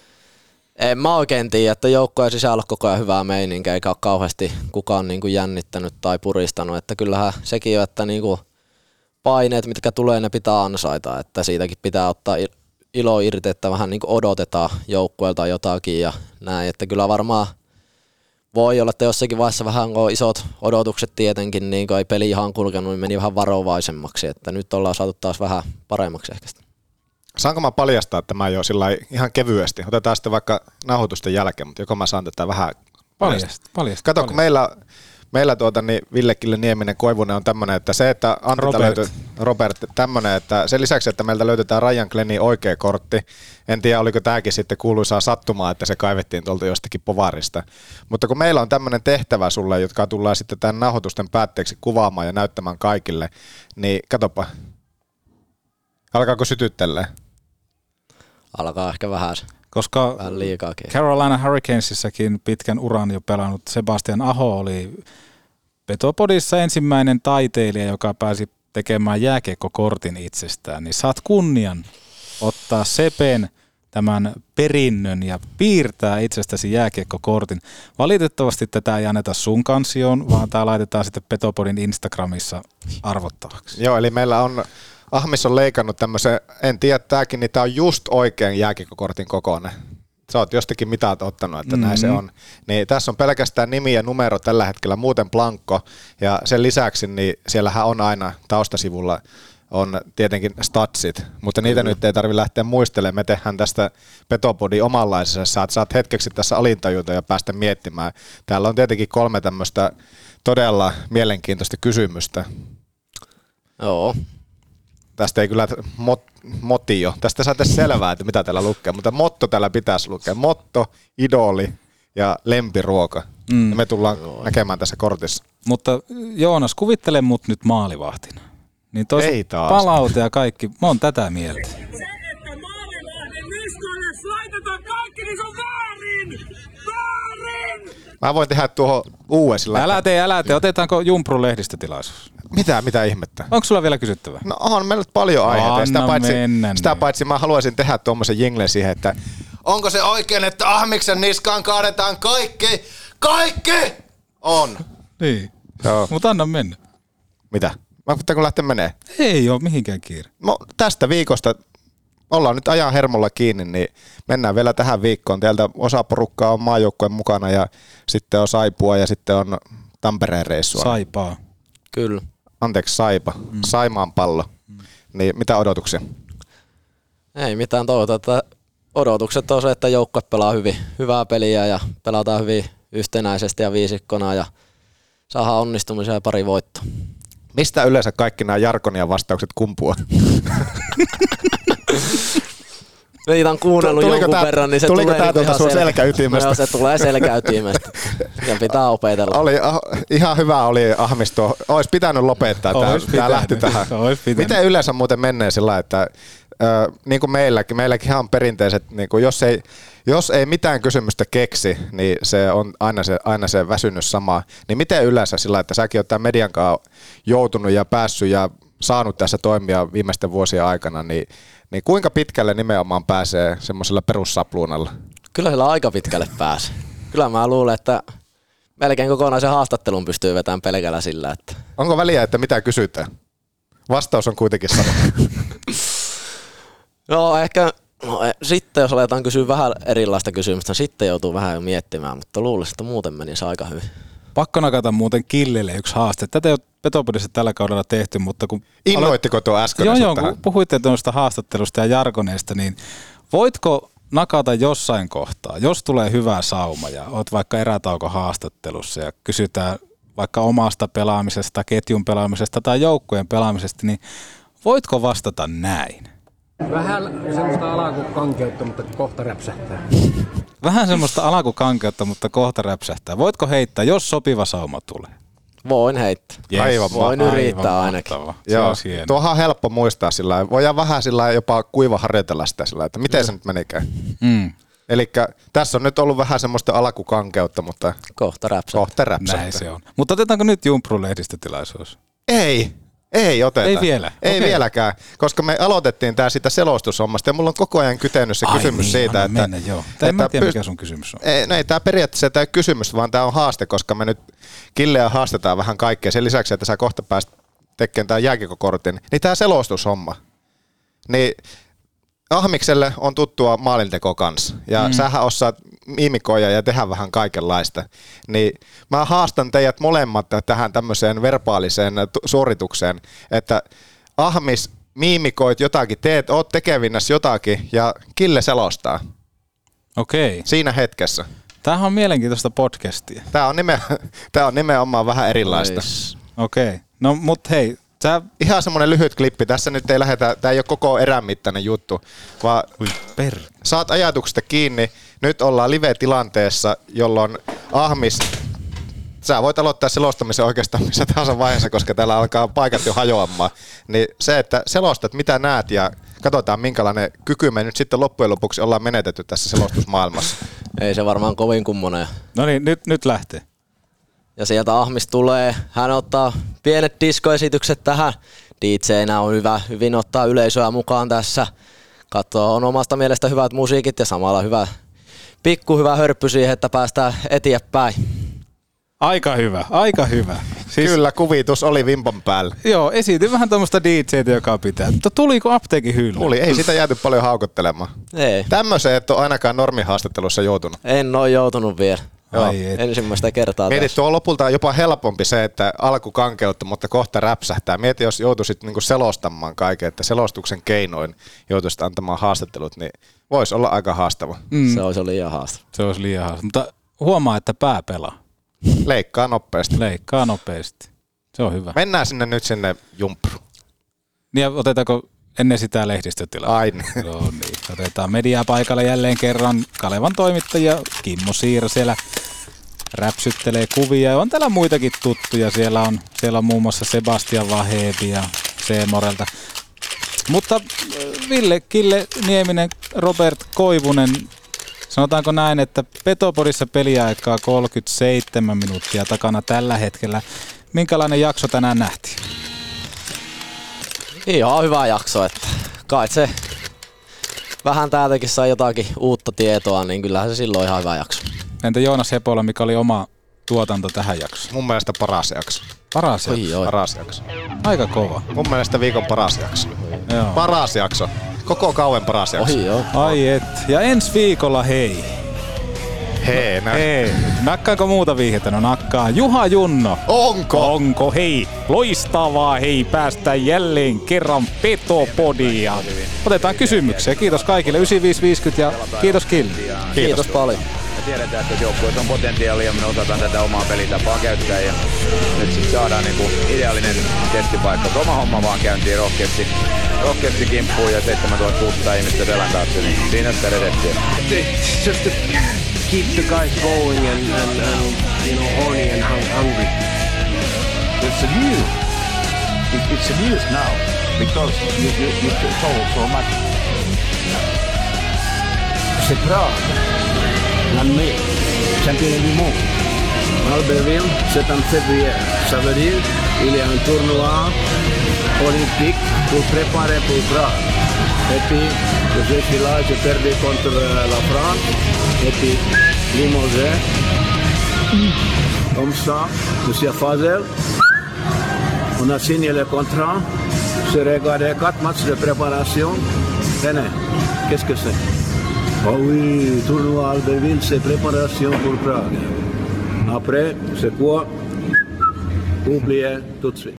En mä oikein tiedä, että joukkojen sisällä on koko ajan hyvää meininkiä, eikä ole kauheasti kukaan niin kuin jännittänyt tai puristanut. Että kyllähän sekin on, että niin kuin paineet, mitkä tulee, ne pitää ansaita. Että siitäkin pitää ottaa ilo irti, että vähän niin kuin odotetaan joukkueelta jotakin ja näin. Että kyllä varmaan voi olla, että jossakin vaiheessa vähän on isot odotukset tietenkin, niin kuin ei peli ihan kulkenut, niin meni vähän varovaisemmaksi. Että nyt ollaan saatu taas vähän paremmaksi ehkä sitä. Saanko mä paljastaa tämä jo sillä ihan kevyesti? Otetaan sitten vaikka nauhoitusten jälkeen, mutta joko mä saan tätä vähän paljasta. Kato, kun meillä niin Ville Kille Nieminen Koivunen on tämmöinen, että se, että Antilta löytyy Robert tämmöinen, että sen lisäksi, että meiltä löytetään Ryan Glennin oikea kortti, en tiedä oliko tämäkin sitten kuuluisaa sattumaa, että se kaivettiin tuolta jostakin povarista, mutta kun meillä on tämmöinen tehtävä sulle, jotka tullaan sitten tämän nauhoitusten päätteeksi kuvaamaan ja näyttämään kaikille, niin katsopa, alkaako sytyttelee? Alkaa ehkä vähän liikaakin. Carolina Hurricanesissakin pitkän uran jo pelannut Sebastian Aho oli Petopodissa ensimmäinen taiteilija, joka pääsi tekemään jääkiekkokortin itsestään. Niin saat kunnian ottaa Sepen tämän perinnön ja piirtää itsestäsi jääkiekkokortin. Valitettavasti tätä ei anneta sun kansioon, vaan tämä laitetaan sitten Petopodin Instagramissa arvottavaksi. Joo, eli meillä on Ahmis on leikannut tämmöisen, en tiedä tämäkin, niin tämä on just oikein jääkiekkokortin kokoinen. Sä oot jostakin mitat ottanut, että näin se on. Niin tässä on pelkästään nimi ja numero tällä hetkellä, muuten blankko. Ja sen lisäksi, niin siellähän on aina taustasivulla on tietenkin statsit, mutta niitä nyt ei tarvitse lähteä muistelemaan. Me tehdään tästä Petopodin omanlaisessa, että saat hetkeksi tässä alintajunta ja päästä miettimään. Täällä on tietenkin 3 tämmöistä todella mielenkiintoista kysymystä. Joo. Tästä ei kyllä motio. Tästä saataisiin selvää, että mitä täällä lukee, mutta motto täällä pitäisi lukea. Motto, idoli ja lempiruoka. Ja me tullaan näkemään tässä kortissa. Mutta Joonas, kuvittele mut nyt maalivahtina. Niin ei taas. Palaute ja kaikki, mä oon tätä mieltä. Se, että Maalilahden niskoille laitetaan kaikki, niin se on väärin! Väärin! Mä voin tehdä tuohon uudestaan. Älä tee. Otetaanko Jumprun lehdistötilaisuus? Mitä ihmettä? Onko sulla vielä kysyttävää? No on meillä paljon aiheita. Sitä paitsi mä haluaisin tehdä tuommoisen jinglen siihen, että onko se oikein, että Ahmiksen niskaan kaadetaan kaikki? Kaikki! On. Niin, mutta anna mennä. Mitä? Pitääkö lähteä menee? Ei ole mihinkään kiire. No tästä viikosta ollaan nyt ajan hermolla kiinni, niin mennään vielä tähän viikkoon. Teiltä osa porukkaa on maajoukkueen mukana ja sitten on Saipua ja sitten on Tampereen reissua. Saipaa. Kyllä. Anteeksi, Saipa. Saimaan pallo. Niin mitä odotuksia? Ei mitään toivota. Odotukset on se, että joukkue pelaa hyvää peliä ja pelataan hyvin yhtenäisesti ja viisikkona ja saadaan onnistumisia ja pari voittoa. Mistä yleensä kaikki nämä Jarkonia vastaukset kumpuaa? Niitä on kuunnellut jonkun verran, niin se tulee sun selkäytimestä? No, se tulee selkäytimestä. Ja pitää opetella. Ihan hyvä oli Ahmisto. Olisi pitänyt lopettaa. Tämä lähti tähän. Miten yleensä muuten menee sillä, että niin kuin meilläkin on perinteiset, niin kuin jos ei mitään kysymystä keksi, niin se on aina se väsynyt sama. Niin miten yleensä sillä, että säkin oot tämän median kanssa joutunut ja päässyt ja saanut tässä toimia viimeisten vuosien aikana, niin kuinka pitkälle nimenomaan pääsee semmoisella perussapluunalla? Kyllä sillä aika pitkälle pääsee. Kyllä mä luulen, että melkein kokonaisen haastattelun pystyy vetämään pelkällä sillä. Että onko väliä, että mitä kysytään? Vastaus on kuitenkin sama. No ehkä sitten jos aletaan kysyä vähän erilaista kysymystä, sitten joutuu vähän jo miettimään, mutta luulisin, että muuten menisi aika hyvin. Pakko nakata muuten Killelle yksi haaste. Tätä ei ole Petopodissa tällä kaudella tehty, mutta kun innoittiko tuo äsken? Joo, kun puhuitte tuosta haastattelusta ja jargoneista, niin voitko nakata jossain kohtaa, jos tulee hyvä sauma ja oot vaikka erätaukohaastattelussa ja kysytään vaikka omasta pelaamisesta, ketjun pelaamisesta tai joukkueen pelaamisesta, niin voitko vastata näin? Vähän semmoista alakukankeutta, mutta kohta räpsähtää. Vähän semmoista alakukankeutta, mutta kohta räpsähtää. Voitko heittää, jos sopiva sauma tulee? Voin heittää. Yes. Voin yrittää ainakin. Joo, tuohan on helppo muistaa sillä. Voidaan vähän sillä jopa kuiva harjoitella sitä sillä, että miten se nyt menikään. Elikkä tässä on nyt ollut vähän semmoista alakukankeutta, mutta kohta räpsähtää. Näin se on. Mutta otetaanko nyt Jumprun lehdistötilaisuus? Ei. Ei oteta. Ei vielä? Ei vieläkään, koska me aloitettiin tää sitä selostushommasta ja mulla on koko ajan kytenyt se kysymys siitä, että... Mennä, joo. En mä tiedä, mikä sun kysymys on. Ei tää periaatteessa tää kysymys, vaan tää on haaste, koska me nyt Killeä haastetaan vähän kaikkea. Sen lisäksi, että sä kohta pääst tekemään tää jääkiekkokortin, niin tää selostushomma. Niin Ahmikselle on tuttua maalinteko kanssa. Ja sähän osaat miimikoida ja tehdä vähän kaikenlaista. Niin mä haastan teidät molemmat tähän tämmöiseen verbaaliseen suoritukseen, että Ahmis miimikoit jotakin, oot tekevinnässä jotakin ja Kille selostaa. Okei. Siinä hetkessä. Tämähän on mielenkiintoista podcastia. Tää on nimenomaan vähän erilaista. Okei. No mut hei. Ihan semmonen lyhyt klippi. Tässä nyt ei lähdetä, tää ei ole koko erän mittainen juttu, vaan saat ajatuksesta kiinni. Nyt ollaan live-tilanteessa, jolloin Ahmis, sä voit aloittaa selostamisen oikeastaan missä tahansa vaiheessa, koska täällä alkaa paikat jo hajoamaan. Niin se, että selostat mitä näet ja katsotaan minkälainen kyky me nyt sitten loppujen lopuksi ollaan menetetty tässä selostusmaailmassa. Ei se varmaan kovin kummonen. No niin, nyt lähtee. Ja sieltä Ahmis tulee, hän ottaa pienet diskoesitykset tähän. DJ:nä on hyvin ottaa yleisöä mukaan tässä. Katsoo, on omasta mielestä hyvät musiikit ja samalla hyvä hörppy siihen, että päästään eteenpäin. Aika hyvä. Siis, kyllä, kuvitus oli vimpan päällä. Joo, esitin vähän tuommoista DJ:tä, joka pitää. Mutta tuliko apteekin hyllyyn? Tuli, ei sitä jääty paljon haukottelemaan. Ei. Tämmöiseen et ole ainakaan normihaastattelussa joutunut. En ole joutunut vielä. Ensimmäistä kertaa. Mieti, tuo on lopulta jopa helpompi se, että alku kankeutta, mutta kohta räpsähtää. Mieti, jos joutuisit niinku selostamaan kaiken, että selostuksen keinoin joutuisit antamaan haastattelut, niin voisi olla aika haastava. Se olisi liian haastava. Mutta huomaa, että pää pelaa. Leikkaa nopeasti. Se on hyvä. Mennään sinne jumpruun. Niin ja otetaanko ennen sitä lehdistötilaa? Aina. No niin, otetaan mediaa paikalle jälleen kerran. Kalevan toimittaja Kimmo Siira siellä räpsyttelee kuvia. On täällä muitakin tuttuja. Siellä on muun muassa Sebastian Vahevi ja Seemorelta. Mutta Ville, Kille Nieminen, Robert Koivunen, sanotaanko näin, että Petopodissa peliaikaa 37 minuuttia takana tällä hetkellä. Minkälainen jakso tänään nähtiin? Ihan hyvä jakso, että kai se vähän täältäkin sai jotakin uutta tietoa, niin kyllähän se silloin ihan hyvä jakso. Entä Joonas Hepola, mikä oli oma tuotanto tähän jaksoon? Mun mielestä paras jakso. Paras jakso. Aika kova. Mun mielestä viikon paras jakso. Joo. Paras jakso. Koko kauan paras jakso. Ai et. Ja ensi viikolla hei. Nakkaako muuta vihjettä? No nakkaa. Juha Junno. Onko? Hei. Loistavaa. Hei. Päästään jälleen kerran Petopodia. Otetaan kysymyksiä. Kiitos kaikille. 9550 ja kiitos Kille. Kiitos paljon. Me tiedetään, että joukkueessa on potentiaalia ja me osataan tätä omaa pelitapaa käyttää ja nyt sitten saadaan niinku ideaalinen testipaikka. Oma homma vaan käyntiin rohkeasti kimppuun ja 7600 ihmistä selän taakse, niin siinä sitä redettiin. Just to keep the guys going and you know, horny and hungry. It's a news. It's a news now because you told so much. C'est Prague. L'année, championnat du monde. Albertville, c'est en février. Ça veut dire qu'il y a un tournoi olympique pour préparer pour Prague. Et puis, je suis là, j'ai perdu contre la France. Et puis, Limoges. Comme ça, monsieur Fazel, on a signé le contrat. J'ai regardé 4 matchs de préparation. Tenez, qu'est-ce que c'est? Oh oui, tournoi Albertville, c'est préparation pour Prague. Après, c'est quoi? Oubliez tout de suite.